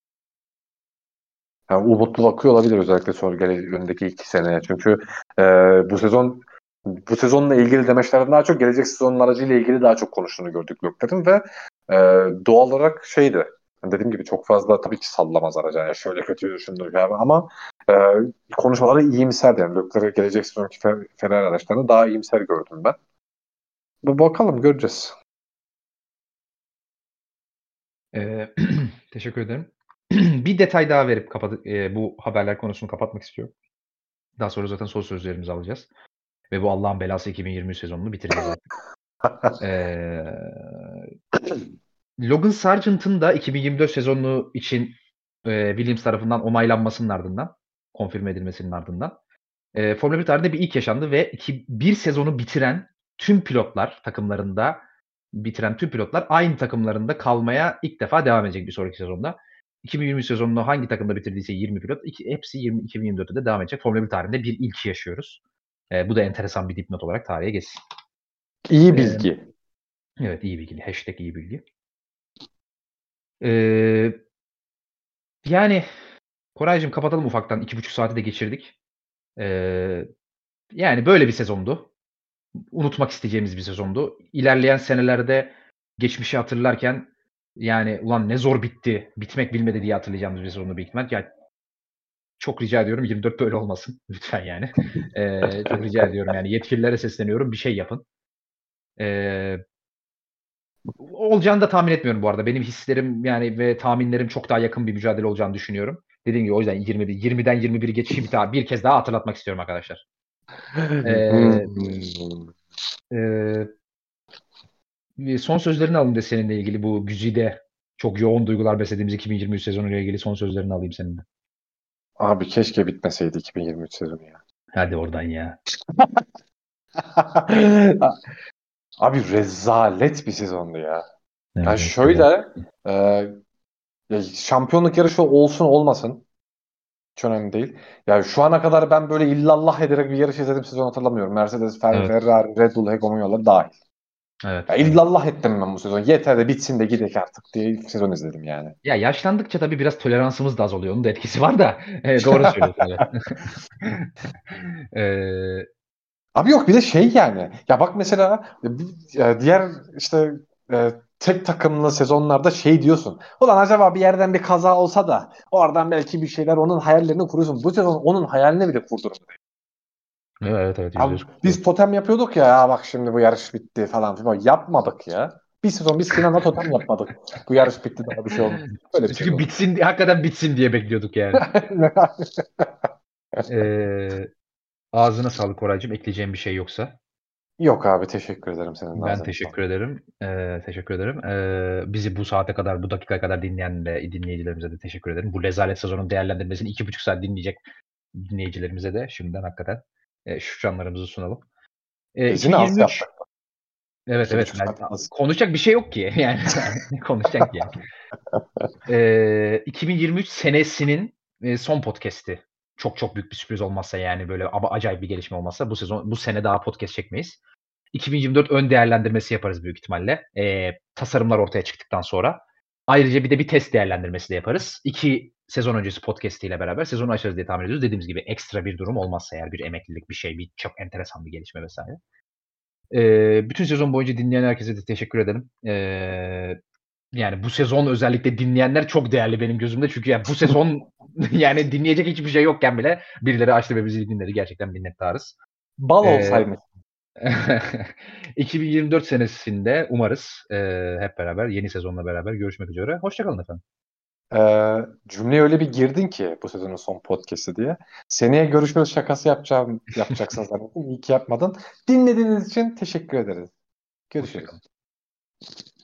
Speaker 2: Yani umutlu bakıyor olabilir özellikle önündeki 2 seneye. Çünkü e, bu sezonla ilgili demeçlerden daha çok gelecek sezonun aracıyla ilgili daha çok konuştuğunu gördük Leclerc'in ve doğal olarak şeydi. Yani dediğim gibi çok fazla tabii ki sallamaz araca. Yani şöyle kötü düşündür yani ama e, konuşmaları iyimser yani. Leclerc gelecek sezonki Ferrari araçlarını daha iyimser gördüm ben. Bakalım göreceğiz.
Speaker 1: Teşekkür ederim. Bir detay daha verip bu haberler konusunu kapatmak istiyorum. Daha sonra zaten son sözlerimizi alacağız. Ve bu Allah'ın belası 2023 sezonunu bitireceğiz artık. Logan Sargent'ın da 2024 sezonu için Williams tarafından onaylanmasının ardından, konfirme edilmesinin ardından Formula 1 tarihinde bir ilk yaşandı ve bir sezonu bitiren tüm pilotlar aynı takımlarında kalmaya ilk defa devam edecek bir sonraki sezonda. 2023 sezonunu hangi takımda bitirdiyse 20 pilot hepsi 2024'te de devam edecek. Formula 1 tarihinde bir ilk yaşıyoruz. Bu da enteresan bir dipnot olarak tarihe geçsin.
Speaker 2: İyi bilgi.
Speaker 1: Evet, iyi bilgi. Hashtag iyi bilgi. Yani Koraycığım kapatalım ufaktan. 2,5 saati de geçirdik. Yani böyle bir sezondu. Unutmak isteyeceğimiz bir sezondu. İlerleyen senelerde geçmişi hatırlarken yani ulan ne zor bitti, bitmek bilmedi diye hatırlayacağımız bir sezondu büyük ihtimal. Yani çok rica ediyorum 24 böyle olmasın. Lütfen yani. Çok rica ediyorum yani yetkililere sesleniyorum. Bir şey yapın. Olacağını da tahmin etmiyorum bu arada. Benim hislerim yani ve tahminlerim çok daha yakın bir mücadele olacağını düşünüyorum. Dediğim gibi o yüzden 20'den 21'i geçişi bir kez daha hatırlatmak istiyorum arkadaşlar. Son sözlerini alayım da seninle ilgili bu güzide çok yoğun duygular beslediğimiz 2023 sezonuyla ilgili son sözlerini alayım seninle.
Speaker 2: Abi keşke bitmeseydi 2023 sezonu ya.
Speaker 1: Hadi oradan ya.
Speaker 2: Abi rezalet bir sezondu ya.
Speaker 1: Evet,
Speaker 2: Yani şöyle şampiyonluk yarışı olsun olmasın hiç önemli değil. Yani şu ana kadar ben böyle illallah ederek bir yarış izledim sezon hatırlamıyorum. Mercedes, Ferrari, Red Bull hegemonyaları dahil.
Speaker 1: Evet,
Speaker 2: Ya illallah ettim ben bu sezon. Yeter de bitsin de gidelim artık diye ilk sezon izledim yani.
Speaker 1: Ya yaşlandıkça tabii biraz toleransımız da azalıyor. Onun da etkisi var da. Doğru söylüyorsun evet.
Speaker 2: Abi yok bir de şey yani. Ya bak mesela diğer işte tek takımlı sezonlarda şey diyorsun. Ulan acaba bir yerden bir kaza olsa da oradan belki bir şeyler onun hayallerini kuruyorsun. Bu sezon onun hayalini bile kurdurmuyor.
Speaker 1: Evet,
Speaker 2: Abi,
Speaker 1: %100
Speaker 2: biz totem yapıyorduk ya, bak şimdi bu yarış bitti falan filan. Yapmadık ya. Bir sezon biz Sinan'la totem yapmadık. Bu yarış bitti daha bir şey olmaz. Böyle bir
Speaker 1: Çünkü
Speaker 2: sezon.
Speaker 1: hakikaten bitsin diye bekliyorduk yani. Ağzına sağlık Koraycığım. Ekleyeceğim bir şey yoksa.
Speaker 2: Yok abi teşekkür ederim senin
Speaker 1: Ben
Speaker 2: ağzına
Speaker 1: teşekkür
Speaker 2: sağlık.
Speaker 1: ederim. Teşekkür ederim. Bizi bu saate kadar, bu dakikaya kadar dinleyen ve dinleyicilerimize de teşekkür ederim. Bu rezalet sezonun değerlendirmesini 2,5 saat dinleyecek dinleyicilerimize de şimdiden hakikaten şükranlarımızı sunalım.
Speaker 2: Biz yine az
Speaker 1: 2023
Speaker 2: yaptık.
Speaker 1: evet,
Speaker 2: İki
Speaker 1: evet.
Speaker 2: buçuk saat az.
Speaker 1: Konuşacak bir şey yok ki. Yani ne konuşacak ki yani. 2023 senesinin son podcast'i. Çok çok büyük bir sürpriz olmazsa yani böyle ama acayip bir gelişme olmazsa bu sene daha podcast çekmeyiz. 2024 ön değerlendirmesi yaparız büyük ihtimalle. Tasarımlar ortaya çıktıktan sonra. Ayrıca bir de bir test değerlendirmesi de yaparız. 2 sezon öncesi podcast ile beraber sezonu açarız diye tahmin ediyoruz. Dediğimiz gibi ekstra bir durum olmazsa eğer bir emeklilik bir şey, bir çok enteresan bir gelişme vesaire. Bütün sezon boyunca dinleyen herkese de teşekkür ederim. Yani bu sezon özellikle dinleyenler çok değerli benim gözümde. Çünkü yani bu sezon yani dinleyecek hiçbir şey yokken bile birileri açtı ve bizi dinledi. Gerçekten minnettarız.
Speaker 2: Bal
Speaker 1: Ee,
Speaker 2: olsaymış.
Speaker 1: 2024 senesinde umarız hep beraber yeni sezonla beraber görüşmek üzere. Hoşça kalın efendim.
Speaker 2: Cümleye öyle bir girdin ki bu sezonun son podcast'i diye. Seneye görüşürüz şakası yapacaksın zannettim. İyi ki yapmadın. Dinlediğiniz için teşekkür ederiz.
Speaker 1: Hoşça
Speaker 2: Görüşürüz.
Speaker 1: kalın.